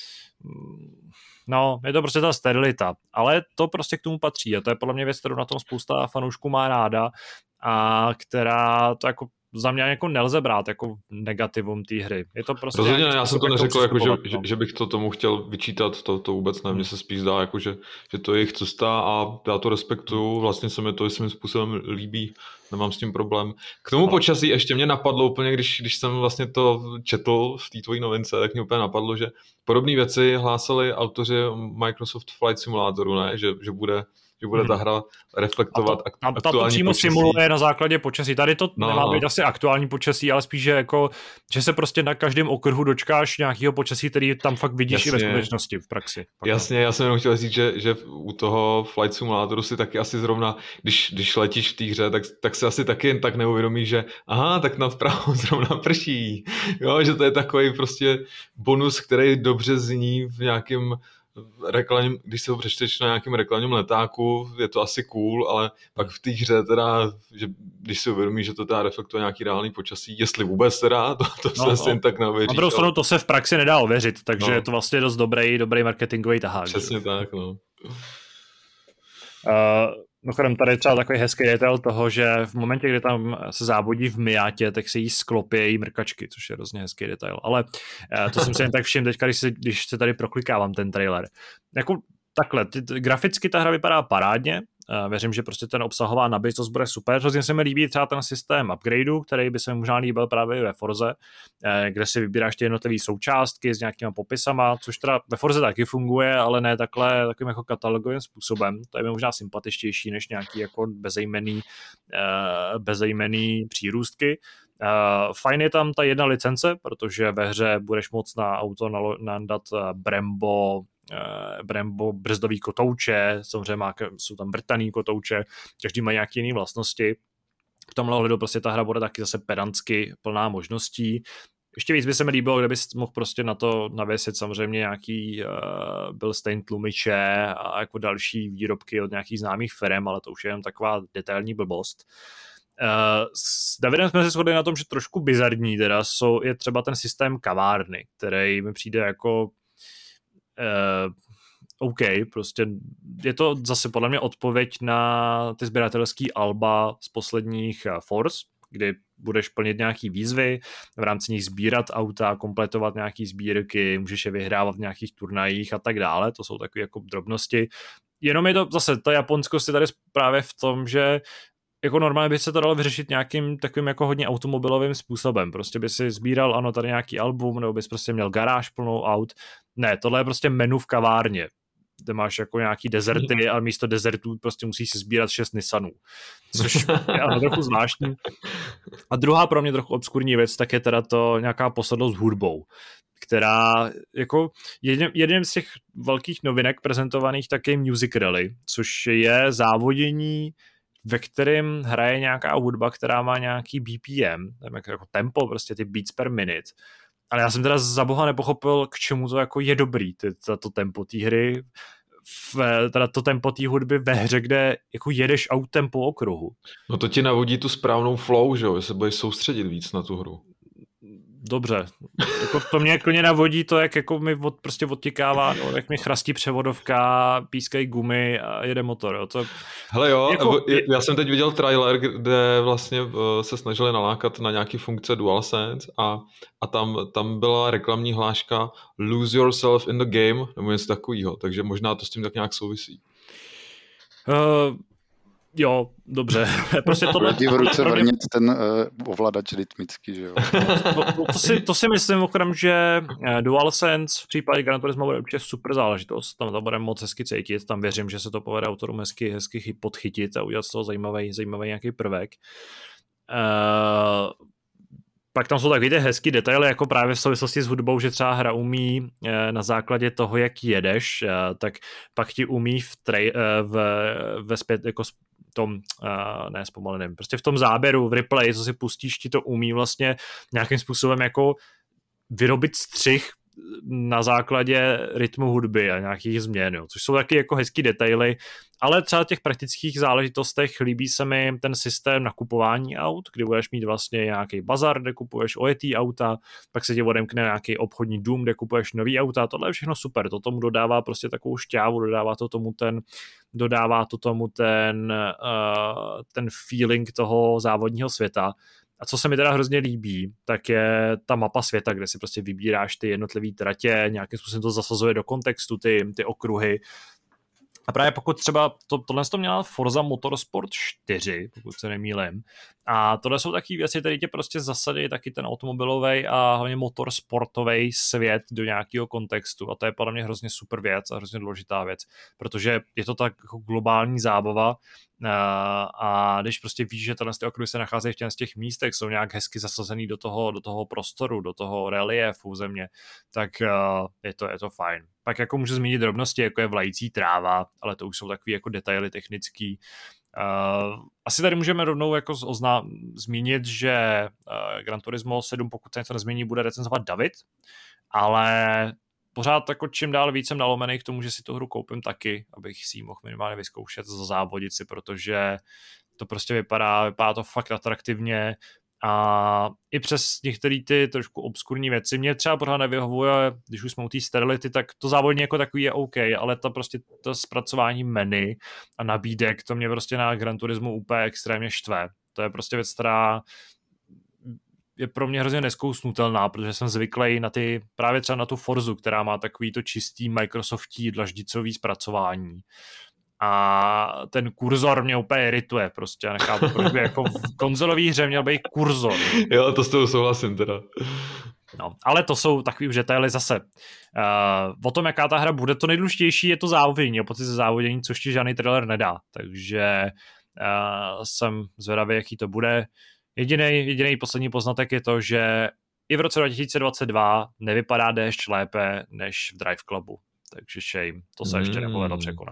no, je to prostě ta sterilita, ale to prostě k tomu patří a to je podle mě věc, kterou na tom spousta fanoušků má ráda a která to jako za mě jako nelze brát jako negativum té hry. Je to prostě rozhodně, já jsem to neřekl, jako, že, že, že, bych to tomu chtěl vyčítat, to, to vůbec ne, mně se spíš zdá, jako, že, že to je jejich cesta a já to respektuju, vlastně se mi to svým způsobem líbí, nemám s tím problém. K tomu počasí ještě mě napadlo úplně, když, když jsem vlastně to četl v té tvojí novince, tak mě úplně napadlo, že podobné věci hlásali autoři Microsoft Flight Simulatoru, ne? Že, že bude že bude ta hra reflektovat a to, a aktuální to přímo počasí. simuluje na základě počasí. Tady to no, nemá no. být asi aktuální počasí, ale spíš, že, jako, že se prostě na každém okruhu dočkáš nějakého počasí, který tam fakt vidíš Jasně. i ve skutečnosti v praxi. Jasně, já jsem jenom chtěl říct, že, že u toho Flight Simulatoru si taky asi zrovna, když, když letíš v té hře, tak, tak si asi taky jen tak neuvědomíš, že aha, tak nadpravo zrovna prší. Jo, že to je takový prostě bonus, který dobře zní v nějakém reklamním, když se ho přečteš na nějakém reklamním letáku, je to asi cool, ale pak v té hře teda, že když si uvědomíš, že to teda reflektuje nějaký reálný počasí, jestli vůbec teda, to, to no, se no. jen tak neuvěříš. Na druhou stranu to se v praxi nedá ověřit, takže no. je to vlastně dost dobrý, dobrý marketingový tahák. Přesně že? Tak, no. Uh, Mimochodem, tady je třeba takový hezký detail toho, že v momentě, kdy tam se závodí v Miátě, tak se jí sklopějí mrkačky, což je hrozně hezký detail. Ale uh, to jsem si jen tak všiml teďka, když se, když se tady proklikávám ten trailer. Jako takhle, ty, ty, graficky ta hra vypadá parádně, uh, věřím, že prostě ten obsahová nabídka bude super. Hrozně se mi líbí třeba ten systém upgradeů, který by se mi možná líbil právě ve Forze, uh, kde si vybíráš ty jednotlivé součástky s nějakýma popisama, což teda ve Forze taky funguje, ale ne takhle takovým jako katalogovým způsobem. To je mi možná sympatičtější než nějaký jako bezejmenný, uh, bezejmenný přírůstky. Uh, fajn je tam ta jedna licence, protože ve hře budeš moct na auto nandat Brembo, Uh, Brembo brzdový kotouče, samozřejmě má, jsou tam vrtaný kotouče, každý má nějaké jiné vlastnosti. V tomhle ohledu prostě ta hra bude taky zase pedantsky plná možností. Ještě víc by se mi líbilo, kdyby mohl prostě na to navěsit samozřejmě nějaký uh, Bilstein tlumiče a jako další výrobky od nějakých známých firem, ale to už je jen taková detailní blbost. Uh, s Davidem jsme se shodli na tom, že trošku bizarní teda jsou, je třeba ten systém kavárny, který mi přijde jako Uh, OK, prostě je to zase podle mě odpověď na ty sběratelský alba z posledních Force, kdy budeš plnit nějaký výzvy, v rámci nich sbírat auta, kompletovat nějaký sbírky, můžeš je vyhrávat v nějakých turnajích a tak dále, to jsou takové jako drobnosti. Jenom je to zase, ta japonskost je tady právě v tom, že jako normálně by se to dalo vyřešit nějakým takovým jako hodně automobilovým způsobem. Prostě by si sbíral, ano, tady nějaký album, nebo bys prostě měl garáž plnou aut. Ne, tohle je prostě menu v kavárně, kde máš jako nějaký dezerty a místo dezertů prostě musíš si sbírat šest Nissanů. Což je ano, trochu zvláštní. A druhá pro mě trochu obskurní věc, tak je teda to nějaká posedlost hudbou, která jako jedním, jedním z těch velkých novinek prezentovaných taky Music Rally, což je závodění, ve kterém hraje nějaká hudba, která má nějaký B P M, jako tempo, prostě ty beats per minute. Ale já jsem teda za boha nepochopil, k čemu to jako je dobrý, ty, to tempo té hry, v, teda to tempo té hudby ve hře, kde jako jedeš autem po okruhu. No to ti navodí tu správnou flow, že jo, že se budeš soustředit víc na tu hru. Dobře, jako to mě klidně navodí to, jak jako mi od, prostě odtikává, no, jak mi chrastí převodovka, pískají gumy a jede motor. Jo. To, hele jo, jako, je, já jsem teď viděl trailer, kde vlastně se snažili nalákat na nějaký funkce DualSense a, a tam, tam byla reklamní hláška Lose yourself in the game, nebo něco takového, takže možná to s tím tak nějak souvisí. Uh, Jo, dobře. Prostě tohle... v ruce vrnět ten uh, ovladač rytmický, že jo. To, to, to, si, to si myslím okrem, že DualSense v případě Gran Turismo bude určitě super záležitost. Tam to bude moc hezky cítit. Tam věřím, že se to povede autorům hezky, hezky podchytit a udělat z toho zajímavý, zajímavý nějaký prvek. Uh, pak tam jsou takový ty hezký detaily, jako právě v souvislosti s hudbou, že třeba hra umí uh, na základě toho, jak jedeš, uh, tak pak ti umí v, trej, uh, v, ve zpět, jako tom, uh, ne zpomaleným, prostě v tom záběru, v replay, co si pustíš, ti to umí vlastně nějakým způsobem jako vyrobit střih na základě rytmu hudby a nějakých změn, jo, což jsou taky jako hezký detaily, ale třeba v těch praktických záležitostech líbí se mi ten systém nakupování aut, kdy budeš mít vlastně nějaký bazar, kde kupuješ ojetý auta, pak se tě odemkne nějaký obchodní dům, kde kupuješ nový auta, tohle je všechno super, to tomu dodává prostě takovou šťávu, dodává to tomu ten, dodává to tomu ten, uh, ten feeling toho závodního světa. A co se mi teda hrozně líbí, tak je ta mapa světa, kde si prostě vybíráš ty jednotlivé tratě, nějakým způsobem to zasazuje do kontextu, ty, ty okruhy. A právě pokud třeba, to, tohle to měla Forza Motorsport čtyři, pokud se nemýlím, a tohle jsou takové věci, které tě prostě zasadí taky ten automobilový a hlavně motorsportový svět do nějakého kontextu a to je podle mě hrozně super věc a hrozně důležitá věc, protože je to tak jako globální zábava a když prostě víš, že tenhle ty okruhy se nacházejí v těch, z těch místech, jsou nějak hezky zasazený do toho, do toho prostoru, do toho reliefu země, tak je to, je to fajn. Pak jako můžu zmínit drobnosti, jako je vlající tráva, ale to už jsou takový jako detaily technický. Uh, asi tady můžeme rovnou jako ozná, zmínit, že uh, Gran Turismo sedm, pokud se něco nezmění, bude recenzovat David, ale pořád jako čím dál víc jsem nalomený k tomu, že si tu hru koupím taky, abych si ji mohl minimálně vyzkoušet, závodit si, protože to prostě vypadá, vypadá to fakt atraktivně a i přes některé ty trošku obskurní věci, mě třeba pořád nevyhovuje, když už jsme u té sterility, tak to závodní jako takový je OK, ale to prostě to zpracování menu a nabídek, to mě prostě na Gran Turismo úplně extrémně štve. To je prostě věc, která je pro mě hrozně neskousnutelná, protože jsem zvyklý na ty, právě třeba na tu Forzu, která má takový to čistý Microsoftí dlaždicový zpracování. A ten kurzor mě úplně irituje, prostě nechápu, proč by jako v konzolový hře měl být kurzor. Jo, to s tou souhlasím teda. No, ale to jsou takový už detaily zase. Uh, o tom, jaká ta hra bude, to nejdůležitější je to závodění, o pocit ze závodění, což ti žádný trailer nedá, takže uh, jsem zvědavý, jaký to bude. Jedinej, jedinej poslední poznatek je to, že i v roce dva tisíce dvacet dva nevypadá déšť lépe než v Drive Clubu, takže shame, to se mm. ještě nepovedlo překonat.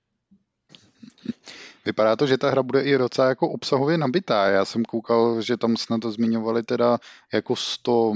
Vypadá to, že ta hra bude i docela jako obsahově nabitá. Já jsem koukal, že tam snad to zmiňovali teda jako sto,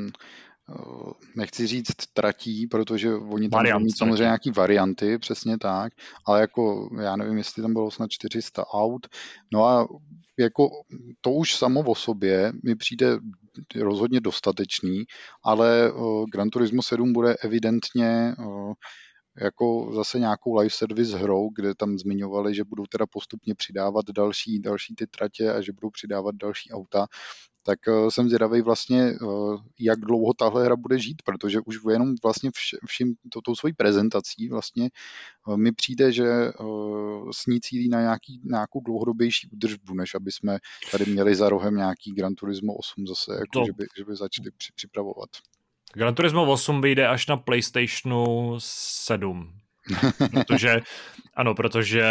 nechci říct tratí, protože oni tam budou mít samozřejmě nějaký varianty, přesně tak, ale jako já nevím, jestli tam bylo snad čtyři sta aut. No a jako to už samo o sobě mi přijde rozhodně dostatečný, ale Gran Turismo sedm bude evidentně jako zase nějakou live service hrou, kde tam zmiňovali, že budou teda postupně přidávat další, další ty tratě a že budou přidávat další auta, tak jsem zvědavý vlastně, jak dlouho tahle hra bude žít, protože už jenom vlastně vším to, tou svojí prezentací vlastně mi přijde, že s ní cílí na nějaký, nějakou dlouhodobější údržbu, než aby jsme tady měli za rohem nějaký Gran Turismo osm zase, jako to... že, by, že by začali při, připravovat. Gran Turismo osm vyjde až na PlayStationu sedm. protože, ano, protože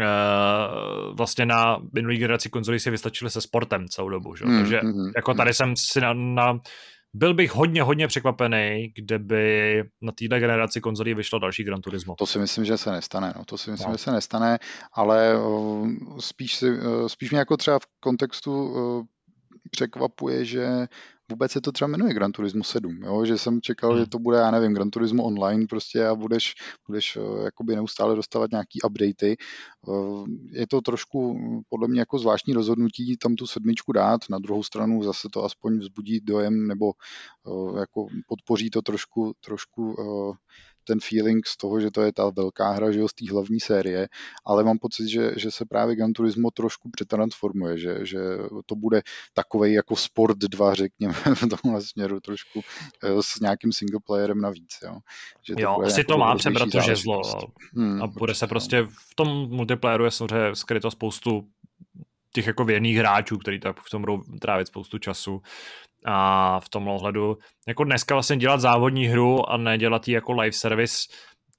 uh, vlastně na minulý generaci konzolí si vystačili se sportem celou dobu, že? Mm, takže mm, jako tady mm. jsem si na, na byl bych hodně, hodně překvapený, kdyby na této generaci konzolí vyšlo další Gran Turismo. To si myslím, že se nestane, no. To si myslím, no. že se nestane, ale uh, spíš, si, uh, spíš mě jako třeba v kontextu uh, překvapuje, že vůbec se to třeba jmenuje Gran Turismo sedm, jo? Že jsem čekal, hmm. že to bude, já nevím, Gran Turismo online prostě a budeš, budeš uh, jakoby neustále dostávat nějaký updaty. Uh, je to trošku podle mě jako zvláštní rozhodnutí tam tu sedmičku dát, na druhou stranu zase to aspoň vzbudí dojem nebo uh, jako podpoří to trošku, trošku uh, ten feeling z toho, že to je ta velká hra, že jo, z té hlavní série, ale mám pocit, že, že se právě Gran Turismo trošku přetransformuje, že, že to bude takovej jako Sport dva, řekněme, v tomhle směru trošku s nějakým singleplayerem navíc, jo. Že to jo, asi to má přebrat to žezlo hmm, a bude se prostě v tom multiplayeru je samozřejmě skryto spoustu těch jako věrných hráčů, který tak v tom budou trávit spoustu času. A v tom ohledu, jako dneska vlastně dělat závodní hru a nedělat ji jako live service,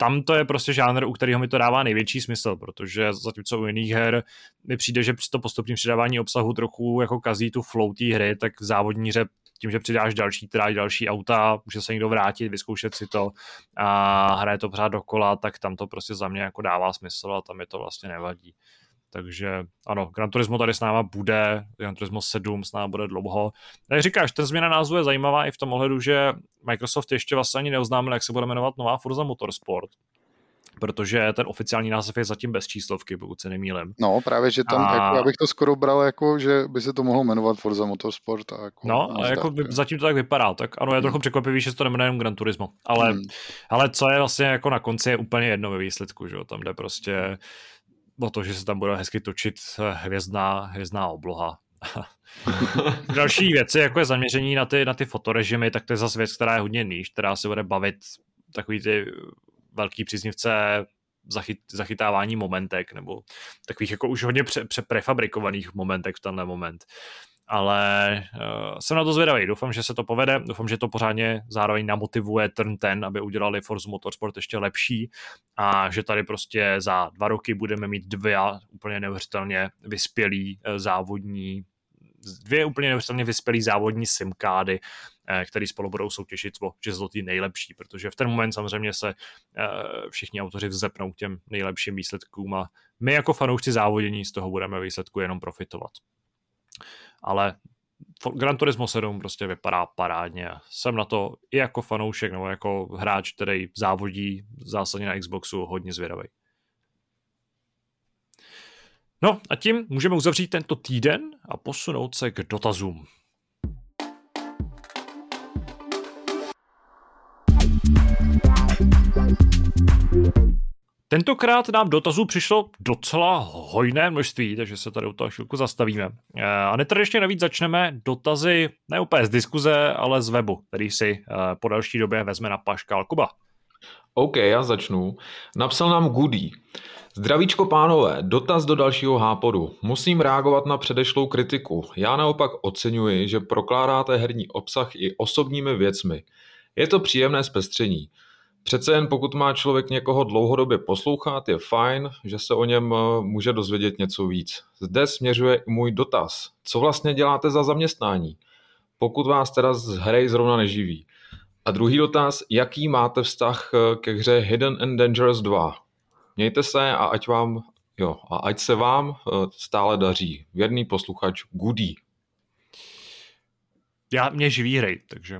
tam to je prostě žánr, u kterého mi to dává největší smysl, protože zatímco u jiných her mi přijde, že při to postupném přidávání obsahu trochu jako kazí tu flow té hry, tak v závodní hře tím, že přidáš další tráť, další auta, může se někdo vrátit, vyzkoušet si to a hraje to pořád dokola, tak tam to prostě za mě jako dává smysl a tam mi to vlastně nevadí. Takže ano, Gran Turismo tady s náma bude, Gran Turismo sedm s náma bude dlouho. Jak říkáš, ten změna názvu je zajímavá i v tom ohledu, že Microsoft ještě vlastně ani neoznámil, jak se bude jmenovat nová Forza Motorsport, protože ten oficiální název je zatím bez číslovky, pokud se nemýlím. No, právě, že tam, a... jako, já bych to skoro bral jako, že by se to mohlo jmenovat Forza Motorsport. A jako no, a jako by, zatím to tak vypadá, tak ano, je trochu hmm. překvapivý, že se to nemenuje jenom Gran Turismo, ale, hmm. ale co je vlastně jako na konci je úplně jedno ve výsledku, že jo, tam jde prostě o to, že se tam bude hezky točit hvězdná, hvězdná obloha. Další věci, jako je zaměření na ty, na ty fotorežimy, tak to je zase věc, která je hodně níž, která se bude bavit takový ty velký příznivce zachyt, zachytávání momentek, nebo takových jako už hodně pře, pře, prefabrikovaných momentek v tenhle moment. Ale uh, jsem na to zvědavý, doufám, že se to povede, doufám, že to pořádně zároveň namotivuje Turn ten, aby udělali Forza Motorsport ještě lepší a že tady prostě za dva roky budeme mít dvě úplně neuvěřitelně vyspělý uh, závodní, dvě úplně neuvěřitelně vyspělý závodní simkády, uh, které spolu budou soutěžit o žezlotý nejlepší, protože v ten moment samozřejmě se uh, všichni autoři vzepnou k těm nejlepším výsledkům a my jako fanoušci závodění z toho budeme výsledku jenom profitovat. Ale Gran Turismo sedm prostě vypadá parádně. Jsem na to i jako fanoušek nebo jako hráč, který závodí zásadně na Xboxu, hodně zvědavý. No a tím můžeme uzavřít tento týden a posunout se k dotazům. Tentokrát nám dotazů přišlo docela hojné množství, takže se tady u toho chvilku zastavíme. A netradičně navíc začneme dotazy ne úplně z diskuze, ale z webu, který si po další době vezme na paškál Kuba. OK, já začnu. Napsal nám Goody. Zdravíčko pánové, dotaz do dalšího hápodu. Musím reagovat na předešlou kritiku. Já naopak oceňuji, že prokládáte herní obsah i osobními věcmi. Je to příjemné zpestření. Přece jen pokud má člověk někoho dlouhodobě poslouchat, je fajn, že se o něm může dozvědět něco víc. Zde směřuje i můj dotaz. Co vlastně děláte za zaměstnání? Pokud vás teda z hry zrovna neživí. A druhý dotaz, jaký máte vztah ke hře Hidden and Dangerous dva? Mějte se a ať vám, jo, a ať se vám stále daří. Věrný posluchač Goody. Já mě živí hry, takže...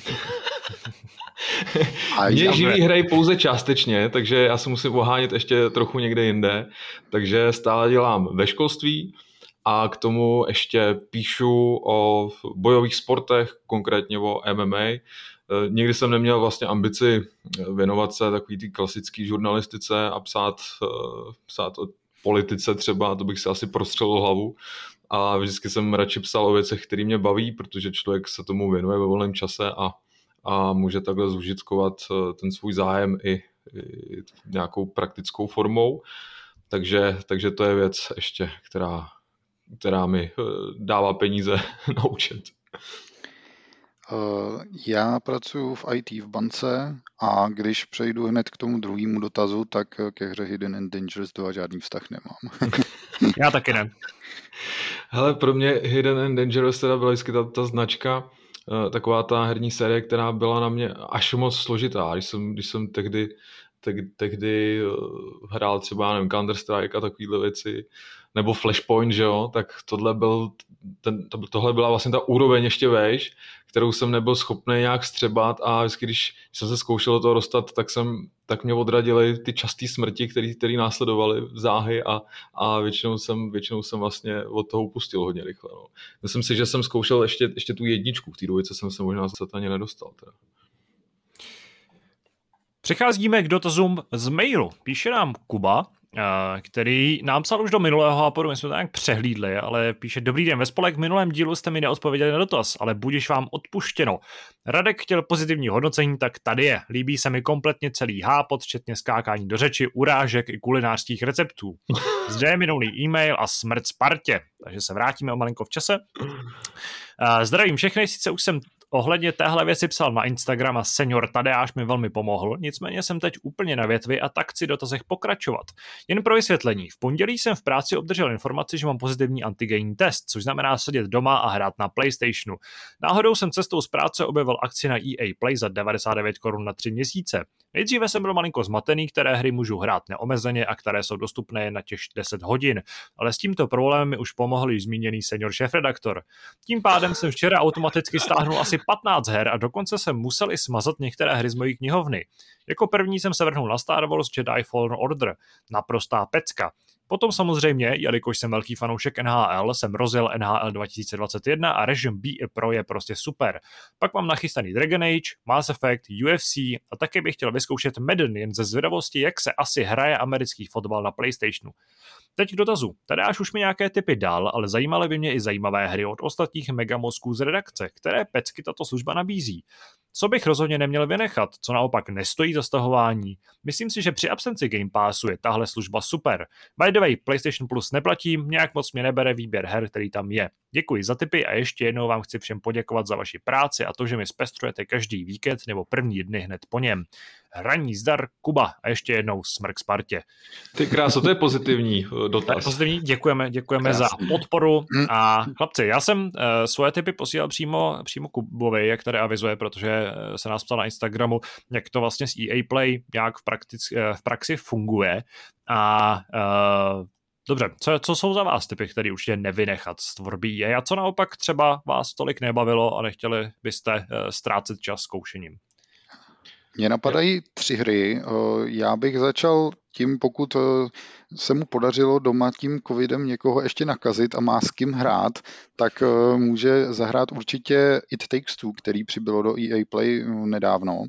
Mě živí hry pouze částečně, takže já se musím ohánět ještě trochu někde jinde. Takže stále dělám ve školství a k tomu ještě píšu o bojových sportech, konkrétně o M M A. Nikdy jsem neměl vlastně ambici věnovat se takový ty klasický žurnalistice a psát, psát o politice třeba, to bych si asi prostřelil hlavu. A vždycky jsem radši psal o věcech, které mě baví, protože člověk se tomu věnuje ve volném čase a a může takhle zužitkovat ten svůj zájem i, i nějakou praktickou formou. Takže, takže to je věc ještě, která, která mi dává peníze na účet. Já pracuji v í té v bance a když přejdu hned k tomu druhému dotazu, tak ke hře Hidden and Dangerous dva žádný vztah nemám. Já taky ne. Hele, pro mě Hidden and Dangerous teda byla vždycky ta, ta značka, taková ta herní série, která byla na mě až moc složitá. Když jsem, když jsem tehdy, tehdy, tehdy hrál třeba, nevím, Counter-Strike a takovýhle věci, nebo Flashpoint, že jo, tak tohle, byl, ten, tohle byla vlastně ta úroveň ještě vejš, kterou jsem nebyl schopný nějak střebat a vždycky, když jsem se zkoušel do toho dostat, tak, jsem, tak mě odradily ty časté smrti, které následovaly záhy a, a většinou, jsem, většinou jsem vlastně od toho upustil hodně rychle. No. Myslím si, že jsem zkoušel ještě, ještě tu jedničku, v té dvojice jsem se možná zase ani nedostal. Teda. Přicházíme k dotazům z mailu. Píše nám Kuba, který nám psal už do minulého hápodu, my jsme to nějak přehlídli, ale píše: dobrý den, ve spolek v minulém dílu jste mi neodpověděli na dotaz, ale budiž vám odpuštěno. Radek chtěl pozitivní hodnocení, tak tady je. Líbí se mi kompletně celý hápod, včetně skákání do řeči, urážek i kulinářských receptů. Zde je minulý e-mail a smrt Spartě, takže se vrátíme o malinko v čase. Zdravím všechny, sice už jsem ohledně téhle věci psal na Instagram a senior Tadeáš mi velmi pomohl, nicméně jsem teď úplně na větvi a tak chci dotazech pokračovat. Jen pro vysvětlení, v pondělí jsem v práci obdržel informaci, že mám pozitivní antigenní test, což znamená sedět doma a hrát na PlayStationu. Náhodou jsem cestou z práce objevil akci na E A Play za devadesát devět korun na tři měsíce. Nejdříve jsem byl malinko zmatený, které hry můžu hrát neomezeně a které jsou dostupné na těch deset hodin, ale s tímto problémem mi už pomohl již zmíněný senior šéfredaktor. Tím pádem jsem včera automaticky stáhnul asi patnáct her a dokonce jsem musel i smazat některé hry z mojí knihovny. Jako první jsem se vrhnul na Star Wars Jedi Fallen Order, naprostá pecka. Potom samozřejmě, jelikož jsem velký fanoušek N H L, jsem rozjel N H L dva tisíce dvacet jedna a režim B Pro je prostě super. Pak mám nachystaný Dragon Age, Mass Effect, U F C a také bych chtěl vyzkoušet Madden jen ze zvědavosti, jak se asi hraje americký fotbal na PlayStationu. Teď k dotazu. Tady až už mi nějaké tipy dal, ale zajímaly by mě i zajímavé hry od ostatních megamozků z redakce, které pecky tato služba nabízí. Co bych rozhodně neměl vynechat, co naopak nestojí za stahování. Myslím si, že při absenci Game Passu je tahle služba super. By the way, PlayStation Plus neplatím, nějak moc mě nebere výběr her, který tam je. Děkuji za tipy a ještě jednou vám chci všem poděkovat za vaši práci a to, že mi zpestřujete každý víkend nebo první dny hned po něm. Hraní zdar, Kuba, a ještě jednou smrk Spartě. Ty kráso, to je pozitivní dotaz. Tak, pozitivní, děkujeme, děkujeme Krásný. za podporu a chlapci, já jsem uh, svoje tipy posílal přímo, přímo Kubovi, jak tady avizuje, protože se nás ptal na Instagramu, jak to vlastně s E A Play nějak v, praktic, v praxi funguje a uh, dobře, co, co jsou za vás typy, které určitě nevynechat z tvorby E A a co naopak třeba vás tolik nebavilo a nechtěli byste uh, ztrácet čas zkoušením? Mně napadají tři hry. Já bych začal tím, pokud se mu podařilo doma tím covidem někoho ještě nakazit a má s kým hrát, tak může zahrát určitě It Takes Two, který přibylo do E A Play nedávno.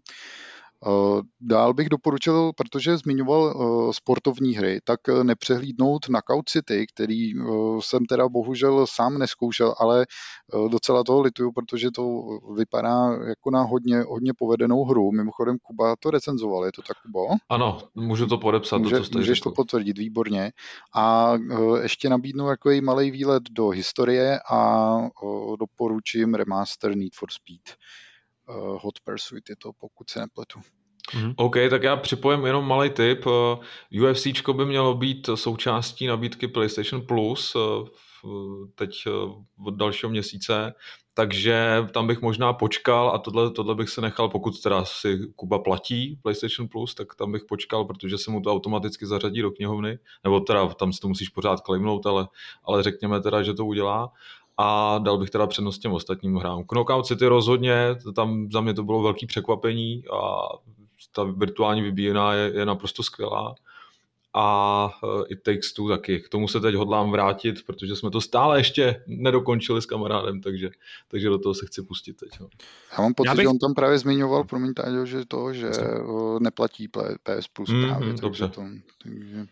Dál bych doporučil, protože zmiňoval sportovní hry, tak nepřehlídnout Knockout City, který jsem teda bohužel sám neskoušel, ale docela toho lituju, protože to vypadá jako na hodně, hodně povedenou hru. Mimochodem Kuba to recenzoval, je to tak, Kubo? Ano, můžu to podepsat. Může, to, co můžeš řekl. to potvrdit, výborně. A ještě nabídnu takový malý výlet do historie a doporučím remaster Need for Speed. Hot Pursuit je to, pokud se nepletu. Mm-hmm. OK, tak já připojím jenom malý tip. UFCčko by mělo být součástí nabídky PlayStation Plus teď od dalšího měsíce, takže tam bych možná počkal a tohle, tohle bych se nechal, pokud teda si Kuba platí PlayStation Plus, tak tam bych počkal, protože se mu to automaticky zařadí do knihovny, nebo teda tam si to musíš pořád claimnout, ale, ale řekněme teda, že to udělá. A dal bych teda přednost těm ostatním hrám. Knockout City rozhodně, tam za mě to bylo velký překvapení a ta virtuální vybíjená je, je naprosto skvělá. A It Takes Two taky. K tomu se teď hodlám vrátit, protože jsme to stále ještě nedokončili s kamarádem, takže, takže do toho se chci pustit teď. No. Já mám pocit, Já bych... že on tam právě zmiňoval, promiň, Táďo, že to, že neplatí P S Plus mm, právě. Mm, dobře. To, takže...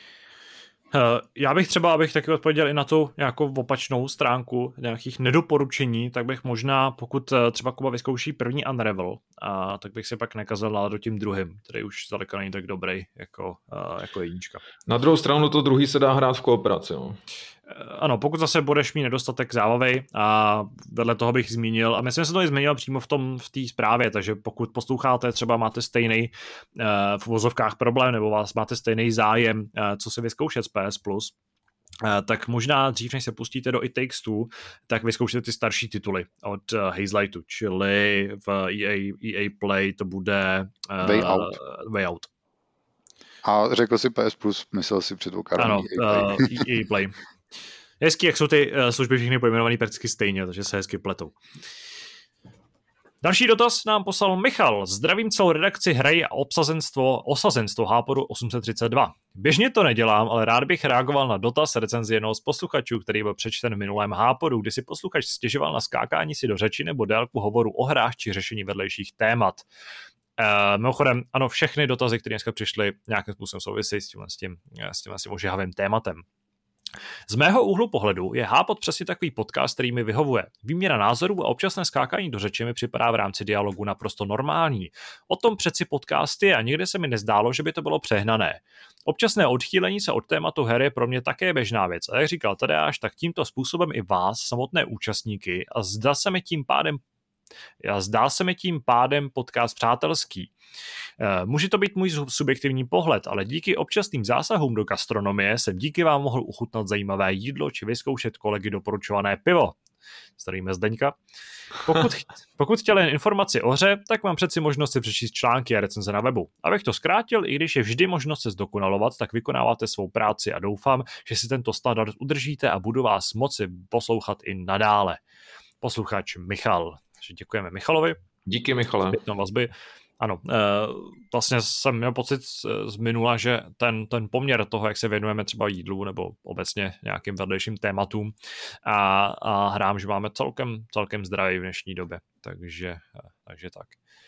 Já bych třeba, abych taky odpověděl i na tu nějakou opačnou stránku nějakých nedoporučení, tak bych možná, pokud třeba Kuba vyzkouší první Unravel, a tak bych si pak nekazal náladu tím druhým, který už zdaleka není tak dobrý jako, jako jednička. Na druhou stranu to druhý se dá hrát v kooperaci. No. Ano, pokud zase budeš mít nedostatek zábavy a vedle toho bych zmínil, a myslím, že se to i zmínil přímo v tom v té zprávě, takže pokud posloucháte, třeba máte stejný uh, v vozovkách problém, nebo vás máte stejný zájem, uh, co si vyzkoušet z P S Plus, uh, tak možná dřív, než se pustíte do It Takes Two, tak vyzkoušete ty starší tituly od uh, Hazelightu, čili v E A, E A Play to bude uh, Way Out. Way Out. A řekl si P S Plus, myslel si předpokládám ano, E A Play. Uh, E A Play. Hezky, jak jsou ty uh, služby všechny pojmenované prakticky stejně, takže se hezky pletou. Další dotaz nám poslal Michal. Zdravím celou redakci hry a obsazenstvo, osazenstvo Hápodu osm set třicet dva. Běžně to nedělám, ale rád bych reagoval na dotaz recenzi jednoho z posluchačů, který byl přečten v minulém Hápodu, kdy si posluchač stěžoval na skákání si do řeči nebo délku hovoru o hrách či řešení vedlejších témat. Uh, mimochodem, ano, všechny dotazy, které dneska přišly, nějakým způsobem souvisí s tímhle, s tím, s tímhle, s tím ožehavým tématem. Z mého úhlu pohledu je Hápod přesně takový podcast, který mi vyhovuje. Výměna názorů a občasné skákání do řeči mi připadá v rámci dialogu naprosto normální. O tom přeci podcast je a nikdy se mi nezdálo, že by to bylo přehnané. Občasné odchýlení se od tématu her je pro mě také běžná věc. A jak říkal Tadeáš, tak tímto způsobem i vás, samotné účastníky, a zda se mi tím pádem Zdá se mi tím pádem podcast přátelský. Může to být můj subjektivní pohled, ale díky občasným zásahům do gastronomie jsem díky vám mohl uchutnat zajímavé jídlo či vyzkoušet kolegy doporučované pivo. Zdravíme Zdeňka. Pokud, pokud chtěl jen informaci o hře, tak mám přeci možnost si přečíst články a recenze na webu. Abych to zkrátil, i když je vždy možnost se zdokonalovat, tak vykonáváte svou práci a doufám, že si tento standard udržíte a budu vás moci poslouchat i nadále. Posluchač Michal. Takže děkujeme Michalovi. Díky, Michale. Zpětnou vazby. Ano, vlastně jsem měl pocit z minula, že ten, ten poměr toho, jak se věnujeme třeba jídlu nebo obecně nějakým vedlejším tématům a, a hrám, že máme celkem, celkem zdravý v dnešní době. Takže, takže tak.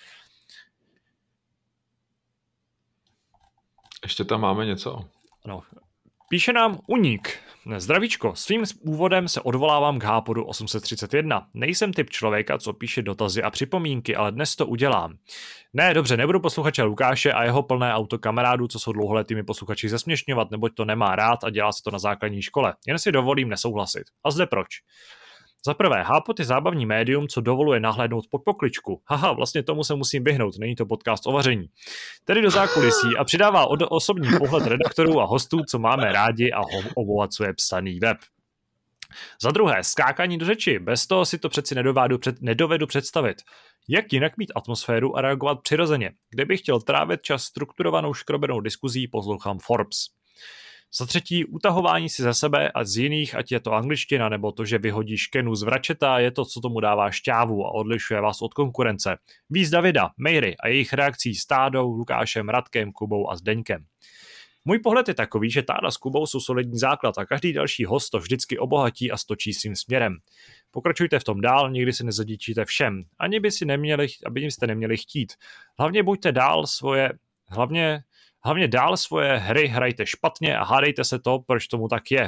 Ještě tam máme něco. Ano. Píše nám Uník. Zdravíčko, svým úvodem se odvolávám k Hápodu osm set třicet jedna. Nejsem typ člověka, co píše dotazy a připomínky, ale dnes to udělám. Ne, dobře, nebudu posluchače Lukáše a jeho plné auto kamarádů, co jsou dlouholetými posluchači, zesměšňovat, neboť to nemá rád a dělá se to na základní škole. Jen si dovolím nesouhlasit. A zde proč? Za prvé, Hápot je zábavní médium, co dovoluje nahlédnout pod pokličku. Haha, vlastně tomu se musím vyhnout, není to podcast o vaření. Tedy do zákulisí a přidává od osobní pohled redaktorů a hostů, co máme rádi a ho obohacuje psaný web. Za druhé, skákání do řeči, bez toho si to přeci nedovedu, před, nedovedu představit. Jak jinak mít atmosféru a reagovat přirozeně? Kde bych chtěl trávit čas strukturovanou škrobenou diskuzí, poslouchám Forbes. Za třetí, utahování si ze sebe a z jiných, ať je to angličtina nebo to, že vyhodíš Kenu z vračeta, je to, co tomu dává šťávu a odlišuje vás od konkurence. Víc Davida, Mejry a jejich reakcí s Tádou, Lukášem, Radkem, Kubou a Zdeňkem. Můj pohled je takový, že Táda s Kubou jsou solidní základ a každý další host to vždycky obohatí a stočí svým směrem. Pokračujte v tom dál, nikdy si nezadíčíte všem. Ani by si neměli, aby jste neměli chtít. Hlavně buďte dál svoje, hlavně Hlavně dál svoje hry hrajte špatně a hádejte se to, proč tomu tak je.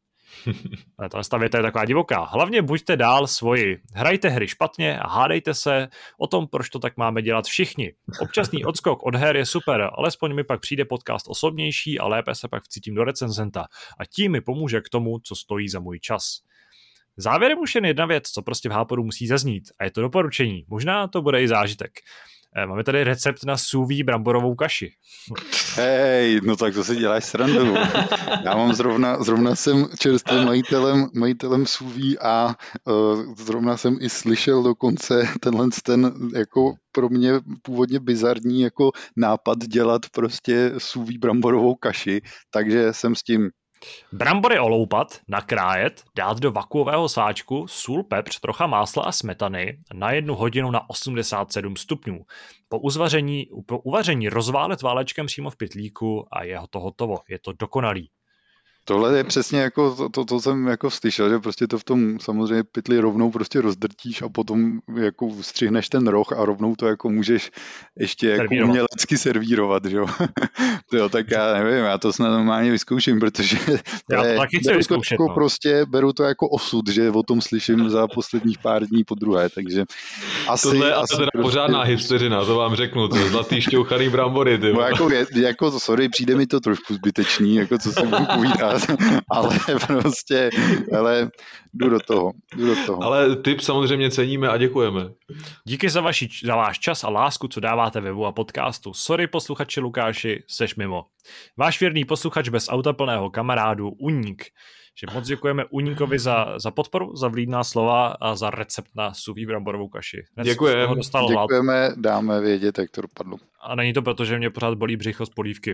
Ta věta je taková divoká. Hlavně buďte dál svoji. Hrajte hry špatně a hádejte se o tom, proč to tak máme dělat všichni. Občasný odskok od her je super, alespoň mi pak přijde podcast osobnější a lépe se pak vcítím do recenzenta. A tím mi pomůže k tomu, co stojí za můj čas. Závěrem už jen jedna věc, co prostě v Hápodu musí zaznít. A je to doporučení. Možná to bude i zážitek. Máme tady recept na sous vide bramborovou kaši. Hej, no tak to si děláš srandu. Já mám zrovna, zrovna jsem čerstvým majitelem, majitelem sous vide a uh, zrovna jsem i slyšel dokonce tenhle ten jako pro mě původně bizarní jako nápad dělat prostě sous vide bramborovou kaši, takže jsem s tím. Brambory oloupat, nakrájet, dát do vakuového sáčku, sůl, pepř, trocha másla a smetany na jednu hodinu na osmdesát sedm stupňů. Po, uzvaření, po uvaření rozválet válečkem přímo v pytlíku a je to hotovo. Je to dokonalý. Tohle je přesně jako to, to, to jsem jako slyšel, že prostě to v tom samozřejmě pytli rovnou prostě rozdrtíš a potom jako střihneš ten roh a rovnou to jako můžeš ještě jako umělecky servírovat, že jo. Jo, tak já nevím, já to snad normálně vyzkouším, protože já to je, taky chci vyzkoušet, jako no. Prostě beru to jako osud, že o tom slyším za posledních pár dní po druhé, takže asi... Tohle je asi teda prostě... pořádná hipsteřina, to vám řeknu, to je zlatý šťouchaný brambory, ty. No jako, jako, sorry, přijde mi to trošku zbytečný, jako co si budu povídat, ale prostě, ale jdu do toho, jdu do toho. Ale tip samozřejmě ceníme a děkujeme. Díky za, vaši, za váš čas a lásku, co dáváte webu a podcastu. Sorry posluchači Lukáši, seš mimo. Váš věrný posluchač bez auta plného kamarádu Uník. Že moc děkujeme Uníkovi za, za podporu, za vlídná slova a za recept na sous vide bramborovou kaši. Děkujeme. Děkujeme, dáme vědět, jak to dopadlo. A není to proto, že mě pořád bolí břicho z polívky.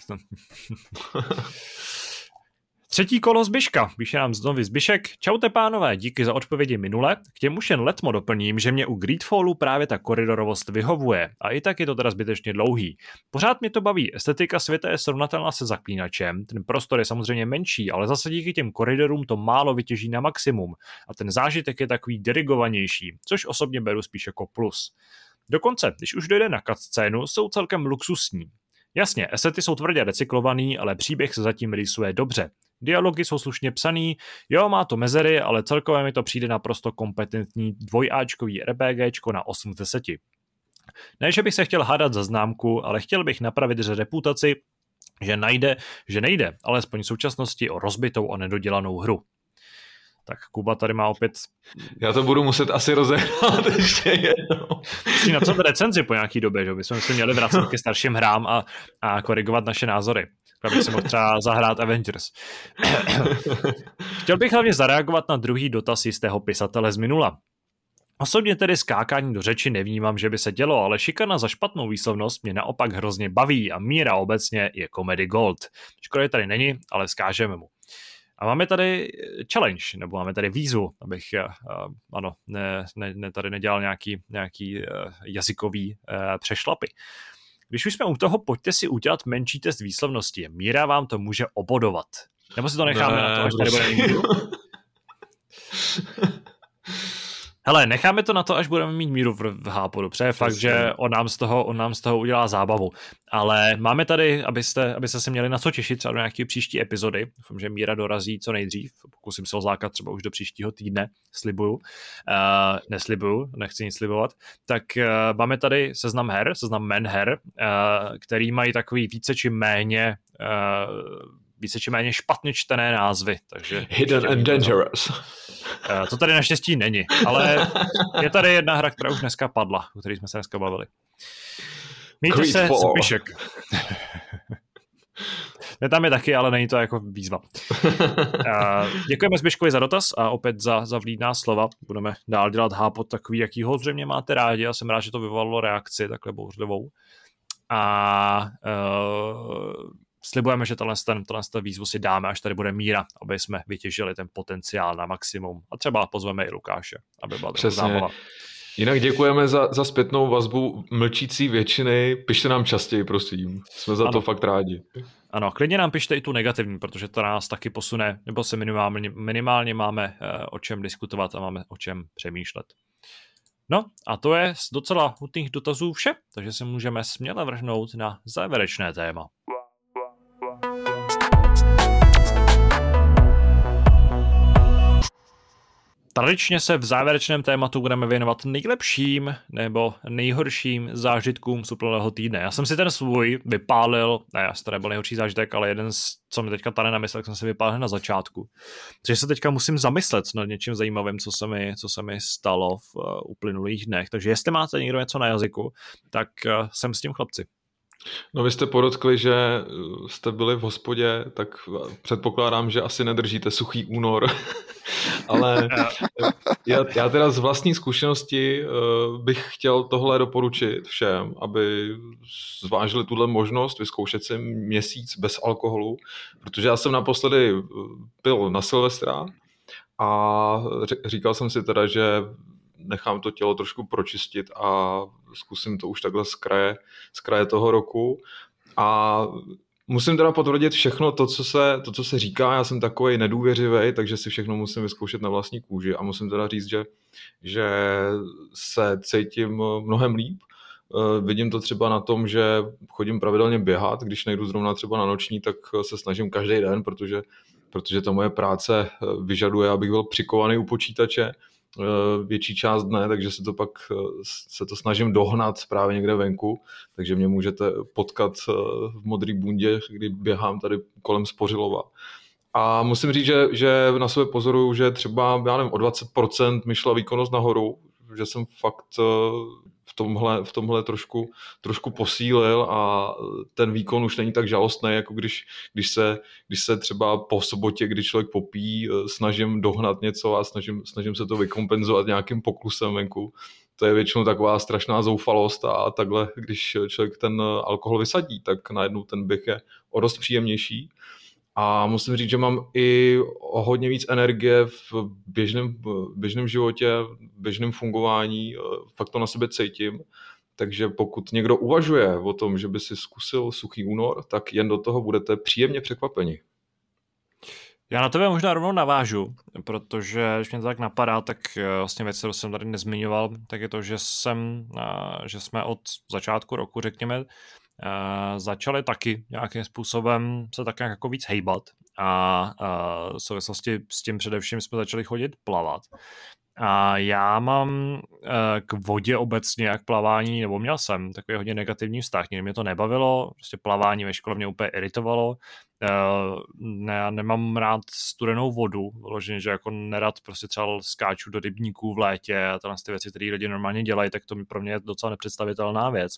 Třetí kolo Zbyška, píše nám znovu Zbyšek. Čaute pánové, díky za odpovědi minule. K těmuž jen letmo doplním, že mě u Greedfallu právě ta koridorovost vyhovuje. A i tak je to teda zbytečně dlouhý. Pořád mě to baví, estetika světa je srovnatelná se Zaklínačem, ten prostor je samozřejmě menší, ale zase díky těm koridorům to málo vytěží na maximum. A ten zážitek je takový dirigovanější, což osobně beru spíš jako plus. Dokonce, když už dojde na cutscénu, jsou celkem luxusní. Jasně, esety jsou tvrdě recyklovaný, ale příběh se zatím rýsuje dobře. Dialogy jsou slušně psaný, jo, má to mezery, ale celkově mi to přijde naprosto kompetentní dvojáčkový RPGčko na osm z deseti. Ne, že bych se chtěl hádat za známku, ale chtěl bych napravit že reputaci, že najde, že nejde, alespoň v současnosti o rozbitou a nedodělanou hru. Tak Kuba tady má opět... Já to budu muset asi rozehrát ještě jednou. Musí napsat recenzi po nějaký době, že bychom si měli vracet ke starším hrám a, a korigovat naše názory. Abych si mohl třeba zahrát Avengers. Chtěl bych hlavně zareagovat na druhý dotaz jistého pisatele z minula. Osobně tedy skákání do řeči nevnímám, že by se dělo, ale šikana za špatnou výslovnost mě naopak hrozně baví a Míra obecně je comedy gold. Škoda tady není, ale skážeme mu. A máme tady challenge, nebo máme tady výzvu, abych uh, ano, ne, ne, ne, tady nedělal nějaký, nějaký uh, jazykový uh, přešlapy. Když už jsme u toho, pojďte si udělat menší test výslovnosti. Míra vám to může obodovat. Nebo si to necháme ne, na to, až tady bude mít Míru? Hele, necháme to na to, až budeme mít Míru v hápodu. Protože je fakt, že on nám, z toho, on nám z toho udělá zábavu. Ale máme tady, abyste, abyste se měli na co těšit třeba do nějaké příští epizody. Doufám, že Míra dorazí co nejdřív. Pokusím se ho zlákat třeba už do příštího týdne. Slibuju. Uh, neslibuju, nechci nic slibovat. Tak uh, máme tady seznam her, seznam men her, uh, který mají takový více či méně uh, více či méně špatně čtené názvy. Takže Hidden and Dangerous. To tady naštěstí není, ale je tady jedna hra, která už dneska padla, o které jsme se dneska bavili. Mějte se, Pišek. Ne, tam je taky, ale není to jako výzva. Děkujeme Zbyškovi za dotaz a opět za, za vlídná slova. Budeme dál dělat hápot takový, jakýho zřejmě máte rádi. Já jsem rád, že to vyvolalo reakci takhle bouřlivou. A uh, slibujeme, že tenhle ten, tenhle ten výzvu si dáme, až tady bude Míra, aby jsme vytěžili ten potenciál na maximum. A třeba pozveme i Lukáše, aby byla trochu zábava. Jinak děkujeme za, za zpětnou vazbu mlčící většiny. Pište nám častěji, prosím. Jsme za ano. to fakt rádi. Ano, klidně nám pište i tu negativní, protože to nás taky posune, nebo se minimálně, minimálně máme uh, o čem diskutovat a máme o čem přemýšlet. No a to je z docela hutných dotazů vše, takže se můžeme směle vrhnout na závěrečné téma. Tradičně se v závěrečném tématu budeme věnovat nejlepším nebo nejhorším zážitkům z uplynulého týdne. Já jsem si ten svůj vypálil, ne, já to nebyl nejhorší zážitek, ale jeden, z, co mi teďka tady namyslel, jsem si vypálil na začátku. Takže se teďka musím zamyslet nad něčím zajímavým, co se mi, co se mi stalo v uh, uplynulých dnech. Takže jestli máte někdo něco na jazyku, tak uh, jsem s tím, chlapci. No vy jste podotkli, že jste byli v hospodě, tak předpokládám, že asi nedržíte suchý únor, ale já, já teda z vlastní zkušenosti bych chtěl tohle doporučit všem, aby zvážili tuhle možnost vyzkoušet si měsíc bez alkoholu, protože já jsem naposledy pil na Silvestra a říkal jsem si teda, že nechám to tělo trošku pročistit a zkusím to už takhle z kraje, z kraje toho roku. A musím teda potvrdit všechno to co, se, to, co se říká. Já jsem takovej nedůvěřivý, takže si všechno musím vyzkoušet na vlastní kůži. A musím teda říct, že, že se cítím mnohem líp. Vidím to třeba na tom, že chodím pravidelně běhat. Když nejdu zrovna třeba na noční, tak se snažím každý den, protože, protože ta moje práce vyžaduje, abych byl přikovaný u počítače větší část dne, takže se to pak se to snažím dohnat právě někde venku, takže mě můžete potkat v Modrý bundě, kdy běhám tady kolem Spořilova. A musím říct, že, že na sebe pozoruju, že třeba já nevím, o dvacet procent mi šla výkonnost nahoru, že jsem fakt v tomhle, v tomhle trošku, trošku posílil a ten výkon už není tak žalostný, jako když, když, se, když se třeba po sobotě, kdy člověk popí, snažím dohnat něco a snažím, snažím se to vykompenzovat nějakým poklusem venku. To je většinou taková strašná zoufalost a takhle, když člověk ten alkohol vysadí, tak najednou ten běh je o dost příjemnější. A musím říct, že mám i o hodně víc energie v běžném, běžném životě, v běžném fungování, fakt to na sebe cítím. Takže pokud někdo uvažuje o tom, že by si zkusil suchý únor, tak jen do toho budete příjemně překvapeni. Já na tebe možná rovnou navážu, protože když mě to tak napadá, tak vlastně věc, kterou jsem tady nezmiňoval, tak je to, že, jsem, že jsme od začátku roku, řekněme, Uh, začali taky nějakým způsobem se tak nějak jako víc hejbat a uh, v souvislosti s tím především jsme začali chodit plavat. A já mám uh, k vodě obecně, jak plavání, nebo měl jsem takový hodně negativní vztah, mě to nebavilo, prostě plavání ve škole mě úplně iritovalo ne, já nemám rád studenou vodu, vloženě, že jako nerad prostě třeba skáču do rybníků v létě a tyhle ty věci, které lidi normálně dělají, tak to pro mě je docela nepředstavitelná věc.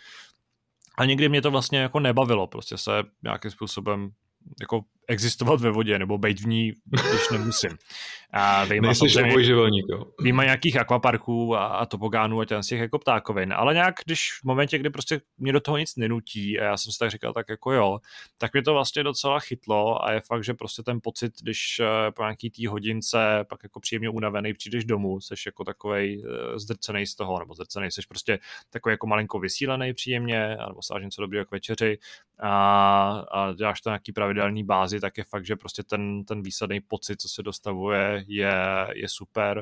A někdy mě to vlastně jako nebavilo, prostě se nějakým způsobem jako existovat ve vodě, nebo být v ní, když nemusím. A nejsiš obojživelník, jo. Výjima nějakých akvaparků a, a topogánů a těch, těch jako ptákovin, ale nějak, když v momentě, kdy prostě mě do toho nic nenutí a já jsem si tak říkal, tak jako jo, tak mě to vlastně docela chytlo a je fakt, že prostě ten pocit, když po nějaký tý hodince pak jako příjemně unavený přijdeš domů, seš jako takovej zdrcenej z toho, nebo zdrcenej, seš prostě takový jako malinko vysílený příjemně, nebo sáš něco dobrého k večeři a, a děláš to na nějaký pravidelný bázi, tak je fakt, že prostě ten, ten výsadný pocit, co se dostavuje, je, je super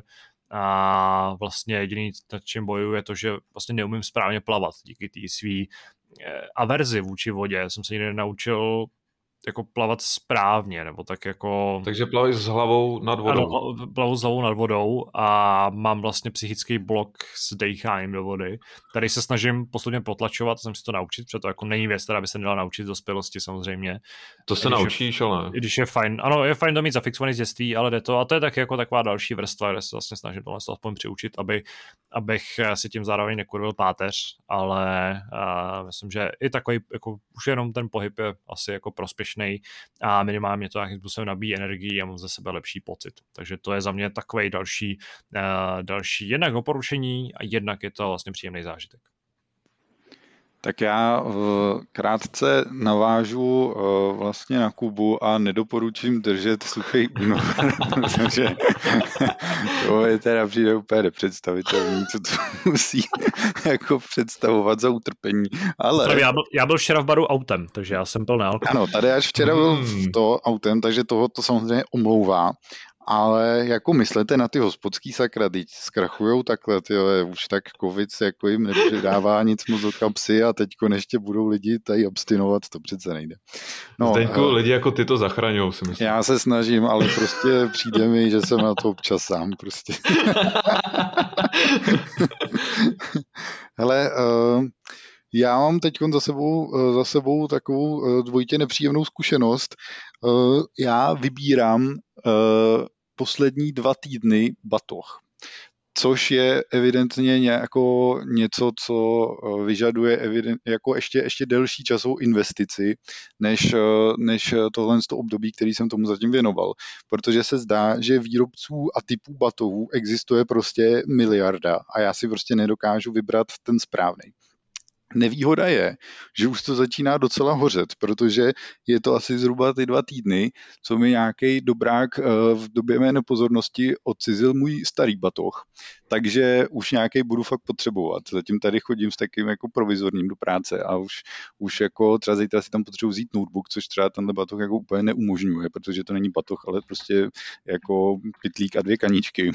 a vlastně jediný, nad čím bojuju, je to, že vlastně neumím správně plavat díky té svý averzi vůči vodě. Jsem se nikdy naučil jako plavat správně, nebo tak jako... Takže plavíš s hlavou nad vodou. Ano, plavu s hlavou nad vodou a mám vlastně psychický blok s dejcháním do vody. Tady se snažím postupně potlačovat, jsem si to naučit, protože to jako není věc, která by se nedala naučit z dospělosti samozřejmě. To se naučíš, je, ale... Když je fajn, ano, je fajn to mít zafixovaný z dětství, ale jde to, a to je taky jako taková další vrstva, kde se vlastně snažím tohle aspoň přiučit, aby, abych si tím zároveň nekurvil páteř, ale uh, myslím, že i takový, jako už jenom ten pohyb je asi jako prospěšný a minimálně to nějakým způsobem nabíjí energii a mám ze sebe lepší pocit. Takže to je za mě takovej další, uh, další jednak doporučení a jednak je to vlastně příjemný zážitek. Tak já krátce navážu vlastně na Kubu a nedoporučím držet suchý únor, protože to je teda přijde úplně nepředstavitelný, co to musí jako představovat za utrpení. Ale... Já byl, já byl včera v baru autem, takže já jsem plný alkohol. Ano, tady až včera byl v to autem, takže toho to samozřejmě omlouvá. Ale jako myslete na ty hospodský sakra, teď zkrachujou takhle, tyhle, už tak covid se jako jim nepřidává nic moc do kapsy a teďko ještě budou lidi tady abstinovat, to přece nejde. No, Zdeňku, uh, lidi jako ty to zachraňujou, si myslím. Já se snažím, ale prostě přijde mi, že jsem na to občas sám prostě. Hele, uh, já mám teď za sebou, za sebou takovou dvojitě nepříjemnou zkušenost. Já vybírám poslední dva týdny batoh, což je evidentně jako něco, co vyžaduje evident, jako ještě, ještě delší časovou investici, než, než tohle období, který jsem tomu zatím věnoval. Protože se zdá, že výrobců a typů batohů existuje prostě miliarda a já si prostě nedokážu vybrat ten správný. Nevýhoda je, že už to začíná docela hořet, protože je to asi zhruba ty dva týdny, co mi nějaký dobrák v době mé nepozornosti odcizil můj starý batoh. Takže už nějaký budu fakt potřebovat. Zatím tady chodím s takým jako provizorním do práce a už, už jako třeba zítra si tam potřebuji vzít notebook, což třeba tenhle batoh jako úplně neumožňuje, protože to není batoh, ale prostě jako pytlík a dvě kaníčky.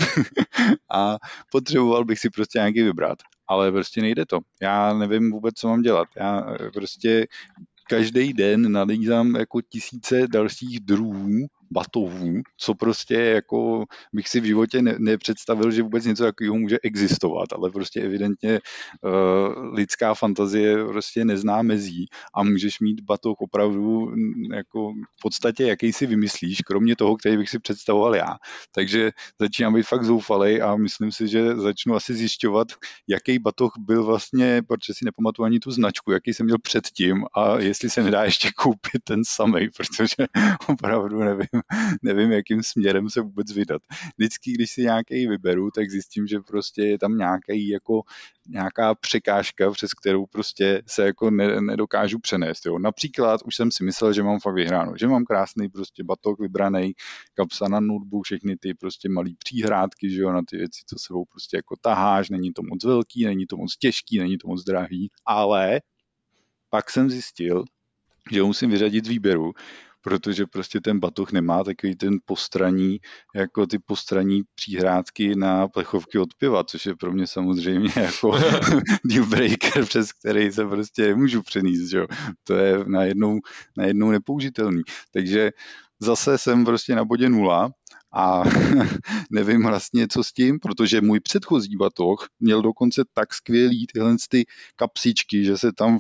A potřeboval bych si prostě nějaký vybrat. Ale prostě nejde to. Já nevím vůbec, co mám dělat. Já prostě každý den nalízám jako tisíce dalších druhů batohů, co prostě jako bych si v životě ne, nepředstavil, že vůbec něco takového může existovat, ale prostě evidentně uh, lidská fantazie prostě nezná mezí a můžeš mít batoh opravdu jako v podstatě jaký si vymyslíš, kromě toho, který bych si představoval já. Takže začínám být fakt zoufalej a myslím si, že začnu asi zjišťovat, jaký batoh byl vlastně, protože si nepamatuju ani tu značku, jaký jsem měl předtím a jestli se nedá ještě koupit ten samej, protože opravdu nevím, nevím, jakým směrem se vůbec vydat. Vždycky, když si nějaký vyberu, tak zjistím, že prostě je tam nějaký jako nějaká překážka, přes kterou prostě se jako ne, nedokážu přenést. Jo. Například už jsem si myslel, že mám fakt vyhráno, že mám krásný prostě batoh vybraný, kapsa na notebook, všechny ty prostě malý příhrádky, že jo, na ty věci, co sebou prostě jako taháš, není to moc velký, není to moc těžký, není to moc drahý, ale pak jsem zjistil, že ho musím vyřadit z výběru, protože prostě ten batoh nemá takový ten postraní, jako ty postraní příhrádky na plechovky od piva, což je pro mě samozřejmě jako deal breaker, přes který se prostě nemůžu přenést, že? To je najednou, najednou nepoužitelný. Takže zase jsem prostě na bodě nula a nevím vlastně, co s tím, protože můj předchozí batoh měl dokonce tak skvělý tyhle ty kapsičky, že se tam v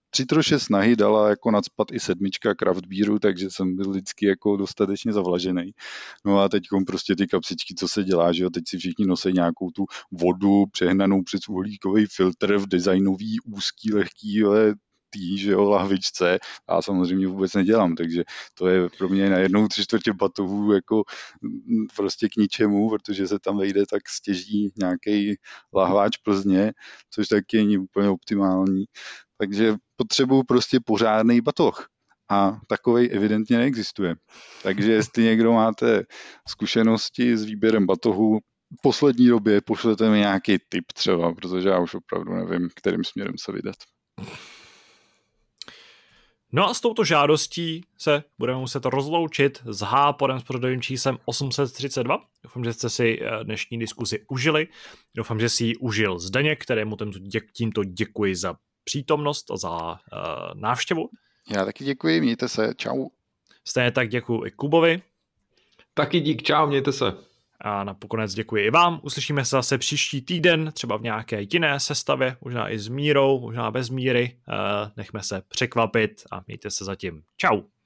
při troše snahy dala jako nacpat i sedmička craft beeru, takže jsem byl vždycky jako dostatečně zavlažený. No a teď prostě ty kapsičky, co se dělá, že jo, teď si všichni nosí nějakou tu vodu přehnanou přes uhlíkový filtr v designový, úzký, lehký, jo, tý, že jo, lahvičce, a samozřejmě vůbec nedělám, takže to je pro mě najednou tři čtvrtě batohů jako prostě k ničemu, protože se tam vejde tak stěží nějaký lahváč Plzně, což taky není úplně optimální, takže potřebuju prostě pořádný batoh a takovej evidentně neexistuje. Takže jestli někdo máte zkušenosti s výběrem batohu, v poslední době pošlete mi nějaký tip třeba, protože já už opravdu nevím, kterým směrem se vydat. No a s touto žádostí se budeme muset rozloučit s Háporem s pořadovým číslem osm set třicet dva. Doufám, že jste si dnešní diskuzi užili. Doufám, že si ji užil Zdeněk, kterému tímto děkuji za přítomnost a za uh, návštěvu. Já taky děkuji, mějte se, čau. Stejně tak děkuji i Kubovi. Taky dík, čau, mějte se. A nakonec děkuji i vám. Uslyšíme se zase příští týden, třeba v nějaké jiné sestavě, možná i s Mírou, možná bez Míry. Nechme se překvapit a mějte se zatím. Čau.